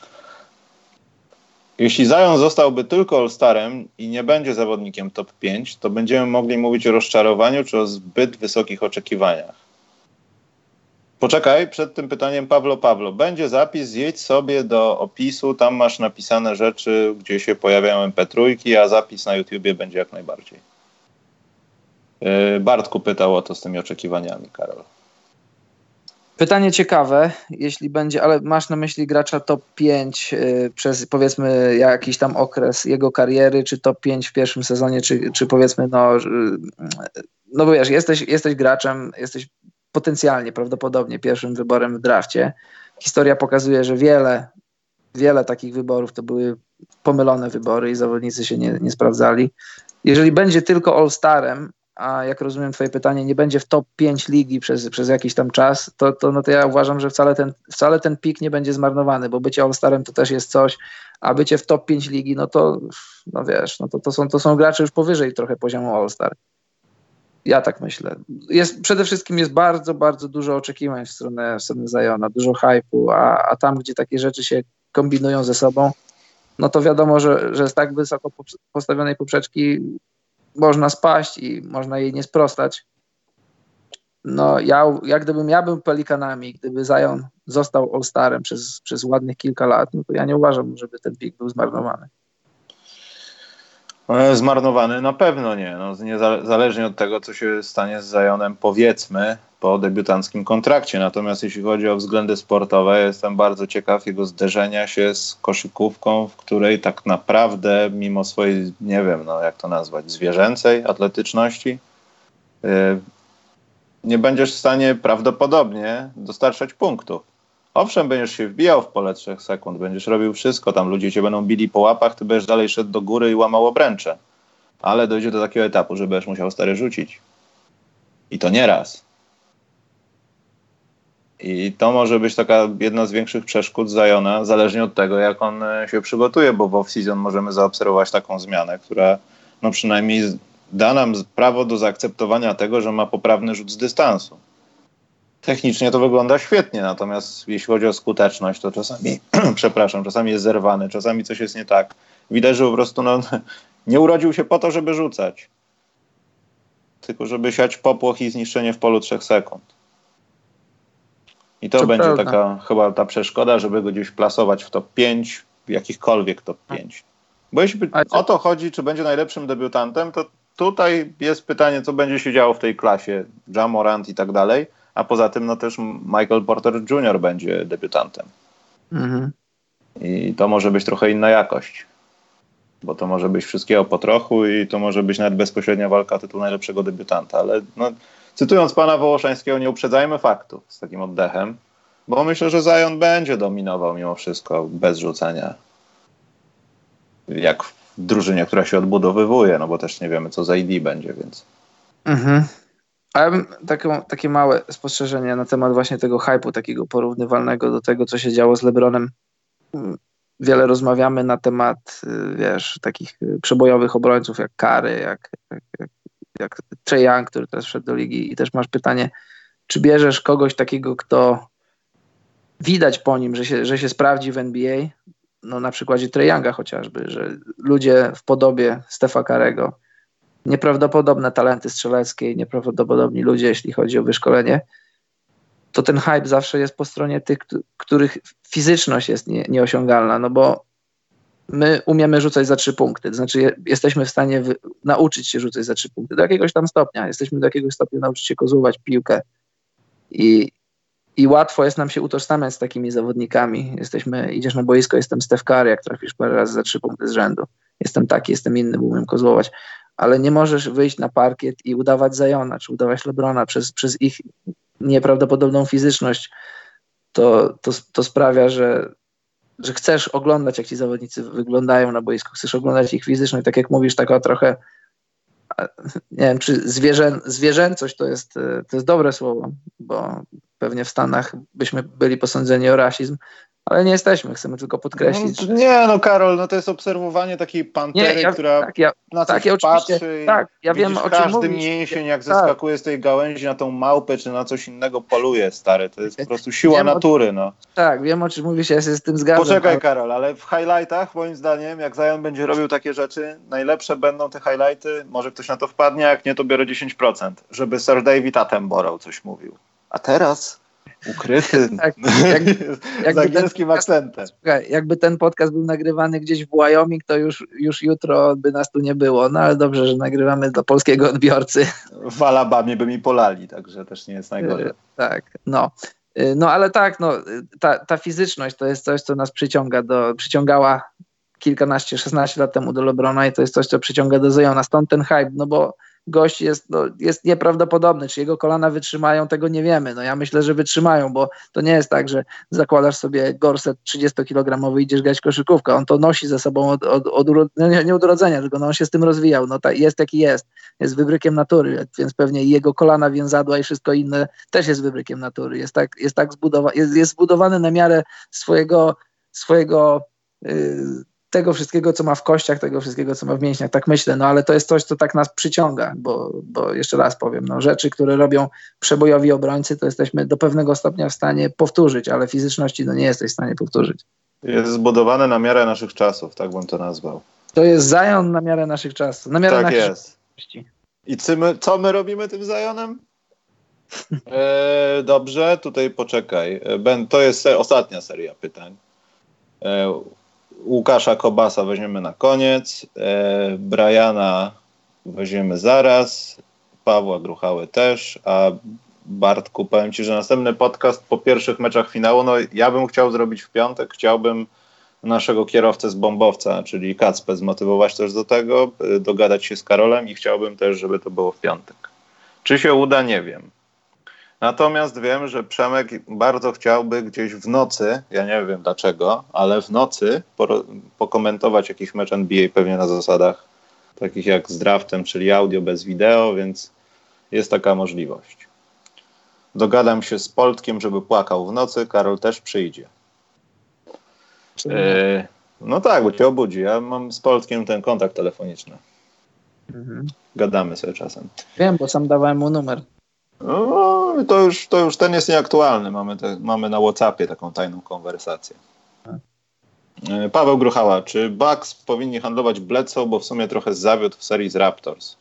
Jeśli Zion zostałby tylko All-Starem i nie będzie zawodnikiem top 5, to będziemy mogli mówić o rozczarowaniu czy o zbyt wysokich oczekiwaniach. Poczekaj, przed tym pytaniem Pawlo. Będzie zapis, zjedź sobie do opisu, tam masz napisane rzeczy, gdzie się pojawiają MP3, a zapis na YouTubie będzie jak najbardziej. Bartku pytał o to z tymi oczekiwaniami, Karol. Pytanie ciekawe, jeśli będzie, ale masz na myśli gracza top 5 przez powiedzmy jakiś tam okres jego kariery, czy top 5 w pierwszym sezonie, czy powiedzmy no bo wiesz, jesteś graczem, jesteś potencjalnie, prawdopodobnie pierwszym wyborem w drafcie. Historia pokazuje, że wiele takich wyborów to były pomylone wybory i zawodnicy się nie sprawdzali. Jeżeli będzie tylko All-Starem, a jak rozumiem twoje pytanie, nie będzie w top 5 ligi przez jakiś tam czas, to ja uważam, że wcale ten pik nie będzie zmarnowany, bo bycie All-Starem to też jest coś, a bycie w top 5 ligi, to są gracze już powyżej trochę poziomu All-Star. Ja tak myślę. Przede wszystkim jest bardzo, bardzo dużo oczekiwań w stronę Ziona, dużo hype'u, a tam, gdzie takie rzeczy się kombinują ze sobą, no to wiadomo, że z tak wysoko postawionej poprzeczki można spaść i można jej nie sprostać. No gdybym ja był Pelikanami, gdyby Zion został All-Starem przez ładnych kilka lat, no to ja nie uważam, żeby ten pik był zmarnowany. Zmarnowany na pewno nie. Zależnie od tego, co się stanie z Zionem, powiedzmy, po debiutanckim kontrakcie. Natomiast jeśli chodzi o względy sportowe, jestem bardzo ciekaw jego zderzenia się z koszykówką, w której tak naprawdę, mimo swojej, nie wiem, jak to nazwać, zwierzęcej atletyczności, nie będziesz w stanie prawdopodobnie dostarczać punktów. Owszem, będziesz się wbijał w pole 3 sekund, będziesz robił wszystko, tam ludzie cię będą bili po łapach, ty będziesz dalej szedł do góry i łamał obręcze. Ale dojdzie do takiego etapu, że będziesz musiał stary rzucić. I to nie raz. I to może być taka jedna z większych przeszkód Ziona, zależnie od tego, jak on się przygotuje, bo w off-season możemy zaobserwować taką zmianę, która przynajmniej da nam prawo do zaakceptowania tego, że ma poprawny rzut z dystansu. Technicznie to wygląda świetnie, natomiast jeśli chodzi o skuteczność, to czasami, czasami jest zerwany, czasami coś jest nie tak. Widać, że po prostu nie urodził się po to, żeby rzucać, tylko żeby siać popłoch i zniszczenie w polu 3 sekund. I to będzie taka chyba ta przeszkoda, żeby go gdzieś plasować w top 5, w jakichkolwiek top 5. Bo jeśli o to chodzi, czy będzie najlepszym debiutantem, to tutaj jest pytanie, co będzie się działo w tej klasie, Ja Morant i tak dalej. A poza tym też Michael Porter Jr. będzie debiutantem. Mhm. I to może być trochę inna jakość. Bo to może być wszystkiego po trochu i to może być nawet bezpośrednia walka o tytuł najlepszego debiutanta. Ale cytując pana Wołoszańskiego, nie uprzedzajmy faktów z takim oddechem, bo myślę, że Zion będzie dominował mimo wszystko bez rzucenia. Jak w drużynie, która się odbudowywuje, bo też nie wiemy, co za ID będzie, więc... Mhm. A ja bym takie małe spostrzeżenie na temat właśnie tego hype'u takiego porównywalnego do tego, co się działo z LeBronem. Wiele rozmawiamy na temat, takich przebojowych obrońców jak Curry, jak Trae Young, który teraz wszedł do ligi i też masz pytanie, czy bierzesz kogoś takiego, kto widać po nim, że się sprawdzi w NBA, na przykładzie Trae Younga chociażby, że ludzie w podobie Stefa Curry'ego, nieprawdopodobne talenty strzeleckie i nieprawdopodobni ludzie, jeśli chodzi o wyszkolenie, to ten hype zawsze jest po stronie tych, których fizyczność jest nieosiągalna, bo my umiemy rzucać za 3 punkty, to znaczy jesteśmy w stanie nauczyć się rzucać za 3 punkty do jakiegoś tam stopnia, jesteśmy do jakiegoś stopnia nauczyć się kozłować piłkę i łatwo jest nam się utożsamiać z takimi zawodnikami. Idziesz na boisko, jestem Steph Curry, jak trafisz parę razy za 3 punkty z rzędu. Jestem taki, jestem inny, bo umiem kozłować. Ale nie możesz wyjść na parkiet i udawać Ziona, czy udawać LeBrona przez ich nieprawdopodobną fizyczność. To sprawia, że chcesz oglądać, jak ci zawodnicy wyglądają na boisku, chcesz oglądać ich fizyczność, tak jak mówisz, taka trochę, nie wiem, czy zwierzęcość to jest dobre słowo, bo pewnie w Stanach byśmy byli posądzeni o rasizm, Ale nie jesteśmy, chcemy tylko podkreślić. No, nie, no Karol, to jest obserwowanie takiej pantery, która na coś patrzy ja wiem, o czym każdy mięsień, jak zeskakuje z tej gałęzi na tą małpę, czy na coś innego poluje, stary. To jest po prostu siła natury, no. Tak, wiem, o czym mówisz, ja się z tym zgadzam. Poczekaj, Karol, ale w highlightach, moim zdaniem, jak Zion będzie robił takie rzeczy, najlepsze będą te highlighty, może ktoś na to wpadnie, jak nie, to biorę 10%, żeby Sir David Attenborough coś mówił. A teraz... Ukryty, tak, z angielskim akcentem. Jakby ten podcast był nagrywany gdzieś w Wyoming, to już jutro by nas tu nie było. No ale dobrze, że nagrywamy dla polskiego odbiorcy. W Alabamie by mi polali, także też nie jest najgorzej. Tak, no. No ale tak, ta fizyczność to jest coś, co nas przyciągała kilkanaście, 16 lat temu do LeBrona i to jest coś, co przyciąga do Ziona. Stąd ten hype, no bo gość jest nieprawdopodobny. Czy jego kolana wytrzymają, tego nie wiemy. No ja myślę, że wytrzymają, bo to nie jest tak, że zakładasz sobie gorset 30-kilogramowy i idziesz grać koszykówkę. On to nosi ze sobą nie od urodzenia, tylko on się z tym rozwijał. No jest jaki jest. Jest wybrykiem natury, więc pewnie jego kolana, więzadła i wszystko inne też jest wybrykiem natury. Jest zbudowany na miarę swojego tego wszystkiego, co ma w kościach, tego wszystkiego, co ma w mięśniach, tak myślę, no ale to jest coś, co tak nas przyciąga, bo jeszcze raz powiem, no rzeczy, które robią przebojowi obrońcy, to jesteśmy do pewnego stopnia w stanie powtórzyć, ale fizyczności nie jesteś w stanie powtórzyć. Jest zbudowane na miarę naszych czasów, tak bym to nazwał. To jest Zion na miarę naszych czasów. Na miarę tak naszych jest. I co my robimy tym Zionem? Dobrze, tutaj poczekaj. To jest ostatnia seria pytań. Łukasza Kobasa weźmiemy na koniec, Briana weźmiemy zaraz, Pawła Gruchały też, a Bartku, powiem Ci, że następny podcast po pierwszych meczach finału, no ja bym chciał zrobić w piątek, chciałbym naszego kierowcę z bombowca, czyli Kacpę, zmotywować też do tego, dogadać się z Karolem i chciałbym też, żeby to było w piątek. Czy się uda, nie wiem. Natomiast wiem, że Przemek bardzo chciałby gdzieś w nocy, ja nie wiem dlaczego, ale w nocy pokomentować jakiś mecz NBA pewnie na zasadach takich jak z draftem, czyli audio bez wideo, więc jest taka możliwość. Dogadam się z Poltkiem, żeby płakał w nocy, Karol też przyjdzie. No tak, bo cię obudzi. Ja mam z Poltkiem ten kontakt telefoniczny. Gadamy sobie czasem. Wiem, bo sam dawałem mu numer. No, to już ten jest nieaktualny. Mamy na WhatsAppie taką tajną konwersację. Paweł Gruchała, czy Bucks powinni handlować Bledsoe, bo w sumie trochę zawiódł w serii z Raptors?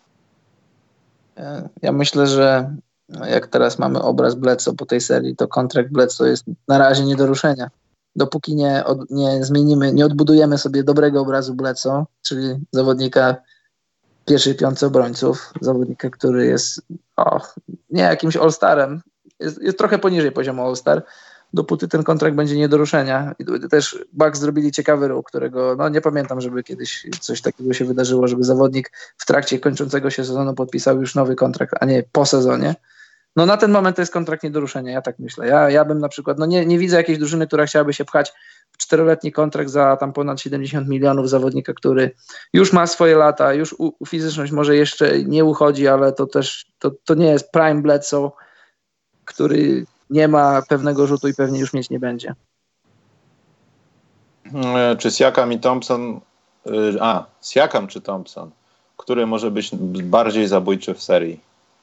Ja myślę, że jak teraz mamy obraz Bledsoe po tej serii, to kontrakt Bledsoe jest na razie nie do ruszenia. Dopóki nie zmienimy, nie odbudujemy sobie dobrego obrazu Bledsoe, czyli zawodnika pierwszej piątce obrońców, zawodnika, który jest nie jakimś all-starem, jest trochę poniżej poziomu all-star, dopóty ten kontrakt będzie nie do ruszenia. I też Bucks zrobili ciekawy ruch, którego nie pamiętam, żeby kiedyś coś takiego się wydarzyło, żeby zawodnik w trakcie kończącego się sezonu podpisał już nowy kontrakt, a nie po sezonie. No na ten moment to jest kontrakt nie do ruszenia, ja tak myślę. Ja bym na przykład, nie widzę jakiejś drużyny, która chciałaby się pchać w 4-letni kontrakt za tam ponad 70 milionów zawodnika, który już ma swoje lata, już fizyczność może jeszcze nie uchodzi, ale to też, to nie jest prime Bledsoe, który nie ma pewnego rzutu i pewnie już mieć nie będzie. Czy Siakam i Thompson, Siakam czy Thompson, który może być bardziej zabójczy w serii?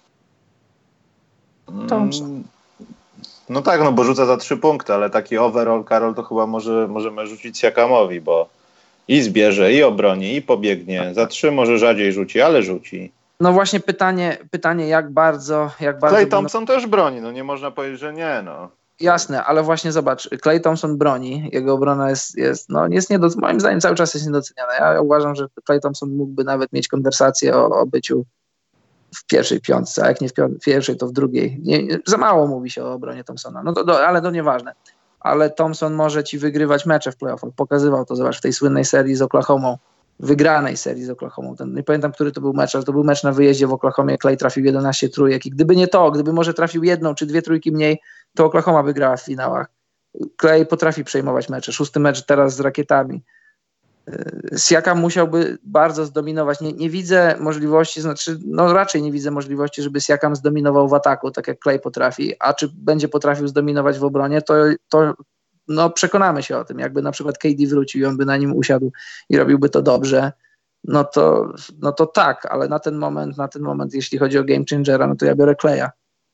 Thompson. No tak, bo rzuca za 3 punkty, ale taki overall, Karol, to chyba możemy rzucić Siakamowi, bo i zbierze, i obroni, i pobiegnie. Za 3 może rzadziej rzuci, ale rzuci. No właśnie pytanie jak bardzo... Klay Thompson też broni, nie można powiedzieć, że nie, Jasne, ale właśnie zobacz, Klay Thompson broni, jego obrona jest moim zdaniem cały czas jest niedoceniana. Ja uważam, że Klay Thompson mógłby nawet mieć konwersację o byciu w pierwszej piątce, a jak nie w pierwszej, to w drugiej. Za mało mówi się o obronie Thompsona, ale to nieważne. Ale Thompson może ci wygrywać mecze w playoffach. Pokazywał to, zobacz, w tej słynnej serii z Oklahomą, wygranej serii z Oklahomą. Nie pamiętam, który to był mecz, ale to był mecz na wyjeździe w Oklahomie. Klay trafił 11 trójek i gdyby nie to, gdyby może trafił 1 czy 2 trójki mniej, to Oklahoma wygrała w finałach. Klay potrafi przejmować mecze. 6. mecz teraz z Rakietami. Siakam musiałby bardzo zdominować. Nie widzę możliwości, raczej nie widzę możliwości, żeby Siakam zdominował w ataku, tak jak Klay potrafi, a czy będzie potrafił zdominować w obronie, to no przekonamy się o tym. Jakby na przykład KD wrócił i on by na nim usiadł i robiłby to dobrze, no to tak, ale na ten moment, jeśli chodzi o game changera, no to ja biorę Kleja.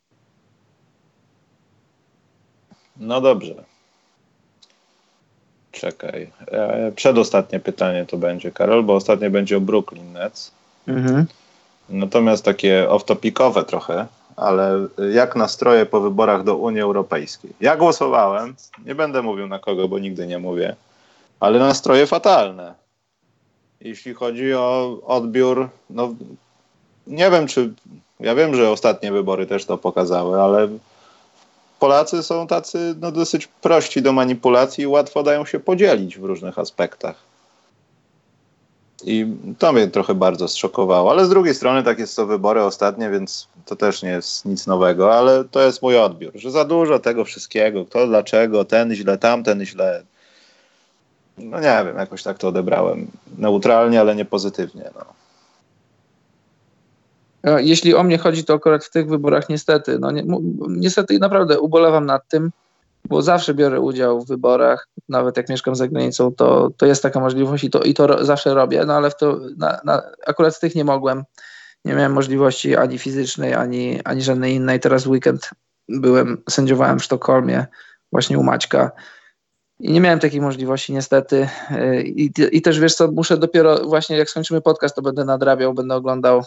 No dobrze. Czekaj. Przedostatnie pytanie to będzie, Karol, bo ostatnie będzie o Brooklyn Nets. Natomiast takie off-topicowe trochę, ale jak nastroje po wyborach do Unii Europejskiej? Ja głosowałem, nie będę mówił na kogo, bo nigdy nie mówię, ale nastroje fatalne. Jeśli chodzi o odbiór, no nie wiem, ja wiem, że ostatnie wybory też to pokazały, ale Polacy są tacy no, dosyć prości do manipulacji i łatwo dają się podzielić w różnych aspektach. I to mnie trochę bardzo zszokowało, ale z drugiej strony tak jest to wybory ostatnie, więc to też nie jest nic nowego, ale to jest mój odbiór, że za dużo tego wszystkiego, kto dlaczego, ten źle, tamten źle. No nie wiem, jakoś tak to odebrałem. Neutralnie, ale nie pozytywnie. No. Jeśli o mnie chodzi, to akurat w tych wyborach niestety, niestety naprawdę ubolewam nad tym, bo zawsze biorę udział w wyborach, nawet jak mieszkam za granicą, to jest taka możliwość i to zawsze robię, no ale akurat z tych nie mogłem. Nie miałem możliwości ani fizycznej, ani żadnej innej. Teraz w weekend sędziowałem w Sztokholmie, właśnie u Maćka i nie miałem takiej możliwości niestety. I też wiesz co, muszę dopiero właśnie jak skończymy podcast, to będę nadrabiał, będę oglądał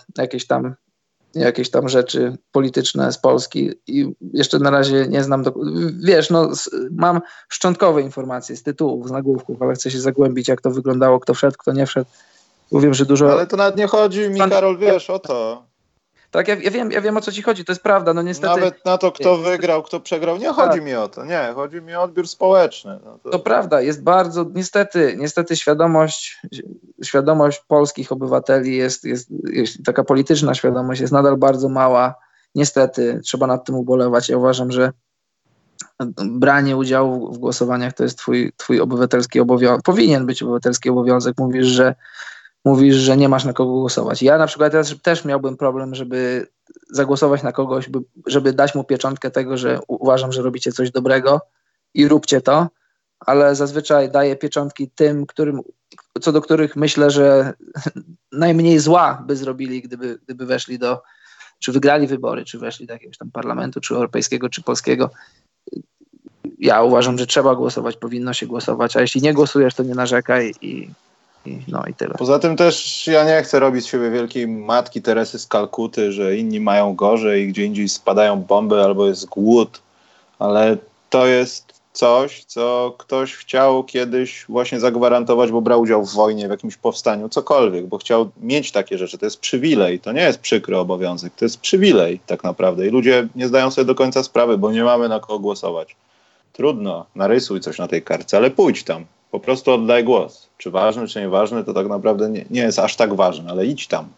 jakieś tam rzeczy polityczne z Polski i jeszcze na razie nie znam, wiesz, no mam szczątkowe informacje z tytułów, z nagłówków, ale chcę się zagłębić, jak to wyglądało, kto wszedł, kto nie wszedł. Wiem, że dużo... Ale to nawet nie chodzi mi, Karol, wiesz, o to. Tak, ja wiem o co ci chodzi, to jest prawda, no niestety... Nawet na to, kto wygrał, kto przegrał, nie chodzi mi o to, nie, chodzi mi o odbiór społeczny. No to prawda, jest bardzo, niestety świadomość polskich obywateli jest taka polityczna świadomość, jest nadal bardzo mała, niestety, trzeba nad tym ubolewać. Ja uważam, że branie udziału w głosowaniach to jest twój obywatelski obowiązek, powinien być obywatelski obowiązek, mówisz, że nie masz na kogo głosować. Ja na przykład też miałbym problem, żeby zagłosować na kogoś, żeby dać mu pieczątkę tego, że uważam, że robicie coś dobrego i róbcie to, ale zazwyczaj daję pieczątki tym, co do których myślę, że najmniej zła by zrobili, gdyby weszli czy wygrali wybory, czy weszli do jakiegoś tam parlamentu, czy europejskiego, czy polskiego. Ja uważam, że trzeba głosować, powinno się głosować, a jeśli nie głosujesz, to nie narzekaj i tyle. Poza tym też ja nie chcę robić z siebie wielkiej matki Teresy z Kalkuty, że inni mają gorzej, gdzie indziej spadają bomby albo jest głód, ale to jest coś, co ktoś chciał kiedyś właśnie zagwarantować, bo brał udział w wojnie, w jakimś powstaniu, cokolwiek, bo chciał mieć takie rzeczy. To jest przywilej, to nie jest przykry obowiązek, to jest przywilej tak naprawdę i ludzie nie zdają sobie do końca sprawy, bo nie mamy na kogo głosować. Trudno, narysuj coś na tej kartce, ale pójdź tam. Po prostu oddaj głos. Czy ważny, czy nieważny, to tak naprawdę nie jest aż tak ważne, ale idź tam.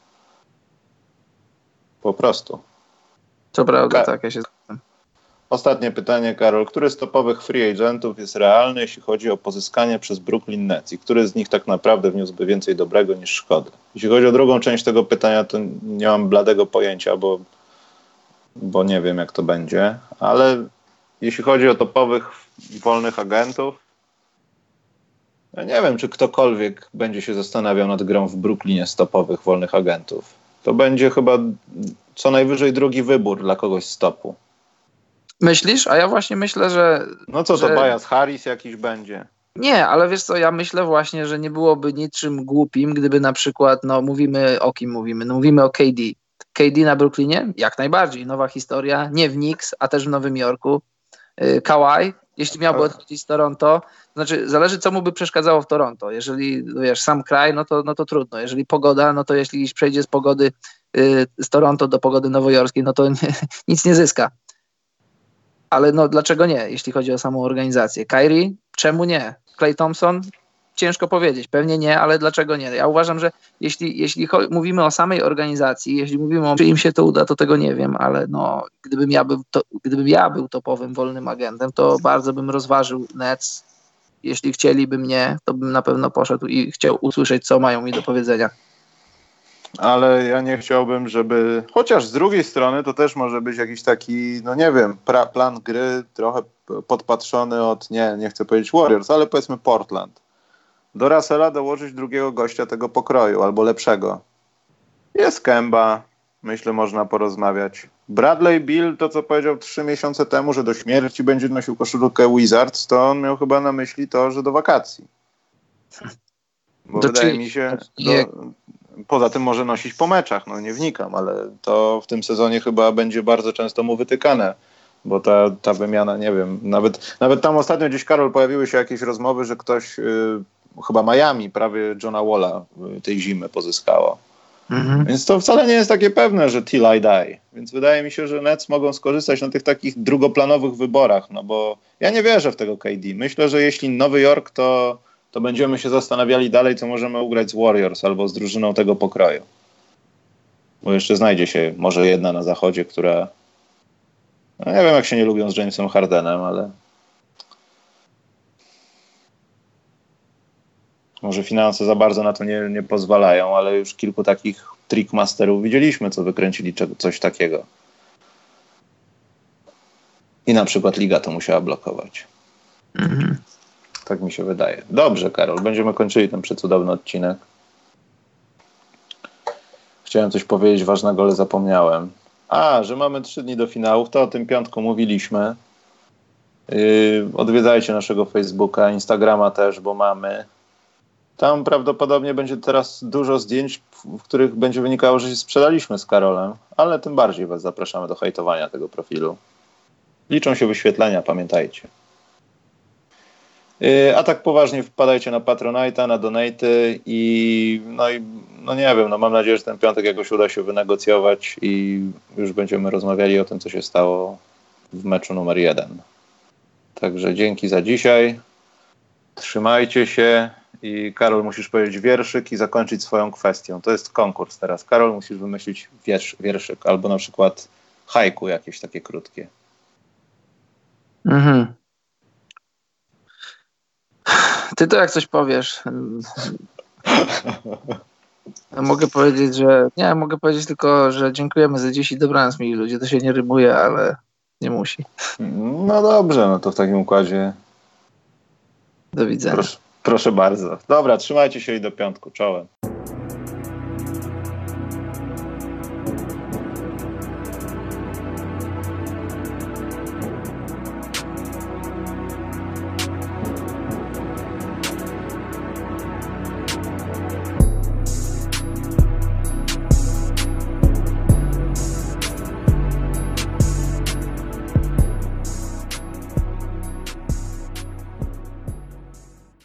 Po prostu. To prawda, tak, ja się zgadzam. Ostatnie pytanie, Karol. Który z topowych free agentów jest realny, jeśli chodzi o pozyskanie przez Brooklyn Nets? I który z nich tak naprawdę wniósłby więcej dobrego niż szkody? Jeśli chodzi o drugą część tego pytania, to nie mam bladego pojęcia, bo nie wiem, jak to będzie. Ale jeśli chodzi o topowych wolnych agentów, ja nie wiem, czy ktokolwiek będzie się zastanawiał nad grą w Brooklynie z topowych wolnych agentów. To będzie chyba co najwyżej drugi wybór dla kogoś z topu. Myślisz? A ja właśnie myślę, że... No co, to Tobias Harris jakiś będzie? Nie, ale wiesz co, ja myślę właśnie, że nie byłoby niczym głupim, gdyby na przykład, mówimy o kim mówimy? No mówimy o KD. KD na Brooklynie? Jak najbardziej. Nowa historia. Nie w Knicks, a też w Nowym Jorku. Kawhi, jeśli miałby odchodzić z Toronto, to znaczy zależy, co mu by przeszkadzało w Toronto. Jeżeli, wiesz, sam kraj, no to trudno. Jeżeli pogoda, no to jeśli przejdzie z pogody z Toronto do pogody nowojorskiej, no to nic nie zyska. Ale dlaczego nie, jeśli chodzi o samą organizację? Kyrie? Czemu nie? Klay Thompson? Ciężko powiedzieć. Pewnie nie, ale dlaczego nie? Ja uważam, że jeśli mówimy o samej organizacji, jeśli mówimy o czy im się to uda, to tego nie wiem, ale gdybym ja był topowym wolnym agentem, to bardzo bym rozważył Nets. Jeśli chcieliby mnie, to bym na pewno poszedł i chciał usłyszeć, co mają mi do powiedzenia. ale ja nie chciałbym, żeby... Chociaż z drugiej strony to też może być jakiś taki, no nie wiem, plan gry trochę podpatrzony od, nie chcę powiedzieć Warriors, ale powiedzmy Portland. Do Russella dołożyć drugiego gościa tego pokroju, albo lepszego. Jest Kemba, myślę, można porozmawiać. Bradley Beal, to co powiedział 3 miesiące temu, że do śmierci będzie nosił koszulkę Wizards, to on miał chyba na myśli to, że do wakacji. Bo wydaje mi się... Poza tym może nosić po meczach, no nie wnikam, ale to w tym sezonie chyba będzie bardzo często mu wytykane, bo ta wymiana, nie wiem, nawet tam ostatnio gdzieś, Karol, pojawiły się jakieś rozmowy, że ktoś, chyba Miami, prawie Johna Walla tej zimy pozyskało. Więc to wcale nie jest takie pewne, że till I die. Więc wydaje mi się, że Nets mogą skorzystać na tych takich drugoplanowych wyborach, no bo ja nie wierzę w tego KD. Myślę, że jeśli Nowy Jork, to będziemy się zastanawiali dalej, co możemy ugrać z Warriors albo z drużyną tego pokroju. Bo jeszcze znajdzie się może jedna na zachodzie, która... No nie wiem, jak się nie lubią z Jamesem Hardenem, ale... Może finanse za bardzo na to nie pozwalają, ale już kilku takich trickmasterów widzieliśmy, co wykręcili coś takiego. I na przykład Liga to musiała blokować. Tak mi się wydaje. Dobrze, Karol, będziemy kończyli ten przecudowny odcinek. Chciałem coś powiedzieć ważnego, ale zapomniałem. Że mamy 3 dni do finałów, to o tym piątku mówiliśmy. Odwiedzajcie naszego Facebooka, Instagrama też, bo mamy. Tam prawdopodobnie będzie teraz dużo zdjęć, w których będzie wynikało, że się sprzedaliśmy z Karolem, ale tym bardziej was zapraszamy do hejtowania tego profilu. Liczą się wyświetlenia, pamiętajcie. A tak poważnie wpadajcie na Patronite'a, na donaty i nie wiem, mam nadzieję, że ten piątek jakoś uda się wynegocjować i już będziemy rozmawiali o tym, co się stało w meczu numer 1. Także dzięki za dzisiaj. Trzymajcie się i Karol, musisz powiedzieć wierszyk i zakończyć swoją kwestią. To jest konkurs teraz. Karol, musisz wymyślić wierszyk albo na przykład haiku jakieś takie krótkie. Ty to jak coś powiesz. Mogę powiedzieć, że... Nie, mogę powiedzieć tylko, że dziękujemy za dziś i dobranoc, mili ludzie. To się nie rymuje, ale nie musi. No dobrze, no to w takim układzie... Do widzenia. Proszę bardzo. Dobra, trzymajcie się i do piątku. Czołem.